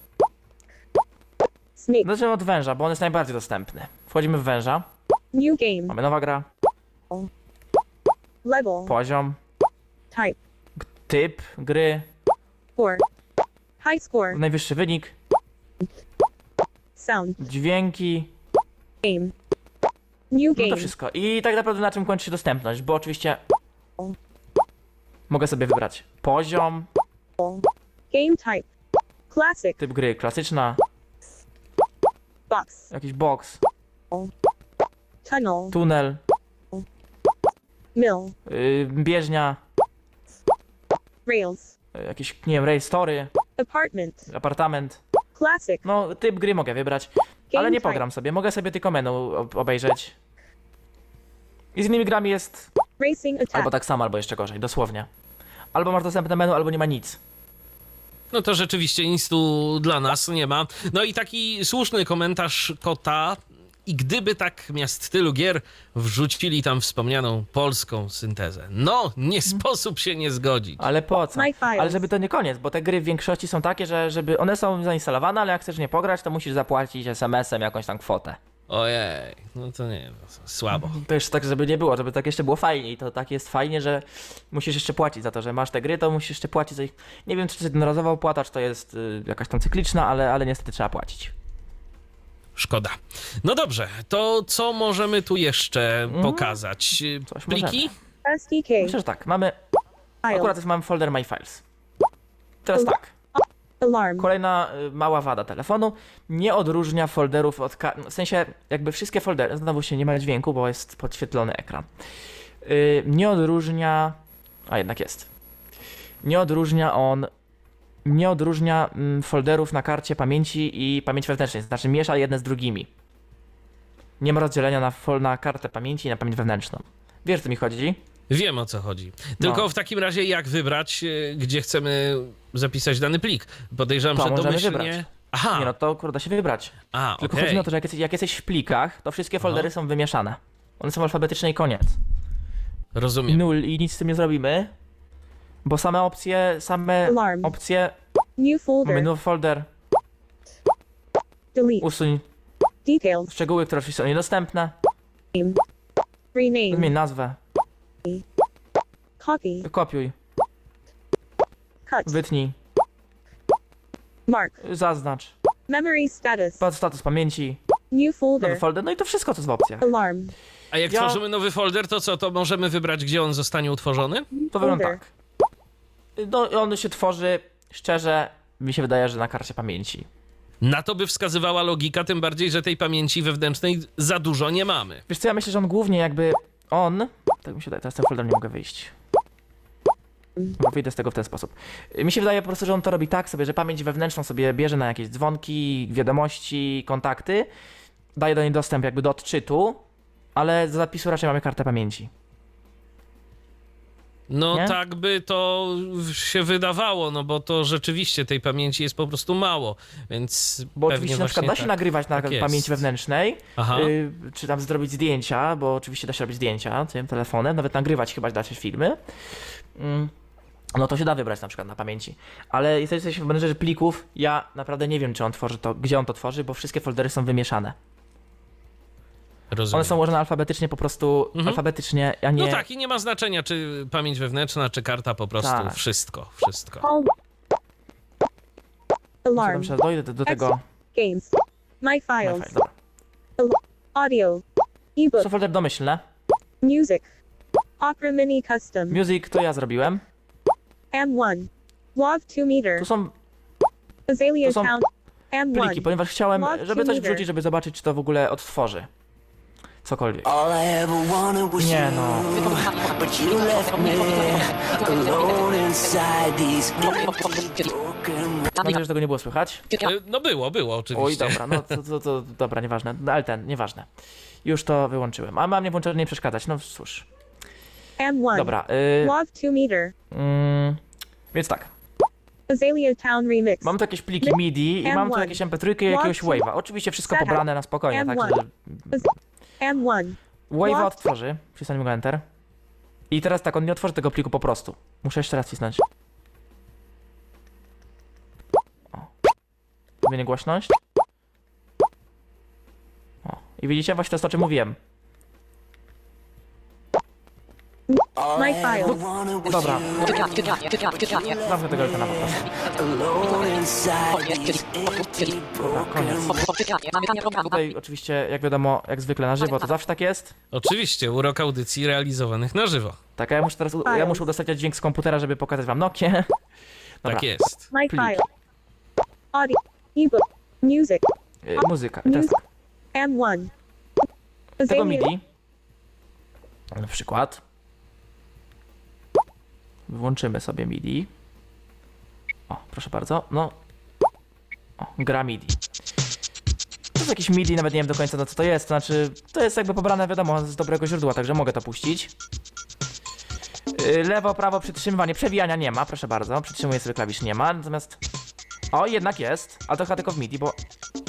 Snake. Zacznijmy od węża, bo on jest najbardziej dostępny. Wchodzimy w węża. New game. Mamy nowa gra. Level. Poziom. Type. Typ gry. Score. High score. Najwyższy wynik. Sound. Dźwięki. Game. New No to game. wszystko. I tak naprawdę na czym kończy się dostępność, bo oczywiście mogę sobie wybrać poziom, Game type. Classic. typ gry klasyczna, Box. jakiś box, Tunnel. tunel, Mill. yy, bieżnia, Rails. yy, jakiś, nie wiem, race story, Apartment. apartament. Classic. No, typ gry mogę wybrać, ale nie pogram sobie, mogę sobie tylko menu ob- obejrzeć. I z innymi grami jest Racing attack. albo tak samo, albo jeszcze gorzej, dosłownie. Albo masz dostępne menu, albo nie ma nic. No to rzeczywiście nic tu dla nas nie ma. No i taki słuszny komentarz kota. I gdyby tak miast tylu gier wrzucili tam wspomnianą polską syntezę. No, nie sposób się nie zgodzić. Ale po co? My files. Ale żeby to nie koniec, bo te gry w większości są takie, że żeby one są zainstalowane, ale jak chcesz nie pograć, to musisz zapłacić es em esem jakąś tam kwotę. Ojej, no to nie, no, słabo. To jeszcze tak, żeby nie było, żeby tak jeszcze było fajnie i to tak jest fajnie, że musisz jeszcze płacić za to, że masz te gry, to musisz jeszcze płacić za ich... Nie wiem, czy to jest jednorazowa opłata, czy to jest y, jakaś tam cykliczna, ale, ale niestety trzeba płacić. Szkoda. No dobrze, to co możemy tu jeszcze Mhm. pokazać? Coś Pliki? S D K. Myślę, że tak, mamy... File. Akurat jest, mamy folder My Files. Teraz tak, Alarm. kolejna y, mała wada telefonu, nie odróżnia folderów od... Ka- w sensie, jakby wszystkie foldery, znowu się nie ma dźwięku, bo jest podświetlony ekran. Y, nie odróżnia... A jednak jest. Nie odróżnia on... Nie odróżnia mm, folderów na karcie pamięci i pamięci wewnętrznej, to znaczy miesza jedne z drugimi. Nie ma rozdzielenia na, fol- na kartę pamięci i na pamięć wewnętrzną. Wiesz, o co mi chodzi? Wiem, o co chodzi. Tylko No. w takim razie jak wybrać, e, gdzie chcemy zapisać dany plik? Podejrzewam, To że możemy domyślnie... wybrać. Aha, Nie no, to kurde, da się wybrać. a, Tylko okej. chodzi o to, że jak jesteś, jak jesteś w plikach, to wszystkie foldery Aha. są wymieszane. One są alfabetyczne i koniec. Rozumiem. Nul i nic z tym nie zrobimy. Bo same opcje, same Alarm. opcje, New folder. menu folder, Delete. usuń Details. szczegóły, które oczywiście są niedostępne, Name. Rename. zmień nazwę, Copy. kopiuj, Cut. wytnij, Mark. Zaznacz. Memory status. Pod status pamięci. New folder. Nowy folder. No i to wszystko, co jest w opcjach. Alarm. A jak Ja- tworzymy nowy folder, to co, to możemy wybrać, gdzie on zostanie utworzony? To wygląda Folder. tak. No on się tworzy, szczerze, mi się wydaje, że na karcie pamięci. Na to by wskazywała logika, tym bardziej, że tej pamięci wewnętrznej za dużo nie mamy. Wiesz co, ja myślę, że on głównie jakby, on, tak mi się wydaje, teraz ten folder nie mogę wyjść. Bo wyjdę z tego w ten sposób. Mi się wydaje po prostu, że on to robi tak sobie, że pamięć wewnętrzną sobie bierze na jakieś dzwonki, wiadomości, kontakty, daje do niej dostęp jakby do odczytu, ale do zapisu raczej mamy kartę pamięci. No Nie? tak by to się wydawało, no bo to rzeczywiście tej pamięci jest po prostu mało, więc Bo pewnie oczywiście na przykład da właśnie się tak. nagrywać na Tak jest. pamięci wewnętrznej, Aha. y, czy tam zrobić zdjęcia, bo oczywiście da się robić zdjęcia tym telefonem, nawet nagrywać chyba da się filmy. Mm. No to się da wybrać na przykład na pamięci. Ale jesteśmy w menedżerze plików, ja naprawdę nie wiem, czy on tworzy to, gdzie on to tworzy, bo wszystkie foldery są wymieszane. Rozumiem. One są ułożone alfabetycznie, po prostu Mhm. alfabetycznie, a nie... No tak, i nie ma znaczenia, czy pamięć wewnętrzna, czy karta, po prostu Tak. wszystko, wszystko. Call. Alarm. Dobrze, dojdę do, do tego... Games. My My files. file, dobra. Audio. Ebook. To folder domyślny. Music. Opera Mini Custom. Music to ja zrobiłem. M one. WAV two meter. Tu są Azalea to są Town. M one. pliki, ponieważ chciałem, Log żeby coś meter. wrzucić, żeby zobaczyć, czy to w ogóle odtworzy. Cokolwiek. Nie no. Mam nadzieję, że tego nie było słychać. E, No było, było oczywiście. Oj, dobra, no to, to, to dobra, nieważne. No, ale ten, nieważne. Już to wyłączyłem. A mam nie włączone nie przeszkadzać, no cóż. M one. Dobra, y, WAV two meter. mm, więc tak. Azalea Town Remix. Mam tu jakieś pliki MIDI i mam tu jakieś M P trzy i jakiegoś Wave'a. Oczywiście wszystko pobrane na spokojnie, M tak, one. że M one. Wave'a What? odtworzy. Wcisnąć go Enter. I teraz tak, on nie otworzy tego pliku po prostu. Muszę jeszcze raz wcisnąć. O. Zmienię głośność. O. I widzicie, właśnie to jest to, o czym mówiłem. My files. Dobra. Zamknę tego Eltona po prostu. Dobra, koniec. Tutaj oczywiście, jak wiadomo, jak zwykle na żywo, to zawsze tak jest. Oczywiście, urok audycji realizowanych na żywo. Tak, a ja muszę teraz, u- ja muszę udostępniać dźwięk z komputera, żeby pokazać wam Nokię. Dobra. Tak jest. My Plik. file. Audio. Ebook. Music. Y, muzyka. I teraz tak. M one. Tego Azalea. MIDI. Na przykład. Włączymy sobie MIDI. O, proszę bardzo. No. O, gra MIDI. To jest jakiś MIDI, nawet nie wiem do końca no co to jest. To znaczy, to jest jakby pobrane, wiadomo, z dobrego źródła, także mogę to puścić. Yy, Lewo, prawo, przytrzymywanie, przewijania nie ma, proszę bardzo. Przytrzymuję sobie klawisz, nie ma, natomiast... O, jednak jest, ale to chyba tylko w MIDI, bo...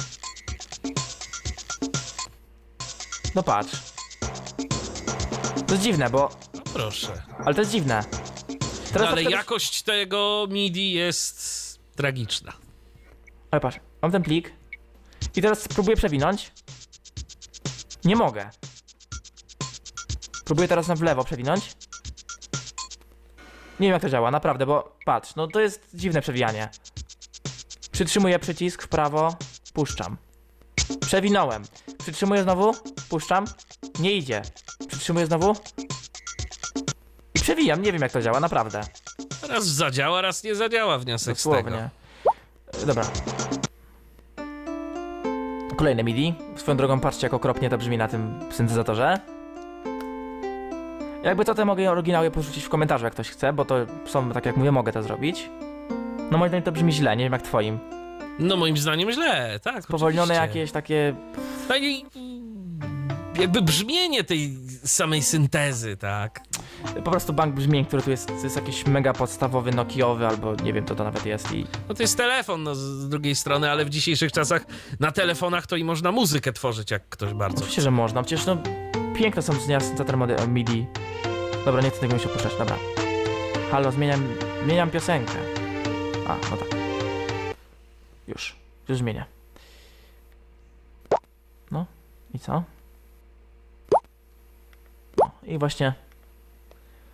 No patrz. To jest dziwne, bo... Proszę. Ale to jest dziwne. No, Teraz ale na przykład- jakość tego MIDI jest tragiczna. Ale patrz, mam ten plik i teraz spróbuję przewinąć. Nie mogę. Próbuję teraz na w lewo przewinąć. Nie wiem jak to działa, naprawdę, bo patrz, no to jest dziwne przewijanie. Przytrzymuję przycisk w prawo, puszczam. Przewinąłem. Przytrzymuję znowu, puszczam. Nie idzie. Przytrzymuję znowu. I przewijam, nie wiem jak to działa, naprawdę. Raz zadziała, raz nie zadziała, wniosek z tego. Dosłownie. E, Dobra. Kolejne MIDI. Swoją drogą patrzcie jak okropnie to brzmi na tym syntezatorze. Jakby to, to mogę oryginały porzucić w komentarzu jak ktoś chce, bo to są, tak jak mówię, mogę to zrobić. No moim zdaniem to brzmi źle, nie wiem jak twoim. No moim zdaniem źle, tak. Powolnione oczywiście. jakieś takie... Tak i jakby brzmienie tej samej syntezy, tak. Po prostu bank brzmień, który tu jest, to jest jakiś mega podstawowy, nokiowy, albo nie wiem, to to nawet jest i... No to jest telefon, no z drugiej strony, ale w dzisiejszych czasach na telefonach to i można muzykę tworzyć, jak ktoś bardzo Oczywiście, że można, przecież no... Piękne są syntezator MIDI. Dobra, nie chcę tego mi się opuszczać, dobra. Halo, zmieniam, zmieniam piosenkę. A, no tak. Już, już zmienię. No, i co? No, i właśnie...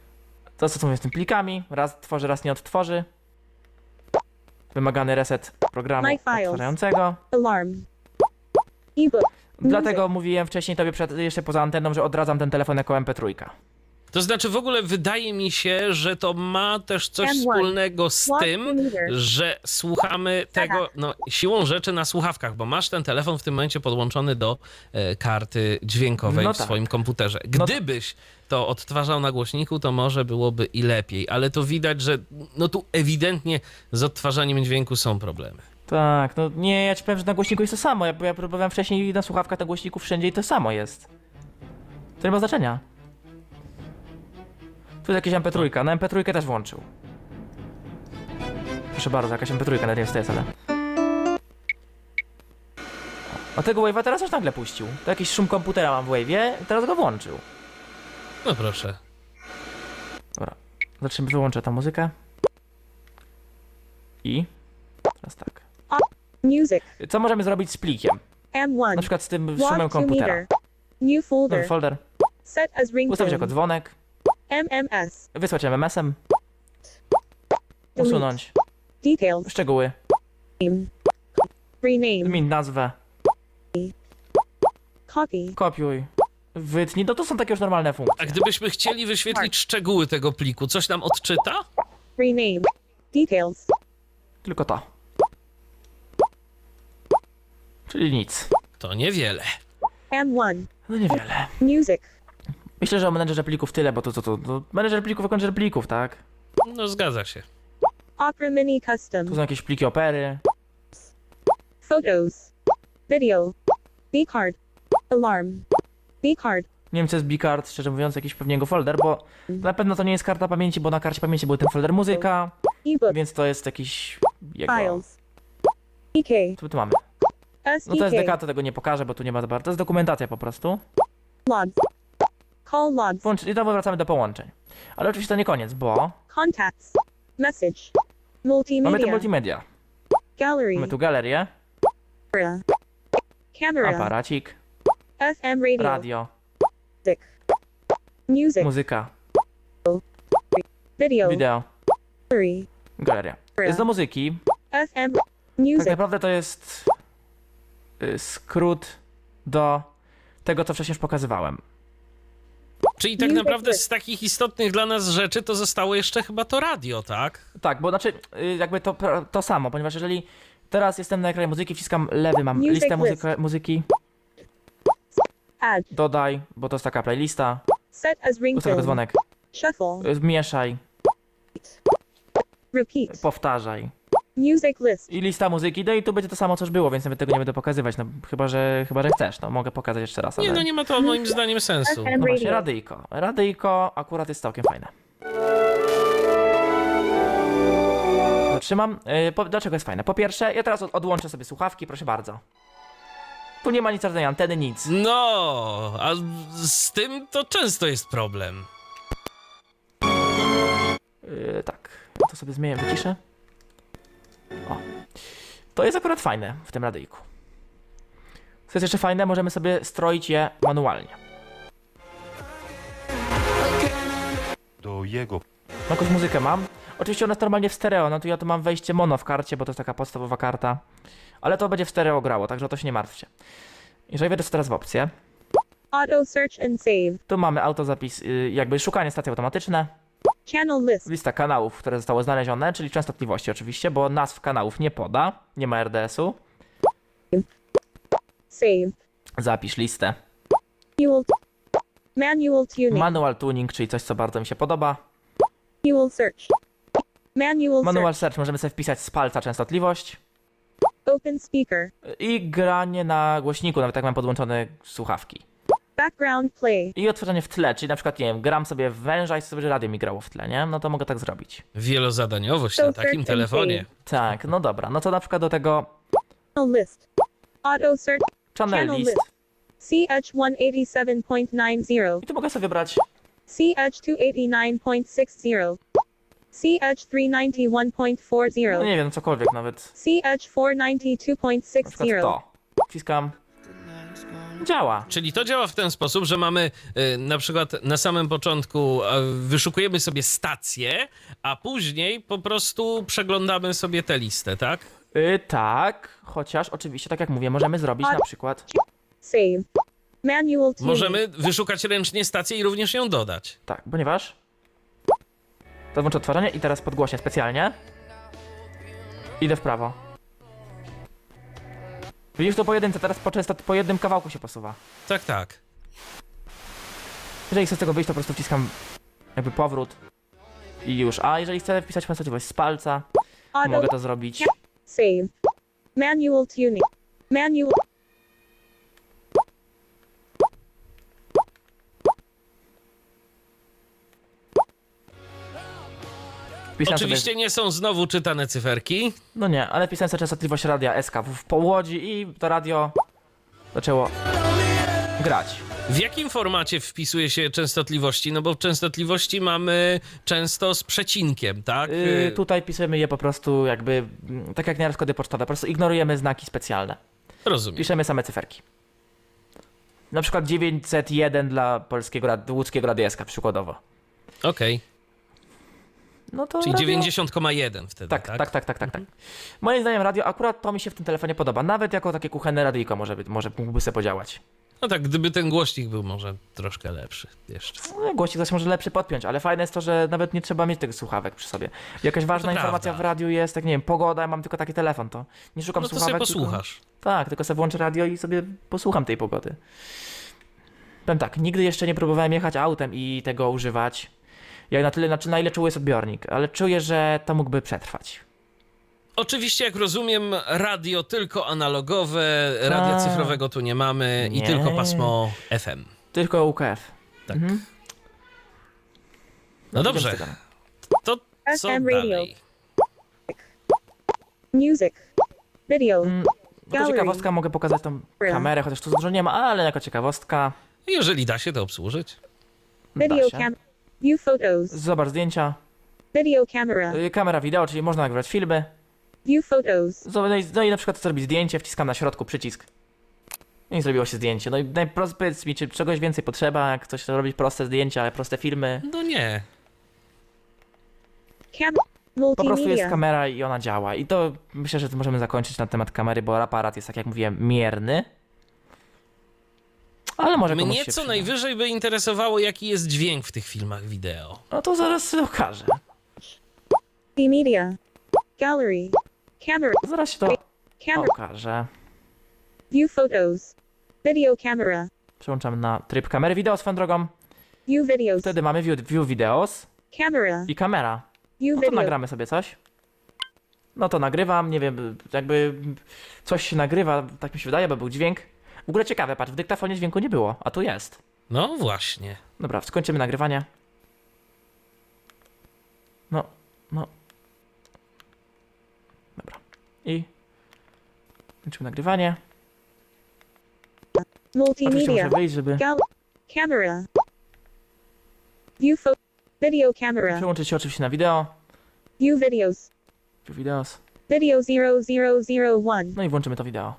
To co mówię z tym plikami, raz tworzy, raz nie odtworzy. Wymagany reset programu My files. odtwarzającego. Alarm. Ebook. Dlatego mówiłem wcześniej tobie przed, jeszcze poza anteną, że odradzam ten telefon jako em pe trzy. To znaczy w ogóle wydaje mi się, że to ma też coś M jeden. wspólnego z Watch tym, the meter. że słuchamy tego no, siłą rzeczy na słuchawkach, bo masz ten telefon w tym momencie podłączony do e, karty dźwiękowej No w tak. swoim komputerze. No Gdybyś to odtwarzał na głośniku, to może byłoby i lepiej, ale to widać, że no tu ewidentnie z odtwarzaniem dźwięku są problemy. Tak, no nie, ja ci powiem, że na głośniku jest to samo. Ja, ja próbowałem wcześniej na słuchawkach, na głośniku wszędzie i to samo jest. To nie ma znaczenia. Tu jest jakieś em pe trzy, na em pe trzy też włączył. Proszę bardzo, jakaś em pe trzy nawet jest, ale... A tego Wave'a teraz już nagle puścił. To jakiś szum komputera mam w Wave'ie i teraz go włączył. No proszę. Dobra, zaczniemy, wyłączę tą muzykę. I... Teraz tak. Music. Co możemy zrobić z plikiem? M Na jeden. przykład z tym Walk szumem to komputera. meter. New folder. Nowy folder. Set as Ustawić jako ringtone. dzwonek. M M S. Wysłać em em esem. Delete. Usunąć. Details. Szczegóły. Name. Rename. Zmień nazwę. Copy. Kopiuj. Wytnij. No to są takie już normalne funkcje. A gdybyśmy chcieli wyświetlić szczegóły tego pliku, coś nam odczyta? Rename. Details. Tylko to. Czyli nic. To niewiele. M jeden. No niewiele. Music. Myślę, że o menedżerze plików tyle, bo to to, to, to menedżer plików jako menedżer plików, tak? No zgadza się. Opera Mini Custom. Tu są jakieś pliki opery. Photos. Video. B-card. Alarm. B-card. Nie wiem co jest B-card, szczerze mówiąc, jakiś pewnie jego folder, bo na pewno to nie jest karta pamięci, bo na karcie pamięci był ten folder muzyka, Ebook. więc to jest jakiś jego... Files. E K. Co my tu mamy? S No to D jest D K, K. to tego nie pokażę, bo tu nie ma za bardzo. To jest dokumentacja po prostu. Logs. Call logs. Połącz... I znowu wracamy do połączeń. Ale oczywiście to nie koniec, bo Contacts. Message. mamy tu Multimedia. multimedia. Gallery. Mamy tu galerię, Camera. Camera. aparacik, F M radio. radio, Music. Music. muzyka, Video. wideo, Gallery. galeria. Jest do muzyki. F M. Tak Music. naprawdę to jest y, skrót do tego, co wcześniej już pokazywałem. Czyli tak Music naprawdę list. z takich istotnych dla nas rzeczy to zostało jeszcze chyba to radio, tak? Tak, bo znaczy y, jakby to, to samo, ponieważ jeżeli teraz jestem na ekranie muzyki, wciskam lewy, mam Music listę list. muzyka, muzyki, Add. dodaj, bo to jest taka playlista, Set as ustaw jako ringtone. dzwonek, Shuffle. y, mieszaj, Repeat. powtarzaj. Music list. I lista muzyki, no i tu będzie to samo, co już było, więc nawet tego nie będę pokazywać, no chyba, że, chyba, że chcesz, no mogę pokazać jeszcze raz, ale... Nie, no nie ma to moim zdaniem sensu. F M No właśnie, radio. radyjko. Radyjko akurat jest całkiem fajne. Zatrzymam. Yy, po, dlaczego jest fajne? Po pierwsze, ja teraz od, odłączę sobie słuchawki, proszę bardzo. Tu nie ma nic żadnej anteny, nic. No, a z tym to często jest problem. Yy, tak, ja to sobie zmienię, wyciszę. O. To jest akurat fajne w tym radyjku. Co jest jeszcze fajne, możemy sobie stroić je manualnie. Do jego. Jakąś muzykę mam. Oczywiście ona jest normalnie w stereo, no to ja tu mam wejście mono w karcie, bo to jest taka podstawowa karta. Ale to będzie w stereo grało, także o to się nie martwcie. Jeżeli wejdę sobie teraz w opcję, Auto search and save. tu mamy autozapis, y, jakby szukanie stacji automatyczne, Channel list. lista kanałów, które zostały znalezione, czyli częstotliwości oczywiście, bo nazw kanałów nie poda, nie ma R D S-u. Save. Zapisz listę. Manual. Manual tuning. Manual tuning, czyli coś, co bardzo mi się podoba. Manual search. Manual Manual search. search, możemy sobie wpisać z palca częstotliwość. Open speaker. I granie na głośniku, nawet jak mam podłączone słuchawki. Background play. I odtwarzanie w tle, czyli na przykład, nie wiem, gram sobie w węża i sobie, że radio mi grało w tle, nie? No to mogę tak zrobić. Wielozadaniowość na takim telefonie. Tak, no dobra, no to na przykład do tego Channel list. Auto search. channel Channel list. list. C H one eighty-seven point nine zero. I tu mogę sobie brać C H two eighty-nine point six zero. C H three ninety-one point four zero. no nie wiem, cokolwiek nawet. C H four ninety-two point Na six przykład zero. to. Wciskam. Działa. Czyli to działa w ten sposób, że mamy y, na przykład na samym początku y, wyszukujemy sobie stację, a później po prostu przeglądamy sobie tę listę, tak? Y, tak, chociaż oczywiście, tak jak mówię, możemy zrobić na przykład... Save. Manual tuning. Możemy wyszukać ręcznie stację i również ją dodać. Tak, ponieważ... To włączę odtwarzanie i teraz podgłośnie specjalnie. Idę w prawo. Widzisz to po jedynce, teraz po, często po jednym kawałku się posuwa. Tak, tak. Jeżeli chcę z tego wyjść, to po prostu wciskam jakby powrót i już. A jeżeli chcę wpisać częstotliwość z palca, Auto- mogę to zrobić. Save. Manual tuning. Manual. Wpisałem Oczywiście sobie... nie są znowu czytane cyferki. No nie, ale wpisałem sobie częstotliwość radia S K W po Łodzi i to radio zaczęło grać. W jakim formacie wpisuje się częstotliwości? No bo częstotliwości mamy często z przecinkiem, tak? Yy, tutaj pisujemy je po prostu jakby, mm, tak jak nieraz kody pocztowe, po prostu ignorujemy znaki specjalne. Rozumiem. Piszemy same cyferki. Na przykład dziewięćset jeden dla polskiego, rad- łódzkiego radia S K przykładowo. Okej. No to Czyli radio... dziewięćdziesiąt przecinek jeden wtedy, Tak, tak? tak, tak, tak, tak, tak. Moim zdaniem radio akurat to mi się w tym telefonie podoba. Nawet jako takie kuchenne radyjko może, być, może mógłby sobie podziałać. No tak, gdyby ten głośnik był może troszkę lepszy jeszcze. No, głośnik zaś może lepszy podpiąć, ale fajne jest to, że nawet nie trzeba mieć tych słuchawek przy sobie. Jakaś ważna No to informacja prawda. w radiu jest, tak nie wiem, pogoda, ja mam tylko taki telefon, to nie szukam No to słuchawek. sobie posłuchasz. Tylko... Tak, tylko sobie włączę radio i sobie posłucham tej pogody. Powiem tak, nigdy jeszcze nie próbowałem jechać autem i tego używać. Jak na tyle, znaczy na ile czuły jest odbiornik, ale czuję, że to mógłby przetrwać. Oczywiście, jak rozumiem, radio tylko analogowe, radia A. cyfrowego tu nie mamy i Nie. tylko pasmo F M. Tylko U K F. Tak. Mhm. No idziemy dobrze, z tego. to co F M radio. dalej? Music. Video. Mm, Jako Gallery. ciekawostka mogę pokazać tą kamerę, chociaż tu dużo nie ma, ale jako ciekawostka Jeżeli da się to obsłużyć. da Video się. cam. View photos. Zobacz zdjęcia. Video camera. Y, Kamera wideo, czyli można nagrywać filmy. View photos. Zo- No i, no i na przykład zrobić zdjęcie, wciskam na środku przycisk. No i zrobiło się zdjęcie. No i najprost, powiedz mi, czy czegoś więcej potrzeba, jak coś robić proste zdjęcia, proste filmy. No nie. Cam. Po prostu jest Multimedia. kamera i ona działa. I to myślę, że możemy zakończyć na temat kamery, bo aparat jest, tak jak mówiłem, mierny. Ale może komuś Mnie się co przyda. najwyżej by interesowało, jaki jest dźwięk w tych filmach wideo. No to zaraz się okaże. Media. Gallery. Camera. Zaraz się to Camera. okaże. View photos. Video camera. Przełączam na tryb kamery wideo swoją drogą. View videos. Wtedy mamy view, view videos Camera. i kamera. View No to video. nagramy sobie coś. No to nagrywam, nie wiem, jakby coś się nagrywa, tak mi się wydaje, bo był dźwięk. W ogóle ciekawe, patrz, w dyktafonie dźwięku nie było, a tu jest. No właśnie. Dobra, skończymy nagrywanie. No, no. Dobra. I kończymy nagrywanie. Oczywiście Multimedia. muszę wyjść, żeby Gal. Camera. View photo. Video camera. przełączyć się oczywiście na wideo. View videos. View videos. Video zero zero zero one. No i włączymy to wideo.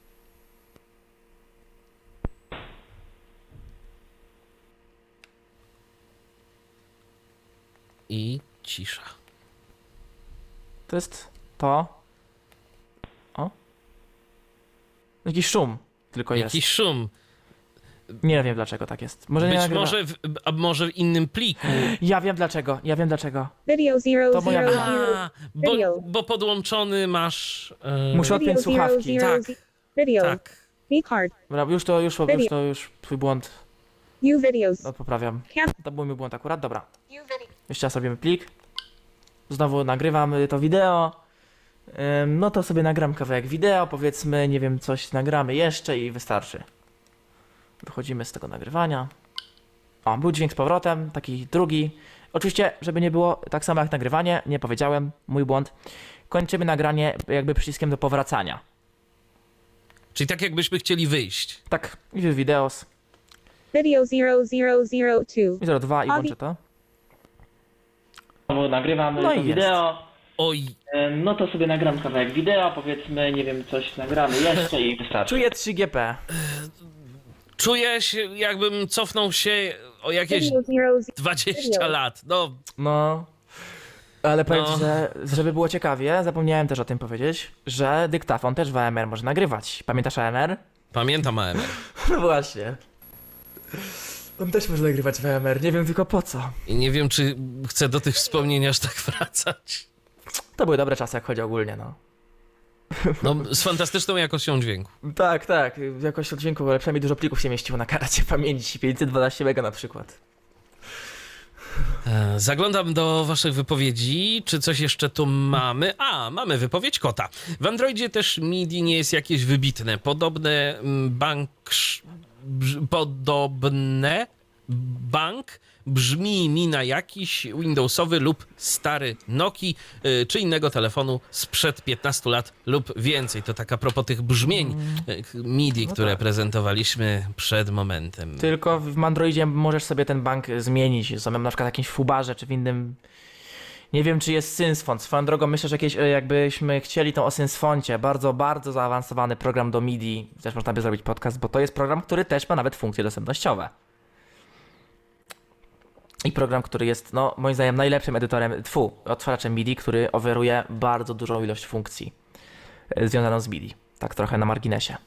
I cisza. To jest to. O. Jakiś szum tylko jest. Jakiś szum. Nie wiem dlaczego tak jest. Może nie Być nagrywa... może w, a może w innym pliku. Ja wiem dlaczego, ja wiem dlaczego. Video zero To moja zero wina. zero. A, bo, Video. bo podłączony masz... E, Muszę odpiąć Video zero słuchawki. zero Tak. ze- Video. tak. Me card. Dobra, już to, już, już to, już twój błąd. View videos. No, poprawiam. Cam. To był mój błąd akurat, dobra. View video. Jeszcze raz robimy plik. Znowu nagrywam y, to wideo. Ym, No to sobie nagram kawałek wideo, powiedzmy, nie wiem, coś nagramy jeszcze i wystarczy. Wychodzimy z tego nagrywania. O, był dźwięk z powrotem, taki drugi. Oczywiście, żeby nie było tak samo jak nagrywanie, nie powiedziałem, mój błąd. Kończymy nagranie jakby przyciskiem do powracania. Czyli tak jakbyśmy chcieli wyjść. Tak, view videos. Video zero zero zero two. I zero dwa i Audi- włączę to. Znowu nagrywamy No to i jest. wideo. Oj, Em, No to sobie nagram kawałek wideo, powiedzmy, nie wiem, coś nagramy jeszcze i wystarczy. Czuję trzy G P. czuję się, jakbym cofnął się o jakieś Video zero zero. dwadzieścia lat. No, No. Ale powiem No. ci, że żeby było ciekawie, zapomniałem też o tym powiedzieć, że dyktafon też w A M R może nagrywać. Pamiętasz A M R? Pamiętam A M R. No właśnie. On też może nagrywać w A M R, nie wiem tylko po co. I nie wiem, czy chcę do tych wspomnień aż tak wracać. To były dobre czasy, jak chodzi ogólnie, no. No, z fantastyczną jakością dźwięku. Tak, tak, jakoś dźwięku, ale przynajmniej dużo plików się mieściło na karcie pamięci, pięćset dwanaście mega na przykład. E, Zaglądam do waszych wypowiedzi. Czy coś jeszcze tu mamy? A, mamy wypowiedź kota. W Androidzie też MIDI nie jest jakieś wybitne. Podobne mm, bank... sz- brz- Podobne bank brzmi mi na jakiś Windowsowy lub stary Nokii, y, czy innego telefonu sprzed piętnastu lat lub więcej. To tak a propos tych brzmień y, MIDI, No które tak. prezentowaliśmy przed momentem. Tylko w Androidzie możesz sobie ten bank zmienić, sobie na przykład w jakimś fubarze, czy w innym... Nie wiem, czy jest Synfont. Swoją drogą myślę, że jakieś, jakbyśmy chcieli tą o Synfoncie, bardzo, bardzo zaawansowany program do MIDI, też można by zrobić podcast, bo to jest program, który też ma nawet funkcje dostępnościowe. I program, który jest, no, moim zdaniem najlepszym edytorem, tfu, odtwarzaczem MIDI, który oferuje bardzo dużą ilość funkcji e, związaną z MIDI. Tak trochę na marginesie.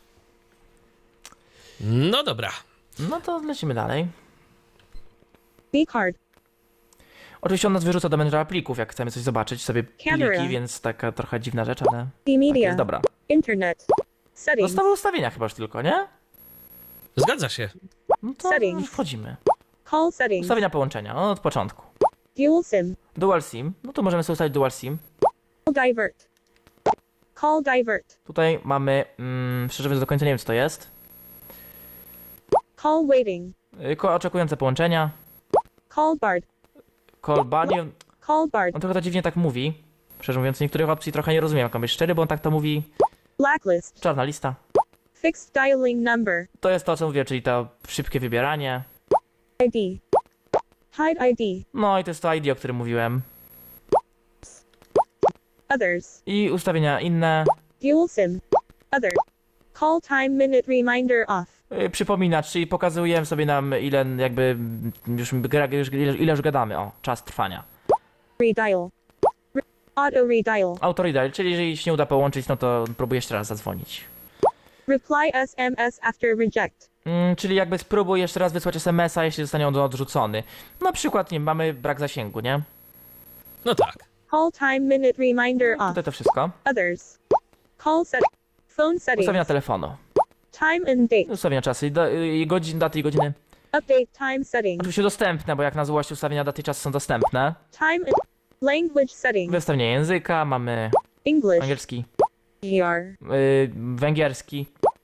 No dobra. No to lecimy dalej. B-card. Oczywiście on nas wyrzuca do menedżera plików, jak chcemy coś zobaczyć, sobie Camera. pliki, więc taka trochę dziwna rzecz, ale B-media. jest dobra. Internet. Settings. Zostały ustawienia chyba już tylko, nie? Zgadza się. No to Settings. wchodzimy. Call settings. Ustawienia połączenia, no, od początku. Dual SIM. Dual SIM, no tu możemy sobie ustawić Dual SIM. Call divert. Call divert. Tutaj mamy, mm, szczerze mówiąc do końca nie wiem co to jest. Call waiting. Y, ko- Oczekujące połączenia. Call barred. Call bar, nie, Call barred. on trochę to dziwnie tak mówi. Szczerze mówiąc, niektórych opcji trochę nie rozumiem, jak on być szczery, bo on tak to mówi. Blacklist. Czarna lista. Fixed dialing number. To jest to, co mówię, czyli to szybkie wybieranie. I D. Hide I D. No i to jest to I D, o którym mówiłem. Others. I ustawienia inne. Dual SIM. Other. Call time minute reminder off. Yy, przypominacz, czyli pokazuje sobie nam ile jakby mm, już, gra- już ile, ile już gadamy. O, czas trwania. Redial. Re- auto redial. Autoredial, czyli jeżeli się nie uda połączyć, no to próbuję jeszcze raz zadzwonić. Reply S M S after reject. Mm, czyli jakby spróbuj jeszcze raz wysłać es em es a, jeśli zostanie on odrzucony. Na przykład, nie wiem, mamy brak zasięgu, nie? No tak. Call time minute reminder off. Tutaj to wszystko. Others. Call set. Phone settings. Ustawienia telefonu. Time and date. Ustawienia czasu i, do, i godzin, daty i godziny. Update time settings. Oczywiście dostępne, bo jak na złość ustawienia daty i czasu są dostępne. Time and language settings. Wystawienie języka, mamy English. angielski, G R. yy, węgierski.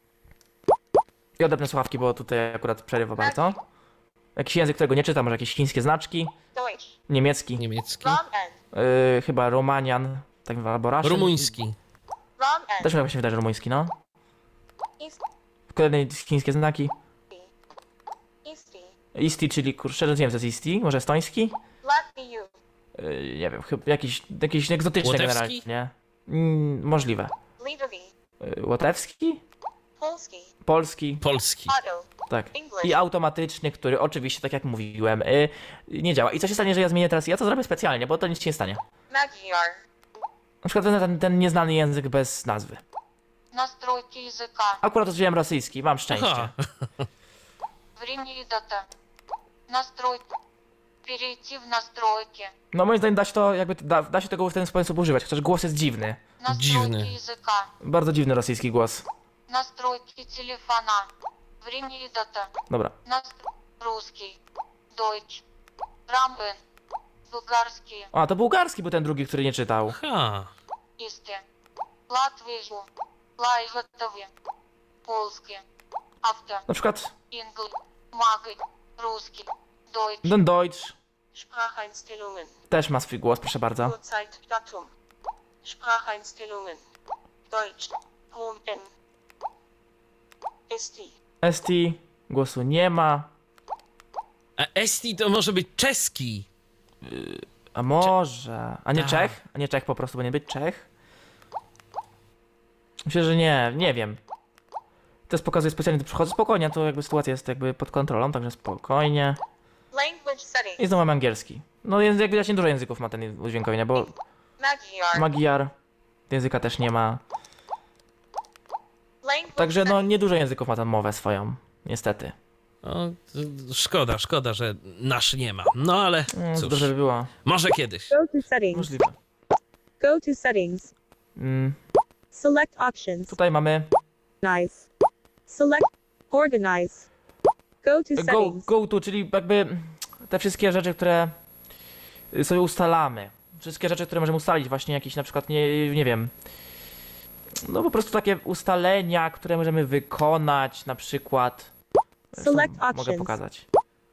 I odrębne słuchawki, bo tutaj akurat przerywa bardzo. Jakiś język, którego nie czytam, może jakieś chińskie znaczki. Deutsch. Niemiecki. Niemiecki. Rom N. Yy, chyba Romanian, tak albo Russian. Rumuński. Rom N. Też chyba się wydaje, że rumuński, no. East. Kolejne chińskie znaki. Easty. Isti, czyli kurczę, nie wiem co jest Isti, może estoński? Latviu. Yy, nie wiem, chyba jakiś, jakiś egzotyczny Łotewski? generalnie, nie? Mm, możliwe. Litwy. Yy, łotewski? Polski. Polski? Polski. Auto. Tak. English. I automatyczny, który oczywiście, tak jak mówiłem, yy, nie działa. I co się stanie, że ja zmienię teraz? Ja to zrobię specjalnie, bo to nic się nie stanie. Magyar. Na przykład ten, ten, ten nieznany język bez nazwy. Настройки языка. Akurat użyłem rosyjski, mam szczęście. Aha. Время и дата. Настройки. Перейти в настройки. No moim zdaniem da się to, jakby da, da się tego w ten sposób używać, chociaż głos jest dziwny. Dziwny. Настройки языка. Bardzo dziwny rosyjski głos. Настройки телефона. Время и дата. Dobra. Настро... Русский. Deutsch. Рамбен. Bulgarski. A, to bułgarski był ten drugi, który nie czytał. Ha. Исти. Латвию. Лайготове. Polski. Авто. Na przykład Ингл. Магы. Русский. Deutsch. ten Deutsch Spracheinstellungen. też ma swój głos, proszę bardzo. Uhrzeit, Datum. Spracheinstellungen. Deutsch. Home N. S T. S T głosu nie ma. A Esti to może być czeski. A może... A nie Tak. Czech? A nie Czech po prostu, bo nie być Czech? Myślę, że nie, nie wiem. To pokazuje specjalnie, to przychodzę spokojnie, to jakby sytuacja jest jakby pod kontrolą, także spokojnie. Language settings. I znowu mam angielski. No język, jak widać, nie dużo języków ma ten udźwiękowienia, bo Magyar. Magyar języka też nie ma. Language Także no niedużo języków ma tam mowę swoją, niestety. No, szkoda, szkoda, że nasz nie ma. No ale Mm, cóż, dobrze by było. może kiedyś. Go to settings. Możliwe. Go to settings. Mm, Select options. tutaj mamy Organize. Select organize. Go to go, settings. go to, czyli jakby te wszystkie rzeczy, które sobie ustalamy. Wszystkie rzeczy, które możemy ustalić, właśnie jakieś na przykład, nie, nie wiem, no po prostu takie ustalenia, które możemy wykonać, na przykład. Zresztą Select mogę options. pokazać.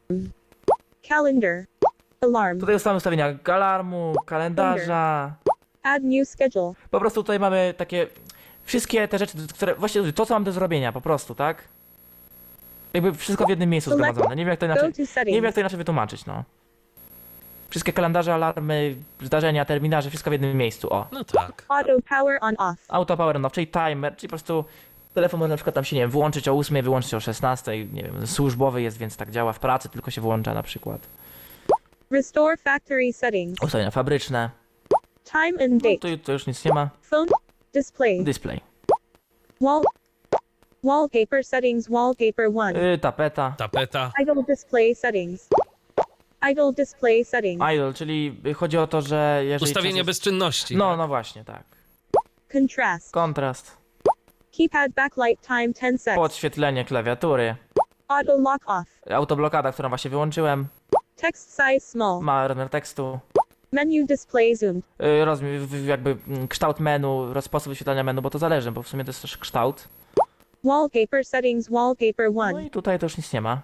Calendar. Alarm. Tutaj ustalamy ustawienia alarmu, kalendarza. Add new schedule. Po prostu tutaj mamy takie wszystkie te rzeczy, które właśnie to, co mam do zrobienia, po prostu, tak? Jakby wszystko w jednym miejscu Select- zgromadzone. Nie wiem jak to Go inaczej. to Nie settings. wiem jak to inaczej wytłumaczyć, no. Wszystkie kalendarze, alarmy, zdarzenia, terminarze, wszystko w jednym miejscu, o. No tak. Auto power on off. Auto power on off, czyli timer, czyli po prostu telefon może na przykład tam się, nie wiem, wyłączyć o ósmej, wyłączyć o szesnastej, nie wiem, służbowy jest, więc tak działa, w pracy tylko się włącza na przykład. Restore factory settings. Ustawienia fabryczne, Time and no date. tu, tu już nic nie ma. Phone. Display. Display, Wall. Wallpaper settings. Wallpaper one. yy, tapeta, Tapeta. Idle display settings. Idle display settings. idle, czyli chodzi o to, że jeżeli... Ustawienie czas jest- bezczynności. No, no właśnie, tak. Contrast. Kontrast, Keypad backlight time ten seconds. podświetlenie klawiatury, Auto lock off. autoblokada, którą właśnie wyłączyłem, Text size small. ma rozmiar tekstu, Menu display zoomed. yy, rozmiar, w- jakby mm, kształt menu, roz- sposób wyświetlania menu, bo to zależy, bo w sumie to jest też kształt. Wallpaper settings. Wallpaper No one. i tutaj to już nic nie ma.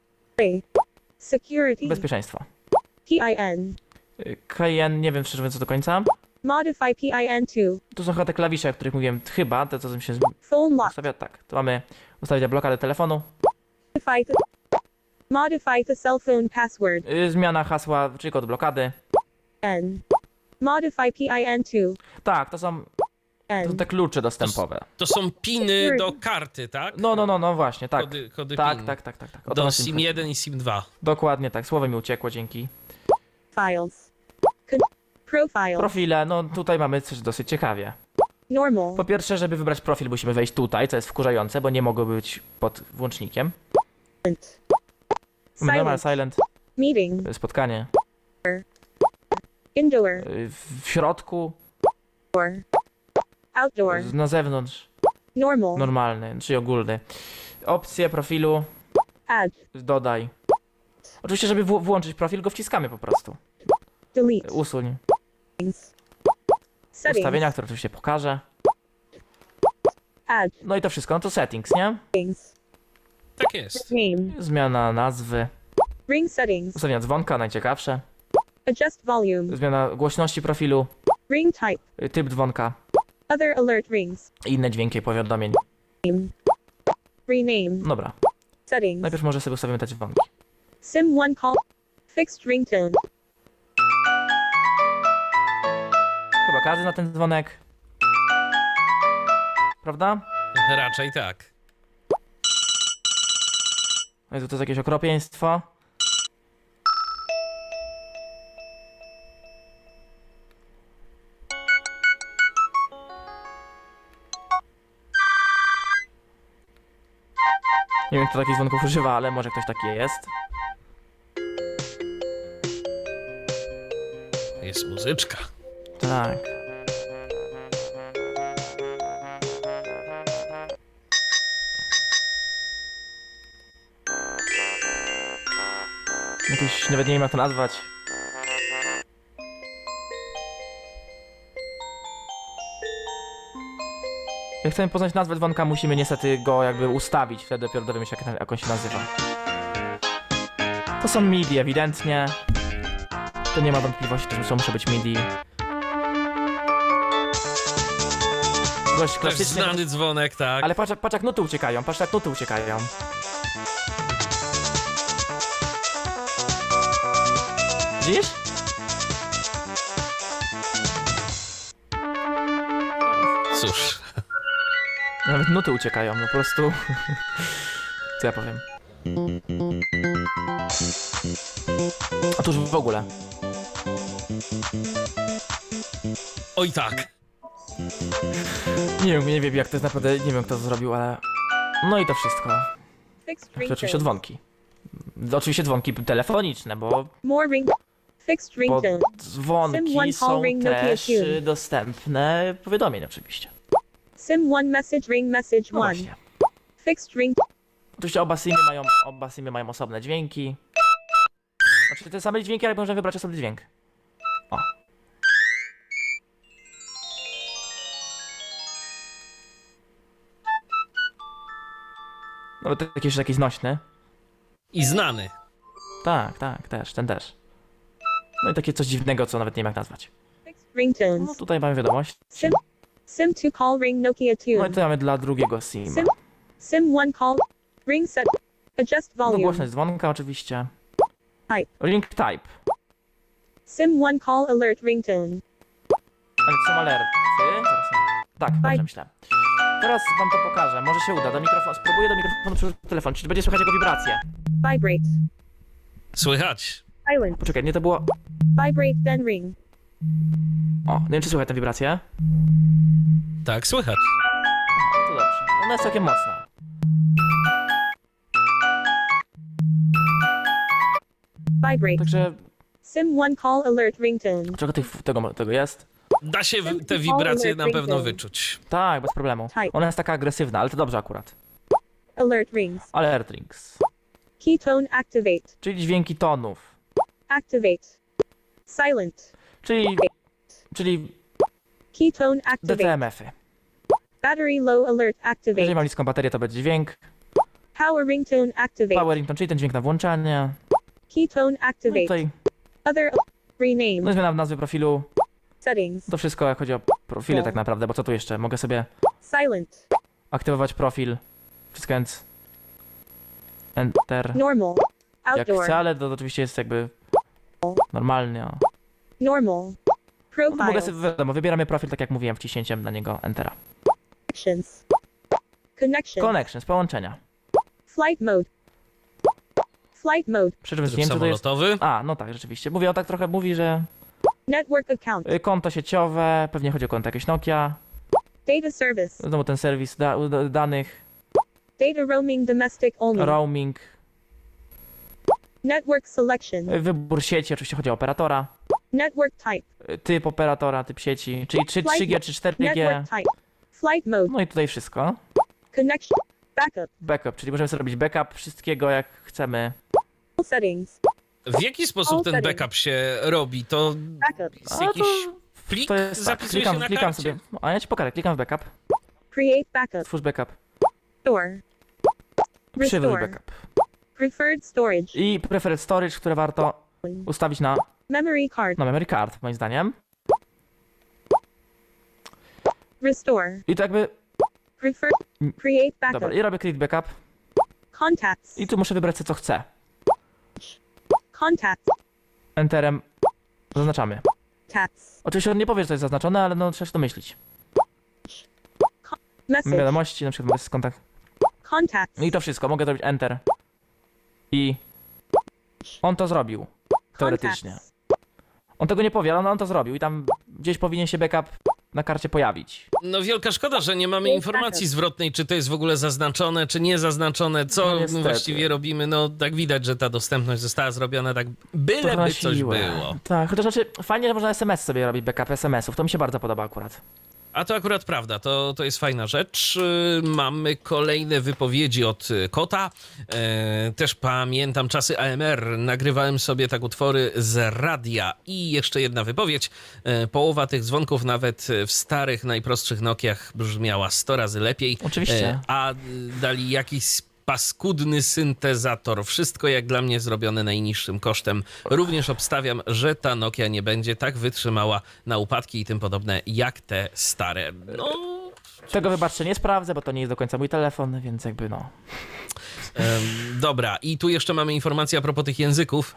Security. Bezpieczeństwo. P I N. Yy, K N, nie wiem szczerze mówiąc co do końca. Modify P I N two. Tu są chyba te klawisze, o których mówiłem, chyba, te co mi się Phone lock. ustawia, tak. Tu mamy ustawienia blokady telefonu, Modify the. Modify the cell phone password. yy, zmiana hasła, czyli kod blokady. N. Modify P I N two. Tak, to są, to są N. te klucze dostępowe. To są piny do karty, tak? No, no, no, no właśnie, tak. Kody, kody Tak, PIN. tak, tak, tak, tak. O to Do na tym SIM chodzi. jeden i SIM dwa. Dokładnie tak, słowo mi uciekło, dzięki. Files. Con- Profile. Profile, no tutaj mamy coś dosyć ciekawie. Normal. Po pierwsze, żeby wybrać profil, musimy wejść tutaj, co jest wkurzające, bo nie mogło być pod włącznikiem. Mamy normal, Silent. silent, Meeting. spotkanie. Indoor. Yy, W środku, Or. Outdoor. na zewnątrz, Normal. normalny, czyli ogólny. Opcje profilu, Add. dodaj. Oczywiście, żeby w- włączyć profil, go wciskamy po prostu. Delete. Usuń. Settings. Ustawienia, które oczywiście pokażę. Add. No i to wszystko, no to settings, nie? Settings. Tak jest. Name. Zmiana nazwy, Ring settings. ustawienia dzwonka, najciekawsze. Adjust volume. Zmiana głośności profilu, Ring type. y, typ dzwonka Other alert rings. i inne dźwięki powiadomień. Name. Rename. Dobra, Settings. najpierw może sobie ustawimy te dzwonki. SIM one call. Fixed ringtone. Chyba każdy na ten dzwonek. Prawda? Raczej tak. No i to jest jakieś okropieństwo. Nie wiem, kto takich dzwonków używa, ale może ktoś taki jest. Jest muzyczka. Tak. Jakiś, nawet nie wiem jak to nazwać. Jak chcemy poznać nazwę dzwonka, musimy niestety go jakby ustawić, wtedy dopiero dowiemy się jak, jak on się nazywa. To są MIDI ewidentnie. To nie ma wątpliwości, że to muszą być MIDI. Dość Też klasycznie. znany dzwonek, tak. Ale patrz, patrz jak nuty uciekają, patrz jak nuty uciekają. Widzisz? Cóż. Nawet nuty uciekają, no po prostu. Co ja powiem? A tu już w ogóle. Oj tak. Nie wiem, nie wiem jak to jest naprawdę, nie wiem kto to zrobił, ale... No i to wszystko. Fixed Znaczy, oczywiście ringtone. dzwonki. Oczywiście dzwonki telefoniczne, bo, More ring. Fixed bo ringtone. Sim dzwonki one są call ring Nokia też tune. y, dostępne powiadomień oczywiście. Sim one message ring message No one. właśnie. Fixed ring. Oczywiście oba simy mają, oba simy mają osobne dźwięki. Znaczy te same dźwięki, ale możemy wybrać osobny dźwięk. O. No to jakiś taki znośny. I znany. Tak, tak, też, ten też. No i takie coś dziwnego, co nawet nie wiem jak nazwać. Fixed ringtones. No tutaj mamy wiadomość. Sim. Sim two call ring Nokia No i tune. tutaj mamy dla drugiego sima. Sim. Sim one call. Ring set. Adjust No volume. głośność dzwonka oczywiście. Type. Ring type. Sim one call alert ringtone. Ale są alerty. Zaraz. Tak, dobrze myślę. Teraz wam to pokażę, może się uda. Do mikrofonu, spróbuję do mikrofonu przyłożyć telefon, czy będzie słychać jego wibracje. Vibrate. Słychać. Silent. Poczekaj, nie to było... Vibrate then ring. O, nie wiem czy słychać tę wibrację. Tak, słychać. To dobrze. Ona jest całkiem mocna. Vibrate. Także Sim one call alert ringtone. trochę tych, tego, tego jest. Da się w- te wibracje na pewno wyczuć. Tak, bez problemu. Ona jest taka agresywna, ale to dobrze akurat. Alert rings. Alert rings. Ketone activate. Czyli dźwięki tonów. Activate. Silent. Czyli... Czyli Ketone D activate. T M F-y. Battery low alert Jeżeli activate. mam niską baterię, to będzie dźwięk. Power ringtone activate. Power ringtone, czyli ten dźwięk na włączanie. Ketone No i activate. tutaj Other rename. no i zmiana w nazwie profilu. Settings. To wszystko jak chodzi o profile tak naprawdę, bo co tu jeszcze? Mogę sobie Silent. aktywować profil, wciskając Enter, Normal. jak Outdoor. chcę, ale to oczywiście jest jakby normalnie. O. Normal. No to mogę Profiles. sobie, wiadomo, wybieramy profil tak jak mówiłem, wciśnięciem na niego Entera. Connections. Connections. Connections, połączenia. Flight mode. Flight mode. Przy czym zdjęcie to jest... Samolotowy. A, no tak, rzeczywiście. Mówię, o tak trochę mówi, że Network account. y, konto sieciowe, pewnie chodzi o konto jakieś Nokia, Data service. znowu ten serwis da, da, danych, Data roaming domestic only. roaming, Network selection. y, wybór sieci, oczywiście chodzi o operatora, Network type. y, typ operatora, typ sieci, czyli czy trzy G, czy cztery G, Network type. Flight mode. no i tutaj wszystko. Connection. Backup. Backup, czyli możemy sobie robić backup wszystkiego jak chcemy. All settings. W jaki sposób ten backup się robi? To Backup. jest A jakiś to- plik To jest tak, zapisuje klikam, się na klikam karcie? sobie, no, a ja ci pokażę, klikam w backup, Create backup. stwórz backup, Store. przywróć Restore. backup. Preferred storage. I preferred storage, które warto ustawić na, Memory card. na memory card, moim zdaniem. Restore. I to jakby, Prefer. Create backup. dobra, i robię create backup. Contacts. I tu muszę wybrać sobie, co chcę. Contacts. Enterem zaznaczamy. Tats. Oczywiście on nie powie, że to jest zaznaczone, ale no trzeba się domyślić. Message. Wiadomości, na przykład mogę z kontakt. Contacts. I to wszystko, mogę zrobić Enter. I on to zrobił. Teoretycznie. On tego nie powie, ale on to zrobił i tam gdzieś powinien się backup na karcie pojawić. No wielka szkoda, że nie mamy informacji zwrotnej, czy to jest w ogóle zaznaczone, czy nie zaznaczone, co No my niestety. właściwie robimy. No tak widać, że ta dostępność została zrobiona tak, Trochę byleby na coś siłę. było. Tak, chociaż znaczy fajnie, że można S M S sobie robić, backup S M S-ów. To mi się bardzo podoba akurat. A to akurat prawda, to, to jest fajna rzecz. Yy, Mamy kolejne wypowiedzi od y, Kota. Yy, Też pamiętam czasy A M R. Nagrywałem sobie tak utwory z radia. I jeszcze jedna wypowiedź. Yy, Połowa tych dzwonków nawet w starych, najprostszych Nokiach brzmiała sto razy lepiej. Oczywiście. Yy, A y, dali jakiś paskudny syntezator. Wszystko jak dla mnie zrobione najniższym kosztem. Również obstawiam, że ta Nokia nie będzie tak wytrzymała na upadki i tym podobne jak te stare. No, Tego wybaczcie, nie sprawdzę, bo to nie jest do końca mój telefon, więc jakby no. em, dobra, i tu jeszcze mamy informację a propos tych języków,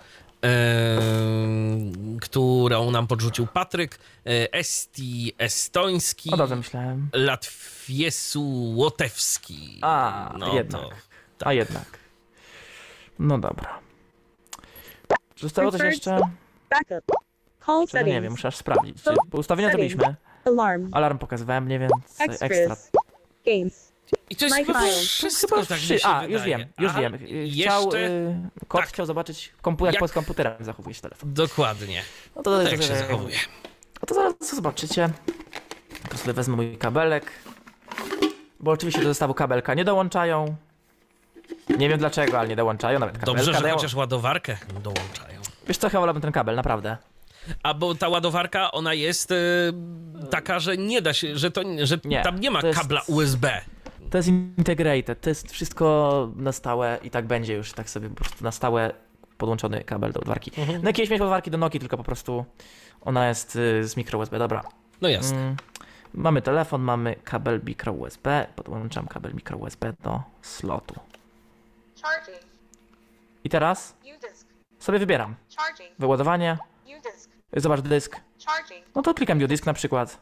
em, którą nam podrzucił Patryk. E, Esti estoński, O dobrze myślałem. Latwiesu łotewski. A, No jednak. to- A jednak. No dobra. Czy zostało coś jeszcze? Backup. Call Szczerze nie wiem, settings. muszę aż sprawdzić. Czy- Bo ustawienia Settings. zrobiliśmy. Alarm. Alarm pokazywałem, nie wiem, co- ekstra. Extras. Games. I to jest My chyba files. wszystko, Chyba tak mi wszy- się A, wydaje. już wiem, już Aha, wiem. Chciał, jeszcze... y, kot tak. chciał zobaczyć, kompu- jak, Jak- pod komputerem zachowuje się telefon. Dokładnie. No to, Tak się zachowuje. No to zaraz zobaczycie. To sobie wezmę mój kabelek. Bo oczywiście do zestawu kabelka nie dołączają. Nie wiem dlaczego, ale nie dołączają. Nawet kabelka Dobrze, że dają. chociaż ładowarkę dołączają. Wiesz co, chyba wolałbym ten kabel, naprawdę. A bo ta ładowarka, ona jest y, taka, że nie da się, że, to, że Nie, tam nie ma to jest- kabla U S B. To jest integrated, to jest wszystko na stałe i tak będzie już, tak sobie po prostu na stałe podłączony kabel do ładowarki. Mhm. No jakieś mieć ładowarki do Nokii, tylko po prostu ona jest y, z mikro U S B, dobra. No jasne. Mm, mamy telefon, mamy kabel mikro U S B, podłączam kabel mikro U S B do slotu. Charging. I teraz U-disk. sobie wybieram. Charging. Wyładowanie, U-disk. zobacz dysk. Charging. No to klikam U disk na przykład.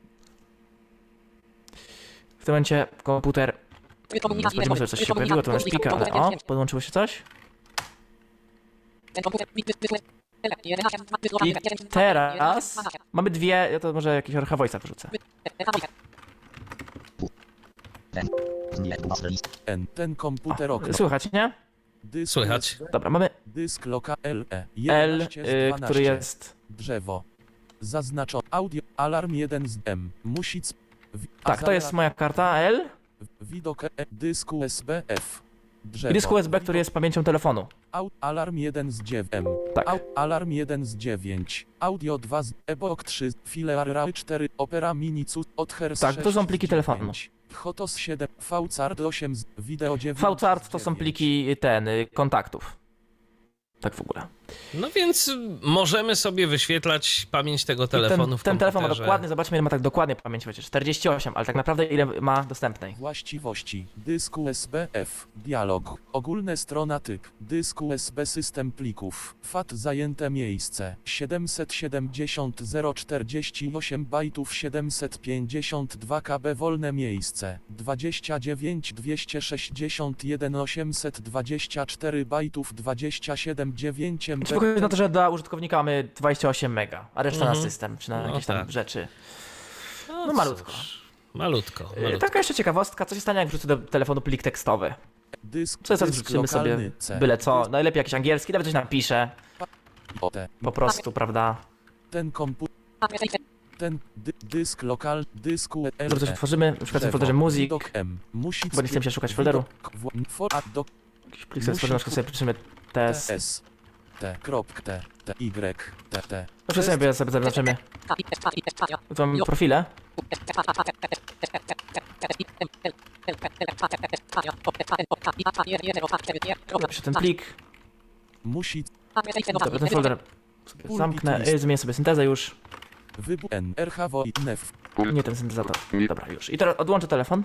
W tym momencie komputer. Sprawdzimy sobie, coś się pojawiło, to na szpika, ale o, podłączyło się coś. I teraz mamy dwie, ja to może jakieś Orcha Voice'a wrzucę. N. Ten komputer okno. Słychać, nie? Dysk Słychać. U S B, Dobra, mamy Dysk loka L E. L, jedenaście z y, dwanaście. który jest... Drzewo. Zaznaczono. Audio. Alarm jeden z M. Music. wi- Tak, to jest moja karta L Widok E. Dysk U S B F. Drzewo. i dysk U S B, który jest pamięcią telefonu. Au, alarm jeden z dziewięć. M. Tak. Au, alarm jeden z dziewięć. Audio dwa z Ebok trzy. File R A cztery. Opera Mini Cus. Odhers Tak, to są sześć z pliki telefonu. dziewięć. Hotos siedem. VCard osiem z Wideo dziewięć. VCard to z są dziewięć. pliki ten, y, kontaktów. Tak w ogóle. No więc możemy sobie wyświetlać pamięć tego I telefonu ten, w ten telefon ma komputerze. dokładnie, zobaczmy ile ma tak dokładnie pamięci, chociaż czterdzieści osiem, ale tak naprawdę ile ma dostępnej. Właściwości. Dysk U S B F. Dialog. Ogólne strona typ. Dysk U S B system plików. F A T zajęte miejsce. siedemset siedemdziesiąt zero czterdzieści osiem bajtów siedemset pięćdziesiąt dwa kilobytów wolne miejsce. dwadzieścia dziewięć dwieście sześćdziesiąt jeden osiemset dwadzieścia cztery bajtów dwadzieścia siedem dziewięć M B. Czy wychodzi na to, że dla użytkownika mamy dwadzieścia osiem mega, a reszta Mhm. na system, czy na No jakieś tam tak. rzeczy. No, No malutko. cóż, Malutko, Yy, malutko. Taka jeszcze ciekawostka, co się stanie jak wrzucę do telefonu plik tekstowy? Dysk, Co jest, dysk wrzucimy sobie lokalny C. byle co, najlepiej jakiś angielski, nawet coś napiszę, O, te. po prostu, prawda? Ten komputer. Ten dy, dysk lokal, dysku Dobrze, coś otworzymy, na przykład w folderze muzyk, M. Musi bo nie chcemy się szukać folderu. Jakiś plik sobie stworzymy, na przykład sobie piszemy test. S. T. Krop. T. T. Y. T. T. Dobrze, sobie sobie zaznaczymy. Tu mamy profile. Napiszę ten plik. Musi. Dobra, ten folder sobie zamknę, yy, zmienię sobie syntezę już. Wybór N. R H W I N F. Nie ten syntezator. Dobra, już. I teraz odłączę telefon.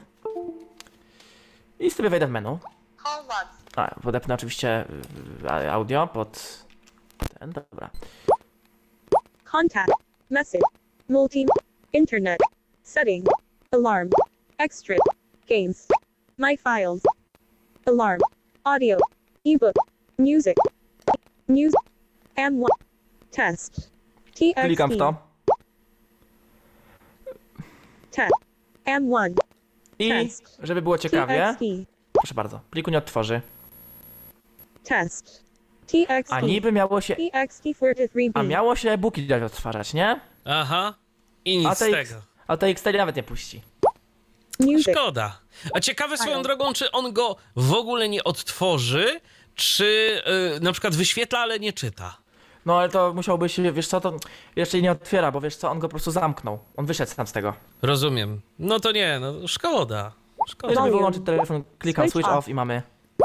I sobie wejdę w menu. Call logs. A, podepnę oczywiście y, audio pod ten, dobra. Contact. Message. Multi. Internet. Setting. Alarm. Extra. Games. My files. Alarm. Audio. Ebook. Music. Music. M one. Test. T X T. Klikam w to. Test. M one. I Test. żeby było ciekawie, T X T. proszę bardzo, pliku nie odtworzy. Test. T X T. A niby miało się, T X T forty-three a B. miało się e-booki dać odtwarzać, nie? Aha. I nic A z te X- tego. A to X cztery nawet nie puści. Music. Szkoda. A ciekawe swoją drogą, czy on go w ogóle nie odtworzy, czy yy, na przykład wyświetla, ale nie czyta. No ale to musiałby się, wiesz co, to jeszcze nie otwiera, bo wiesz co, on go po prostu zamknął. On wyszedł tam z tego. Rozumiem. No to nie, no szkoda. Szkoda. Jeżeli wyłączyć telefon, klikam Switch switch off. off i mamy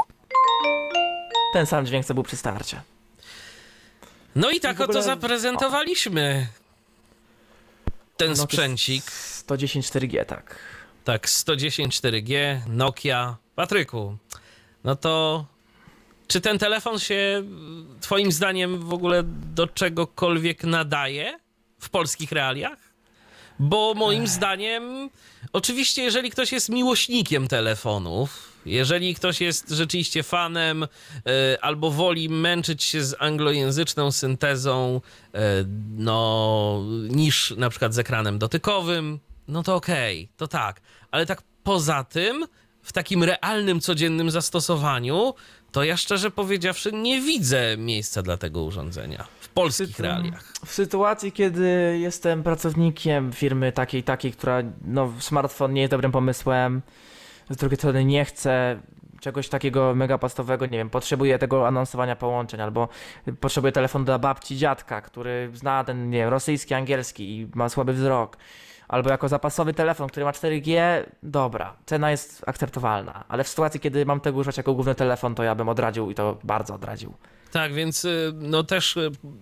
ten sam dźwięk, co był przy starcie. No i tak w ogóle- oto zaprezentowaliśmy ten No to sprzęcik. sto dziesięć cztery G, tak. Tak, sto dziesięć cztery G, Nokia. Patryku, no to czy ten telefon się twoim zdaniem w ogóle do czegokolwiek nadaje w polskich realiach? Bo moim zdaniem, oczywiście jeżeli ktoś jest miłośnikiem telefonów, Jeżeli ktoś jest rzeczywiście fanem y, albo woli męczyć się z anglojęzyczną syntezą y, no, niż na przykład z ekranem dotykowym, no to okej, okay, to tak. Ale tak poza tym, w takim realnym, codziennym zastosowaniu, to ja szczerze powiedziawszy nie widzę miejsca dla tego urządzenia w polskich realiach. W sytuacji, kiedy jestem pracownikiem firmy takiej, takiej, która, no, smartfon nie jest dobrym pomysłem, z drugiej strony nie chcę czegoś takiego mega podstawowego, nie wiem, potrzebuję tego anonsowania połączeń, albo potrzebuję telefonu dla babci, dziadka, który zna ten, nie wiem, rosyjski, angielski i ma słaby wzrok, albo jako zapasowy telefon, który ma cztery G, dobra, cena jest akceptowalna, ale w sytuacji, kiedy mam tego używać jako główny telefon, to ja bym odradził i to bardzo odradził. Tak, więc no też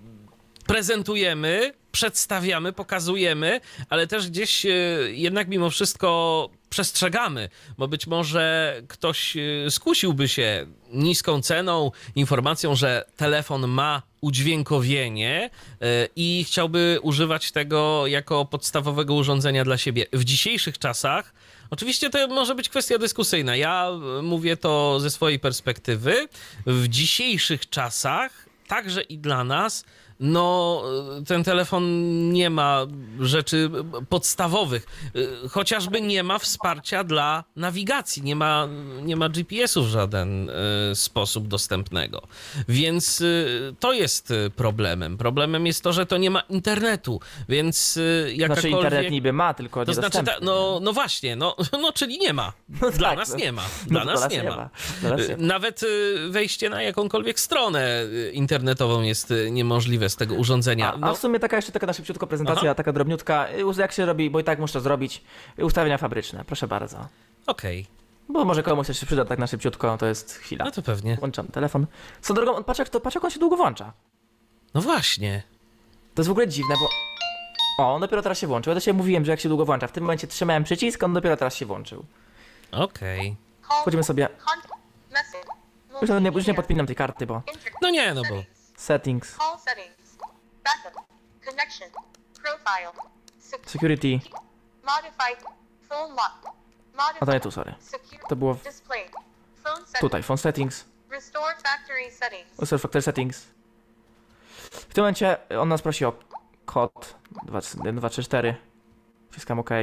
prezentujemy, przedstawiamy, pokazujemy, ale też gdzieś jednak mimo wszystko przestrzegamy, bo być może ktoś skusiłby się niską ceną, informacją, że telefon ma udźwiękowienie i chciałby używać tego jako podstawowego urządzenia dla siebie. W dzisiejszych czasach, oczywiście to może być kwestia dyskusyjna, ja mówię to ze swojej perspektywy, w dzisiejszych czasach, także i dla nas, no ten telefon nie ma rzeczy podstawowych, chociażby nie ma wsparcia dla nawigacji, nie ma, nie ma G P S u w żaden y, sposób dostępnego, więc y, to jest problemem. Problemem jest to, że to nie ma internetu, więc y, jakakolwiek... Znaczy internet niby ma, tylko to niedostępny. znaczy, ta, no, no właśnie, no, no czyli nie ma. No dla tak, nas no. nie ma. Dla No, nas dla nie nie ma. ma. Dla nas nie ma. Nawet y, wejście na jakąkolwiek stronę internetową jest y, niemożliwe z tego urządzenia. A, no. a w sumie taka jeszcze taka na szybciutko prezentacja, Aha. taka drobniutka, jak się robi, bo i tak muszę zrobić, ustawienia fabryczne, proszę bardzo. Okej. Okay. Bo może komuś też się przyda tak na szybciutko, to jest chwila. No to pewnie. Włączam telefon. Co drogą, patrz jak, to, patrz jak on się długo włącza. No właśnie. To jest w ogóle dziwne, bo... O, on dopiero teraz się włączył. Ja to się mówiłem, że jak się długo włącza. W tym momencie trzymałem przycisk, on dopiero teraz się włączył. Okej. Call, Wchodzimy sobie... contact, message, Już nie, już nie podpinam tej karty, bo... No nie, no bo... Settings, call settings, backup, connection, profile, sec- security... modify, phone lock, A to nie modify, tu, sorry. secure, To było w... display, phone settings, tutaj, phone settings, restore factory settings, restore factory settings. W tym momencie on nas prosi o kod dwa trzy cztery. Wciskam OK.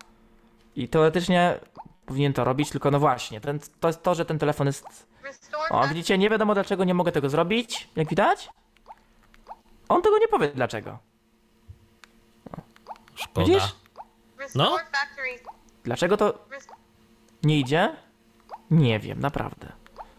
I teoretycznie powinien to robić, tylko no właśnie, ten, to jest to, że ten telefon jest... restore O, widzicie, nie wiadomo dlaczego nie mogę tego zrobić, jak widać. On tego nie powie dlaczego. Szkoda. Widzisz? restore No. factory, Dlaczego to rest- nie idzie? Nie wiem, naprawdę.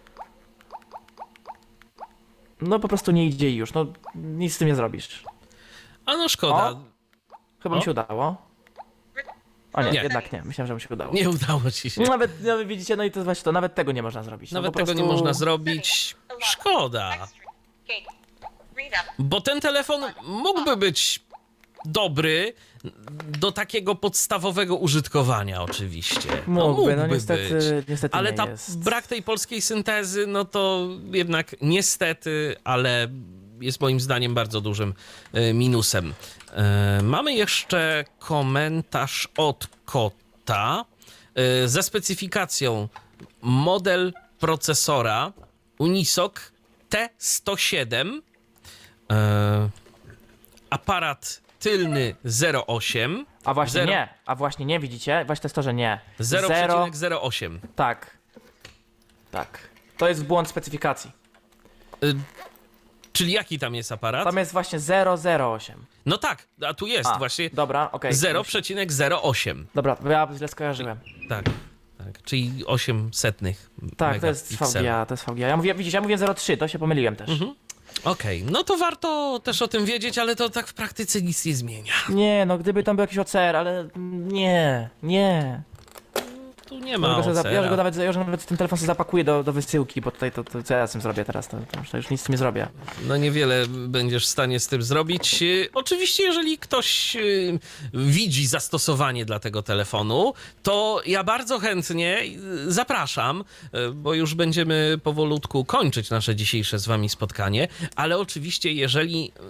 No po prostu nie idzie i już, no nic z tym nie zrobisz. A no szkoda. O. Chyba O. mi się udało. O nie, Nie. jednak nie, myślałem, że mi się udało. Nie udało ci się. Nawet, nawet widzicie, no i to właśnie to, nawet tego nie można zrobić. Nawet no, tego po nie prostu... można zrobić. Szkoda. extra, gate, read up, Bo ten telefon mógłby być dobry do takiego podstawowego użytkowania oczywiście. Mógłby, no niestety, być. niestety Ale nie ta jest. brak tej polskiej syntezy, no to jednak niestety, ale jest moim zdaniem bardzo dużym e, minusem. E, mamy jeszcze komentarz od Kota e, ze specyfikacją model procesora Unisoc T sto siedem, e, aparat tylny zero przecinek osiem. A właśnie zero- nie, a właśnie nie, widzicie? Właśnie to jest to, że nie. zero przecinek zero osiem. Tak. Tak. To jest błąd specyfikacji. Y, czyli jaki tam jest aparat? Tam jest właśnie zero zero osiem. No tak, a tu jest A, właśnie dobra, okej. zero przecinek zero osiem. Dobra, bo ja źle skojarzyłem. Tak, tak, czyli osiem setnych. Tak, to jest V G A, to jest V G A. Ja mówię, widzicie, ja mówię zero trzy, to się pomyliłem też. Mhm. Okej, no to warto też o tym wiedzieć, ale to tak w praktyce nic nie zmienia. Nie, no gdyby tam był jakiś O C R, ale nie, nie. Tu nie ma Ja, go sobie, ja, już go O C R-a. nawet, ja już nawet ten telefon sobie zapakuję do, do wysyłki, bo tutaj to, to co ja z tym zrobię teraz, to, to, już, to już nic z tym nie zrobię. No niewiele będziesz w stanie z tym zrobić. Y, Oczywiście, jeżeli ktoś y, widzi zastosowanie dla tego telefonu, to ja bardzo chętnie y, zapraszam, y, bo już będziemy powolutku kończyć nasze dzisiejsze z wami spotkanie, ale oczywiście, jeżeli y,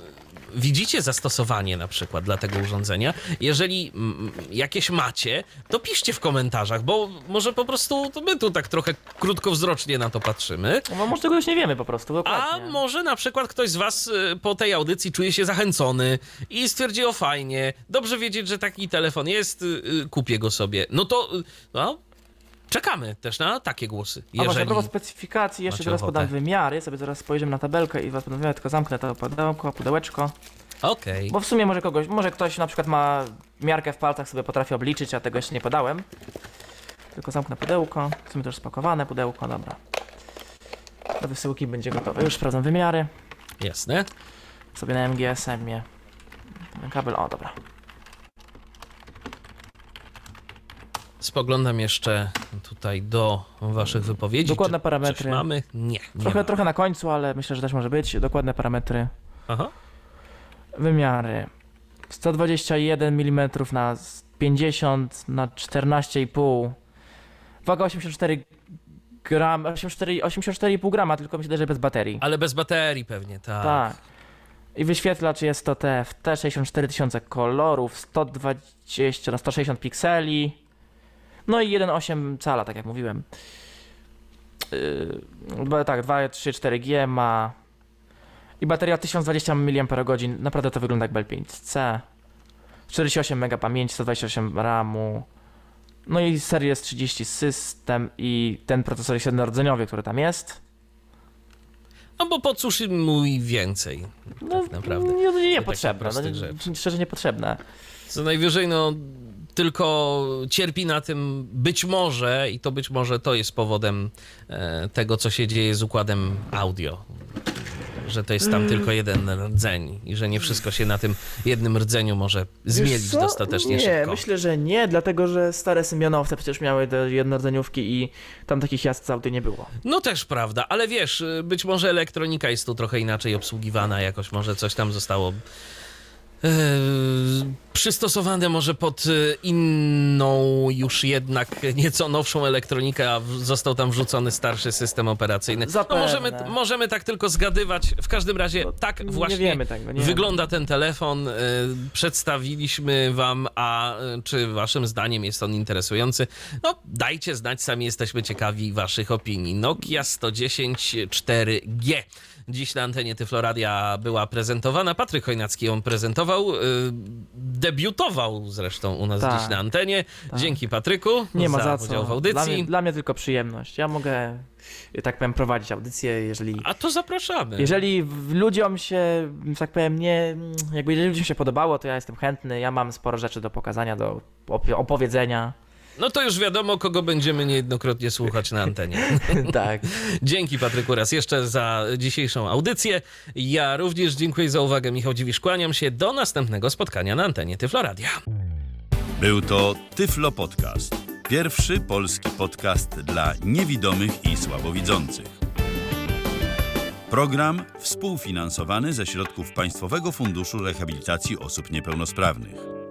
widzicie zastosowanie na przykład dla tego urządzenia. Jeżeli mm, jakieś macie, to piszcie w komentarzach, bo może po prostu to my tu tak trochę krótkowzrocznie na to patrzymy. No może tego już nie wiemy po prostu, dokładnie. A może na przykład ktoś z was y, po tej audycji czuje się zachęcony i stwierdzi, o fajnie, dobrze wiedzieć, że taki telefon jest, y, y, kupię go sobie. No to y, no, czekamy też na takie głosy. A właśnie, a Jeżeli propos specyfikacji, jeszcze macie teraz ochotę. podam wymiary, sobie zaraz spojrzymy na tabelkę i was podam wymiary, tylko zamknę to pudełko, pudełeczko. Okej. Bo w sumie może kogoś, może ktoś na przykład ma miarkę w palcach, sobie potrafi obliczyć, a tego jeszcze nie podałem. Tylko zamknę pudełko, w sumie to już spakowane pudełko, dobra. Do wysyłki będzie gotowe, już sprawdzam wymiary. Jasne. Sobie na M G S M-ie. Ten kabel, o dobra. Spoglądam jeszcze tutaj do waszych wypowiedzi. Dokładne Czy parametry. Coś mamy? Nie. nie Trochę, ma. trochę na końcu, ale myślę, że też może być. Dokładne parametry. Aha. Wymiary. sto dwadzieścia jeden milimetrów na pięćdziesiąt na czternaście i pół. Waga osiemdziesiąt cztery gramy, osiemdziesiąt cztery i pół grama, tylko myślę, że bez baterii. Ale bez baterii pewnie, tak. Tak. I wyświetlacz jest to T F T, sześćdziesiąt cztery tysiące kolorów, sto dwadzieścia na sto sześćdziesiąt pikseli. No i jeden przecinek osiem cala, tak jak mówiłem. Yy, tak, dwa, trzy, cztery G ma. I bateria tysiąc dwadzieścia miliampergodzin. Naprawdę to wygląda jak B L pięć C. czterdzieści osiem mega pamięci, sto dwadzieścia osiem ramu. No i Series trzydzieści system i ten procesor jest jednorodzeniowy, który tam jest. No bo po cóż mój więcej, No, tak naprawdę. Nie, nie, nie takich potrzebne. prostych No, rzeczy. szczerze niepotrzebne. Co najwyżej, no tylko cierpi na tym być może, i to być może to jest powodem e, tego, co się dzieje z układem audio. Że to jest tam tylko jeden rdzeń i że nie wszystko się na tym jednym rdzeniu może zmielić co? dostatecznie nie, szybko. myślę, że nie, dlatego że stare symbionowce przecież miały te jednorodzenioówki i tam takich jazd z audio nie było. No też prawda, ale wiesz, być może elektronika jest tu trochę inaczej obsługiwana, jakoś może coś tam zostało e, przystosowane może pod inną, już jednak nieco nowszą elektronikę, a w- został tam wrzucony starszy system operacyjny. No Zapewne. możemy, możemy tak tylko zgadywać. W każdym razie tak nie właśnie wiemy tego, nie wygląda ten telefon. E, Przedstawiliśmy wam, a e, czy waszym zdaniem jest on interesujący? No dajcie znać, sami jesteśmy ciekawi waszych opinii. Nokia sto dziesięć cztery G. Dziś na antenie Tyfloradia była prezentowana. Patryk Chojnacki ją prezentował. y, Debiutował zresztą u nas Tak, dziś na antenie. tak. Dzięki Patryku Nie ma za udział co. w audycji. Dla mnie, dla mnie tylko przyjemność. Ja mogę, tak powiem, prowadzić audycję, jeżeli... A to zapraszamy. Jeżeli w- ludziom się, tak powiem, nie... Jakby jeżeli ludziom się podobało, to ja jestem chętny. Ja mam sporo rzeczy do pokazania, do op- opowiedzenia. No to już wiadomo, kogo będziemy niejednokrotnie słuchać na antenie. Tak. Dzięki Patryku raz jeszcze za dzisiejszą audycję. Ja również dziękuję za uwagę. Michał Dziwisz, kłaniam się. Do następnego spotkania na antenie Tyfloradia. Był to Tyflo Podcast. Pierwszy polski podcast dla niewidomych i słabowidzących. Program współfinansowany ze środków Państwowego Funduszu Rehabilitacji Osób Niepełnosprawnych.